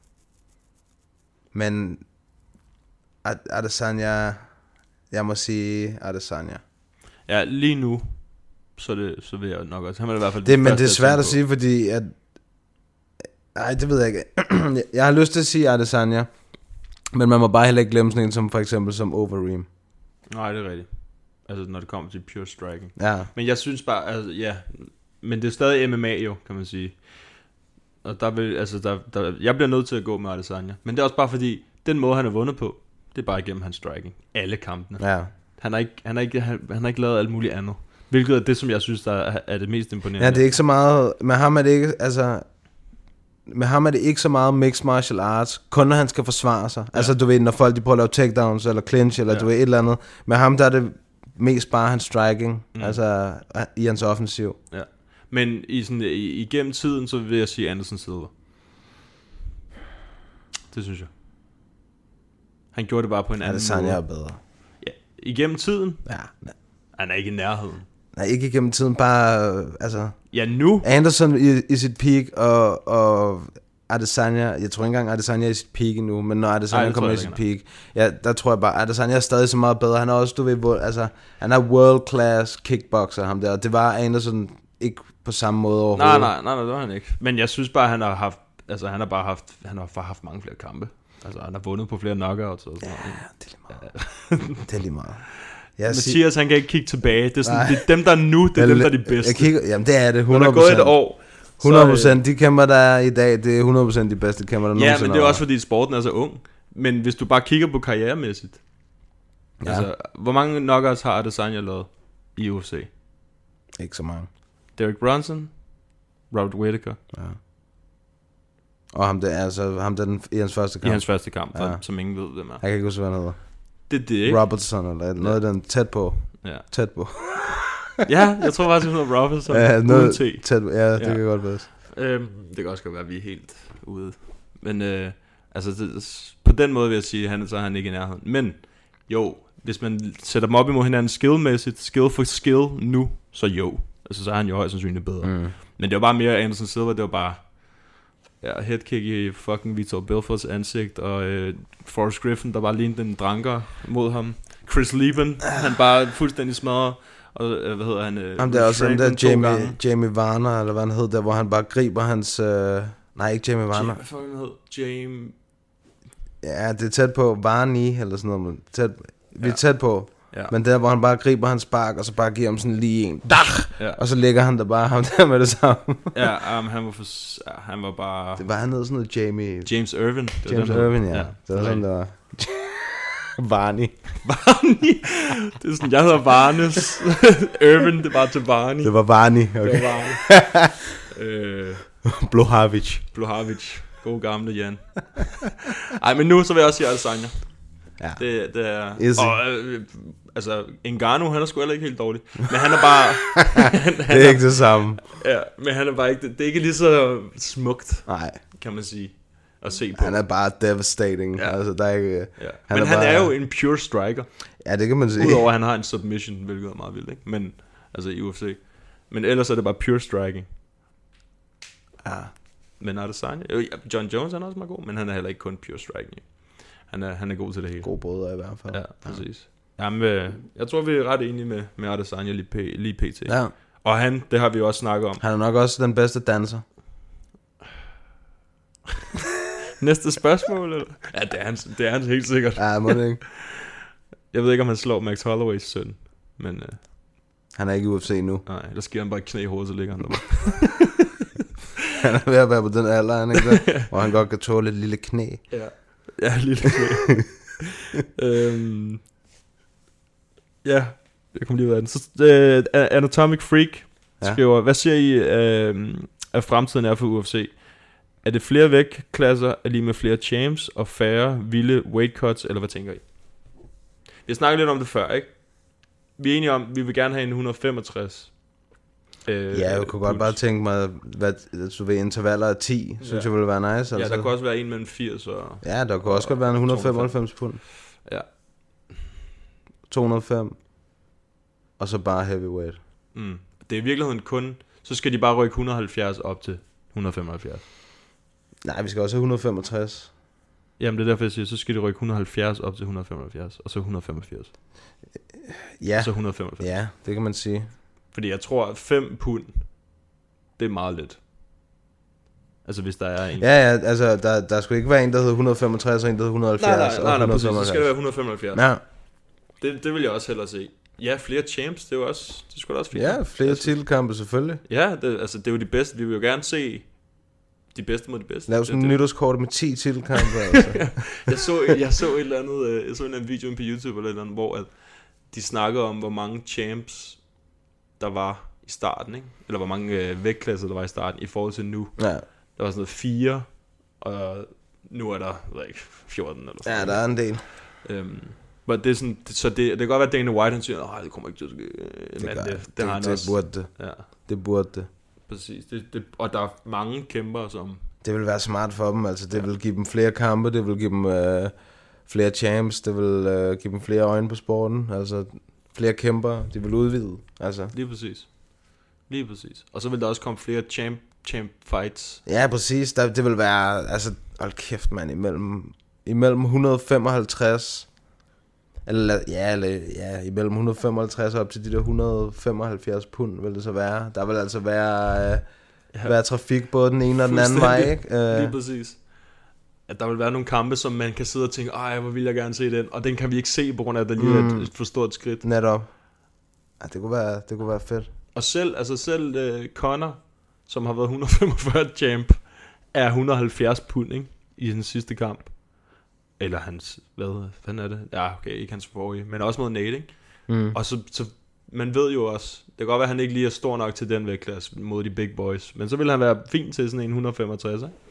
Men Adesanya, jeg må sige Adesanya. Ja, lige nu så vil jeg nok også. Han er i hvert fald men det er svært at sige, fordi at nej, det ved jeg ikke. Jeg har lyst til at sige Adesanya, men man må bare heller ikke glemme sådan en som for eksempel som Overeem. Nej, det er rigtigt. Altså når det kommer til pure striking. Ja. Men jeg synes bare, altså ja, men det er stadig MMA jo, kan man sige. Og der vil, altså jeg bliver nødt til at gå med Adesanya. Men det er også bare fordi, den måde han har vundet på, det er bare igennem hans striking. Alle kampene. Ja. Han har ikke lavet alt muligt andet. Hvilket er det, som jeg synes, der er det mest imponerende. Ja, det er ikke så meget, med ham er det ikke, altså, med ham er det ikke så meget mixed martial arts, kun når han skal forsvare sig. Ja. Altså du ved, når folk de prøver at lave takedowns, eller clinch, eller du ved et eller andet. Med ham der er det mest bare hans striking, altså i hans offensiv. Ja. Men igennem tiden, så vil jeg sige Anderson Silva. Det synes jeg. Han gjorde det bare på en anden måde. Adesanya er bedre. Ja, igennem tiden? Ja. Han er ikke i nærheden. Nej, ikke igennem tiden, bare, altså... Ja, nu? Anderson i sit peak, og Adesanya, jeg tror ikke engang Adesanya er i sit peak endnu, men når Adesanya kommer i sit peak, ja, der tror jeg bare, Adesanya er stadig så meget bedre. Han er også, du ved, altså, han er world class kickboxer, ham der, og det var Anderson ikke på samme måde overhovedet. Nej, det var han ikke. Men jeg synes bare, han har haft, altså han har haft mange flere kampe. Altså han har vundet på flere knockouts og sådan noget. Ja, det er lige meget. Det er lige meget. Mathias, han kan ikke kigge tilbage. Det er, sådan, det er dem, der er nu, det er dem, der er de bedste. Jamen det er det, 100%. Når der er gået et år, 100%, de kæmper der er i dag, det er 100% de bedste kæmper der nogensinde. Ja, men det er også fordi sporten er så ung. Men hvis du bare kigger på karrieremæssigt, altså, hvor mange knockouts har Adesanya lavet i UFC? Ikke så mange. Derek Brunson, Robert Whittaker. Ja. Og ham der i hans første kamp. I hans første kamp, som ingen ved, hvem er. Jeg kan ikke huske, hvad han hedder. Det er ikke. Robertson eller noget af den tæt på. Ja. Tæt på. Ja, jeg tror faktisk, det hedder Robertson. Ja, noget tæt på. Ja, det kan godt være. Det kan også godt være, at vi er helt ude. Men altså, på den måde vil jeg sige, så er han ikke i nærheden. Men jo, hvis man sætter dem op imod hinanden skillmæssigt, skill for skill nu, så jo. Altså, så er han jo højst sandsynligt bedre. Men det var bare mere Anderson Silva, det var bare headkick i fucking Vitor Belforts ansigt, og Forrest Griffin, der bare lignede en dranker mod ham. Chris Lieben, han bare fuldstændig smadrer. Og hvad hedder han? Ham der også, Jamie Varner, eller hvad han hed, der hvor han bare griber hans... nej, ikke Jamie Varner. Hvad fucking hed? Jamie... Ja, det er tæt på Varney, eller sådan noget. Vi er tæt på. Ja. Men der hvor han bare griber hans spark, og så bare giver ham sådan lige en og så lægger han der bare ham der med det samme. Han var bare... Det var han hed sådan noget James Irvin. James Irvin, ja. Det var sådan der... Varney. Det er sådan, jeg hedder Varnes. Irvin, det var til Varney. Det var Varney, okay. Det var Varney. Blohavic. God gamle Jan. Ej, men nu så vil jeg også sige Adesanya. Ja. Det er... Og, altså, Ngannou, han er sgu heller ikke helt dårlig. Men han er bare... det er ikke det samme. Ja, men han er bare ikke... Det er ikke lige så smukt, nej, kan man sige, at se på. Han er bare devastating. Ja. Altså, der er ikke... Ja. Men han er jo en pure striker. Ja, det kan man sige. Udover at han har en submission, hvilket er meget vildt, ikke? Men, altså i UFC. Men ellers er det bare pure striking. Ja. Men Adesanya... John Jones, han er også meget god, men han er heller ikke kun pure striking. Han er god til det hele. God brødre i hvert fald. Ja, præcis. Jamen, jeg tror, vi er ret enige med Adesanya lige pt. Ja. Og det har vi jo også snakket om. Han er nok også den bedste danser. Næste spørgsmål, eller? Ja, det er han helt sikkert. Ja, må det ikke. Jeg ved ikke, om han slår Max Holloways søn, men... han er ikke i UFC nu. Nej, der sker han bare et knæ i hovedet, så ligger han der bare. Han er ved at være på den alder, han ikke der, hvor han godt kan tåle et lille knæ. Ja, lille knæ. Ja, jeg kom lige ud af den. Så, Anatomic Freak skriver, hvad siger I af fremtiden er for UFC? Er det flere vægtklasser, er lige med flere champs og færre vilde weight cuts, eller hvad tænker I? Vi har snakket lidt om det før, ikke? Vi er enige om, vi vil gerne have en 165. Ja, jeg kunne godt bare tænke mig, hvad du ved, intervaller af 10, synes jeg ville være nice. Ja, der kunne også være en mellem 80 og... Ja, der kunne også godt være en 195 pund. Ja. 205. Og så bare heavyweight. Det er i virkeligheden kun... Så skal de bare rykke 170 op til 175. Nej, vi skal også have 165. Jamen det er derfor jeg siger, så skal de rykke 170 op til 175. Og så 185. Ja. Så 185. Ja, det kan man sige. Fordi jeg tror, at 5 pund, det er meget lidt. Altså hvis der er en... Ja, altså der skulle ikke være en, der hedder 165, og en, der hedder 170. Nej, præcis. Så skal det være 175. Ja. Det vil jeg også hellere se. Ja, flere champs, det er jo også... Det skulle også fint. Ja, flere titelkampe selvfølgelig. Ja, det er jo de bedste. Vi vil jo gerne se de bedste mod de bedste. Lav sådan en nytårskort med 10 titelkampe. Altså. jeg så et eller andet... Jeg så en video på YouTube eller et eller andet, hvor at de snakker om, hvor mange champs der var i starten, ikke? Eller hvor mange vægtklasser der var i starten i forhold til nu. Ja. Der var sådan noget 4, og nu er der, like, 14 eller sådan. Ja, der er en del. Men det er sådan, så det kan godt være, at Dana White, han siger, nej, det kommer ikke til at ske. Men det har han også. Det burde det. Ja. Det burde det. Præcis. Og der er mange kæmper, som... Det vil være smart for dem, altså det vil give dem flere kampe, det vil give dem flere champs, det vil give dem flere øjne på sporten, altså flere kæmper, de vil udvide, altså. Lige præcis. Og så vil der også komme flere champ fights. Ja, præcis, det vil være, altså, hold kæft mand, imellem 155, imellem 155 op til de der 175 pund vil det så være. Der vil altså være trafik både den ene og den anden vej, ikke? Lige præcis. At der vil være nogle kampe, som man kan sidde og tænke, ej, hvor vil jeg gerne se den, og den kan vi ikke se, på grund af, at der lige er et for stort skridt. Netop. Ja, det kunne være fedt. Og selv Conor, som har været 145 champ, er 170 pund, ikke? I den sidste kamp. Eller hans, hvad fanden er det? Ja, okay, ikke hans forrige, men også mod Nate, ikke? Og så man ved jo også, det kan godt være, at han ikke lige er stor nok til den vægtklasse mod de big boys, men så vil han være fin til sådan en 165, ikke?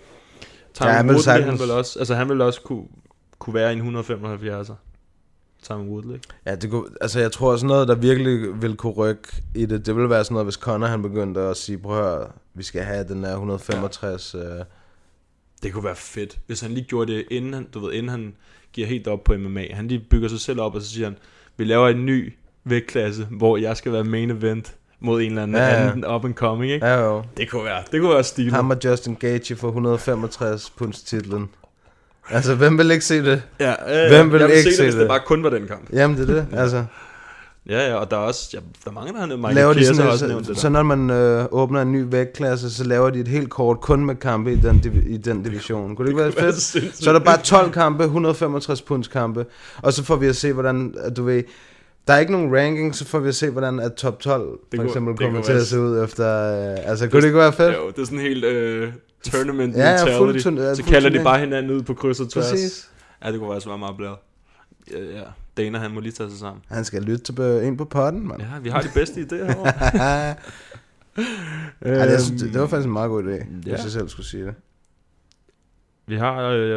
Han vil også kunne være en 175'er. Simon Woodley. Ja, altså jeg tror også noget, der virkelig vil kunne rykke i det, det vil være sådan noget, hvis Conor han begyndte at sige, prøv at høre, vi skal have den der 165. Det kunne være fedt, hvis han lige gjorde det, inden han giver helt op på MMA. Han lige bygger sig selv op, og så siger han, vi laver en ny vægtklasse, hvor jeg skal være main event mod en eller anden up and coming, ikke? Ja, jo. Det kunne være stilet. Ham og Justin Gaethje for 165 punds titlen. Altså, hvem vil ikke se det? Hvem vil ikke se det? Hvis det bare kun var den kamp. Jamen, det er det, altså. Ja, og der er også, der er mange, der har nævnt, Michael Chiesa har også nævnt det der. Så når man åbner en ny vægtklasse, så laver de et helt kort kun med kampe i den division. Kunne det ikke være fedt? Så er der bare 12 kampe, 165 punds kampe, og så får vi at se, hvordan, du ved, der er ikke nogen ranking, så får vi at se, hvordan at top 12 for eksempel kommer til at se ud efter, altså kunne det ikke være fedt? Jo, det er sådan helt tournament mentality, så kalder de bare hinanden ud på kryds og tværs. Præcis. Ja, det kunne være så meget blæret. Ja, Dana, han må lige tage sig sammen. Han skal lytte til ind på potten, mand. Ja, vi har de bedste idéer herovre. Det var faktisk en meget god idé, hvis jeg selv skulle sige det. Vi har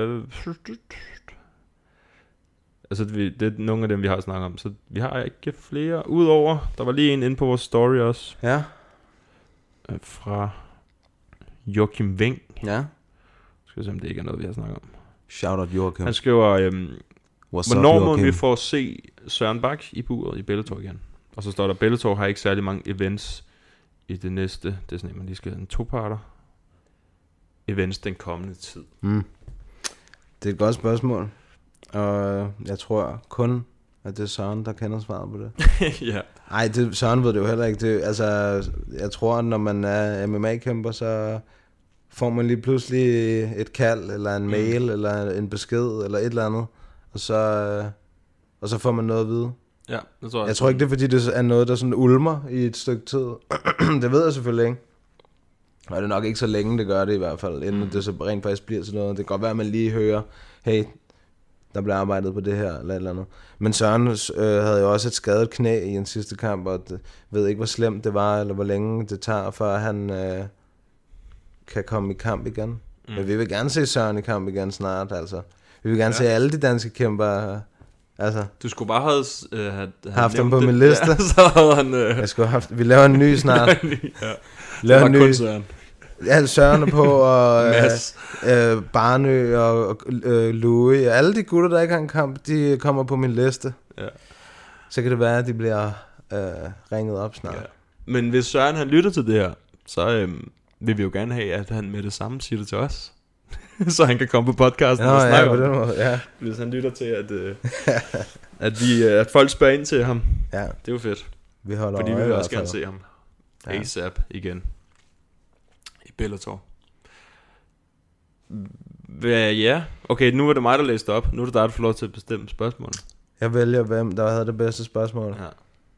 altså det er nogle af dem, vi har snakket om. Så vi har ikke flere. Udover, der var lige en inde på vores story også. Ja. Fra Joachim Weng. Ja. Skal vi se, om det ikke er noget, vi har snakket om. Shout out Joachim. Han skriver, hvornår må vi få se Søren Bak i buret i Bellator igen? Og så står der, Bellator har ikke særlig mange events i det næste. Det er sådan, at man lige skal have en 2-parter events den kommende tid. Det er et godt spørgsmål. Og jeg tror kun, at det er Søren, der kender svaret på det. Ja. Ej, Søren ved det jo heller ikke. Altså, jeg tror, at når man er MMA-kæmper, så får man lige pludselig et kald, eller en mail, eller en besked, eller et eller andet. Og så får man noget at vide. Ja, det tror jeg. Jeg tror ikke, det er, fordi det er noget, der sådan ulmer i et stykke tid. Det ved jeg selvfølgelig ikke. Og det er nok ikke så længe, det gør det i hvert fald, inden det så rent faktisk bliver sådan noget. Det kan godt være, at man lige hører, hey, der bliver arbejdet på det her, eller et eller andet. Men Søren havde jo også et skadet knæ i en sidste kamp, og ved ikke, hvor slemt det var, eller hvor længe det tager, før han kan komme i kamp igen. Men vi vil gerne se Søren i kamp igen snart, altså. Vi vil gerne se alle de danske kæmper, altså. Du skulle bare have haft ham på min liste. Ja, så havde han... Jeg skulle have haft, vi laver en ny snart. Laver en ny. Kun Søren. Ja, Søren er på, og Barnø og Louis, og alle de gutter, der ikke har en kamp, de kommer på min liste. Ja. Så kan det være, at de bliver ringet op snart. Ja. Men hvis Søren han lytter til det her, så vil vi jo gerne have, at han med det samme siger det til os. Så han kan komme på podcasten og snakke om det. Ja. Hvis han lytter til, at folk spørger ind til ham. Ja. Det er jo fedt. Vi holder fordi vi vil også gerne se ham ASAP igen i Bellator. Ja, okay, nu er det mig, der læste op. Nu er det dig, der får lov til at bestemme spørgsmålet. Jeg vælger, hvem der havde det bedste spørgsmål. Ja.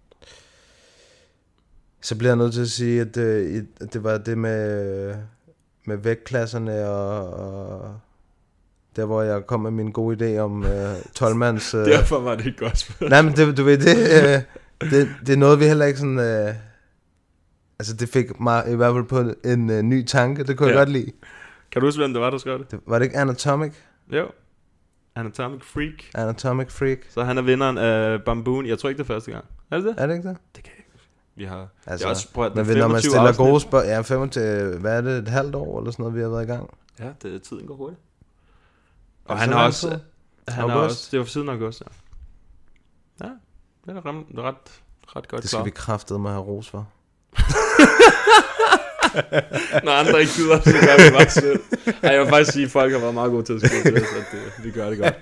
Så bliver jeg nødt til at sige, at det var det med vægtklasserne og der, hvor jeg kom med min gode idé om 12-mands... Derfor var det et godt spørgsmål. Nej, men du ved, det er noget, vi heller ikke sådan... altså, det fik mig i hvert fald på en ny tanke. Det kunne jeg godt lide. Kan du huske, hvem det var, der skrev det? Var det ikke Anatomic? Jo. Anatomic Freak. Anatomic Freak. Så han er vinderen af Bamboon. Jeg tror ikke, det er første gang. Er det det? Er det ikke det? Det kan jeg ikke huske. Vi har... Altså, også prøvet, men når man stiller gode spørgsmål... Ja, 25... Hvad er det? Et halvt år eller sådan noget, vi har været i gang? Ja, tiden går hurtigt. Og han har også... det var siden august, ja. Ja, det er ret godt. Det skal vi kraftedeme med at have ros for. Når andre ikke gider, så gør vi bare selv. Ej, jeg vil faktisk sige, at folk har været meget gode til at skrive til os, at vi gør det godt.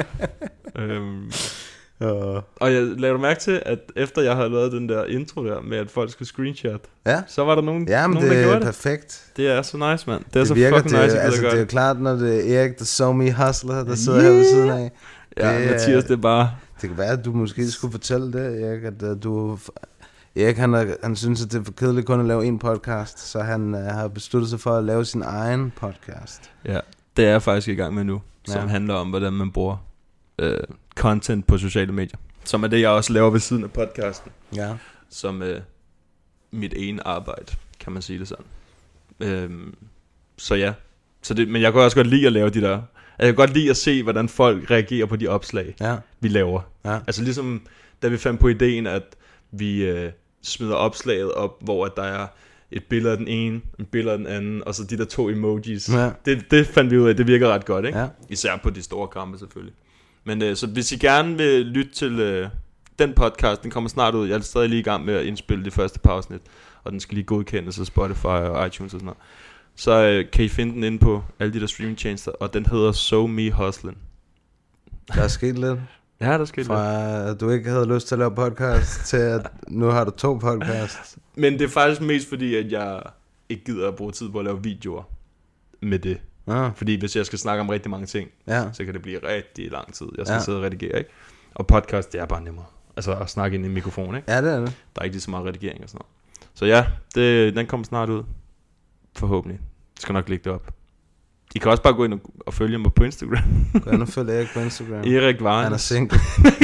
Og jeg lavede mærke til, at efter jeg havde lavet den der intro der, med at folk skulle screenshot, så var der nogen, der gjorde det. Jamen, det er perfekt. Det er så nice, mand. Det er så virker, fucking nice, altså, det er jo klart, når det er Erik, the So Me Hustler, der sidder her ved siden af. Ja, Mathias, det er bare... Det kan være, at du måske skulle fortælle det, Erik, at du... Erik, han synes, at det er for kedeligt kun at lave en podcast, så han har besluttet sig for at lave sin egen podcast. Ja, det er jeg faktisk i gang med nu, som handler om, hvordan man bruger content på sociale medier. Som er det, jeg også laver ved siden af podcasten. Ja. Som mit ene arbejde, kan man sige det sådan. Så ja. Men jeg kan også godt lide at lave de der... Jeg kan godt lide at se, hvordan folk reagerer på de opslag, vi laver. Ja. Altså ligesom, da vi fandt på ideen, at vi smider opslaget op, hvor at der er et billede af den ene, et billede af den anden, og så de der 2 emojis. Ja. Det fandt vi ud af, det virker ret godt, ikke? Ja. Især på de store kampe selvfølgelig. Men så hvis I gerne vil lytte til den podcast, den kommer snart ud. Jeg er stadig lige i gang med at indspille det første par afsnit, og den skal lige godkendes af Spotify og iTunes og sådan noget. Så kan I finde den inde på alle de der streamingtjenester, og den hedder So Me Hustlin'. Der er sket lidt. Ja, der er sket lidt. Fra at du ikke havde lyst til at lave podcast, til at nu har du 2 podcasts. Men det er faktisk mest fordi, at jeg ikke gider at bruge tid på at lave videoer med det. Fordi hvis jeg skal snakke om rigtig mange ting, så kan det blive rigtig lang tid. Jeg skal sidde og redigere, ikke? Og podcast, det er bare nemmere. Altså at snakke ind i en mikrofon, ikke? Ja, det er det. Der er ikke lige så meget redigering og sådan noget. Så ja, den kommer snart ud. Forhåbentlig. Jeg skal nok lægge det op. I kan også bare gå ind og følge mig på Instagram. Gå ind og følge Erik på Instagram. Erik Varnes. Han er single.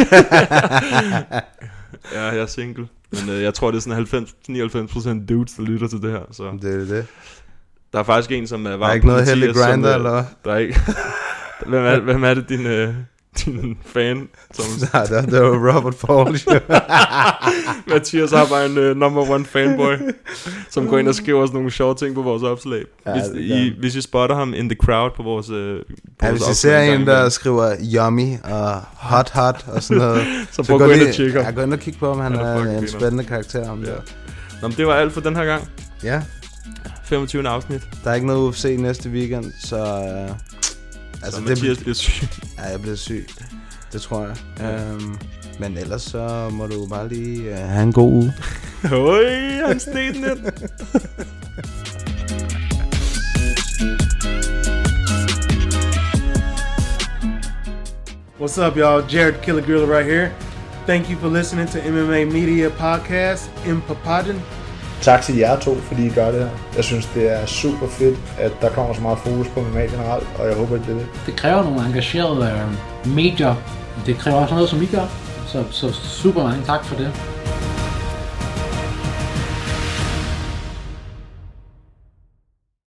Ja, jeg er single. Men jeg tror, det er sådan 99% dudes, der lytter til det her. Så. Det er det. Der er faktisk en, som er varm. Der er ikke noget heldig grinder, eller? Der er ikke. Hvem er det, din fan? Nej, det var Robert Paul. Mathias har bare en number 1 fanboy, som går ind og skriver sådan nogle sjove ting på vores opslag. Hvis I spotter ham in the crowd på vores hvis I ser en, der skriver yummy og hot og sådan noget, så gå ind og tjekke ham. Jeg går ind og kigge på, om han er en spændende karakter. Om det. Nå, men det var alt for den her gang. Ja. 25. afsnit. Der er ikke noget UFC næste weekend, så... Altså så Mathias bliver syg. Ja, jeg bliver syg. Det tror jeg. Men ellers så må du bare lige have en god uge. Høj, han sned den ind. What's up, y'all? Jared Killigreeler right here. Thank you for listening to MMA Media Podcast in Papadon. Tak til jer to, fordi I gør det her. Jeg synes, det er super fedt, at der kommer så meget fokus på MMA generelt, og jeg håber, at det er det. Det kræver nogle engagerede medier. Det kræver også noget, som I gør. Så super mange tak for det.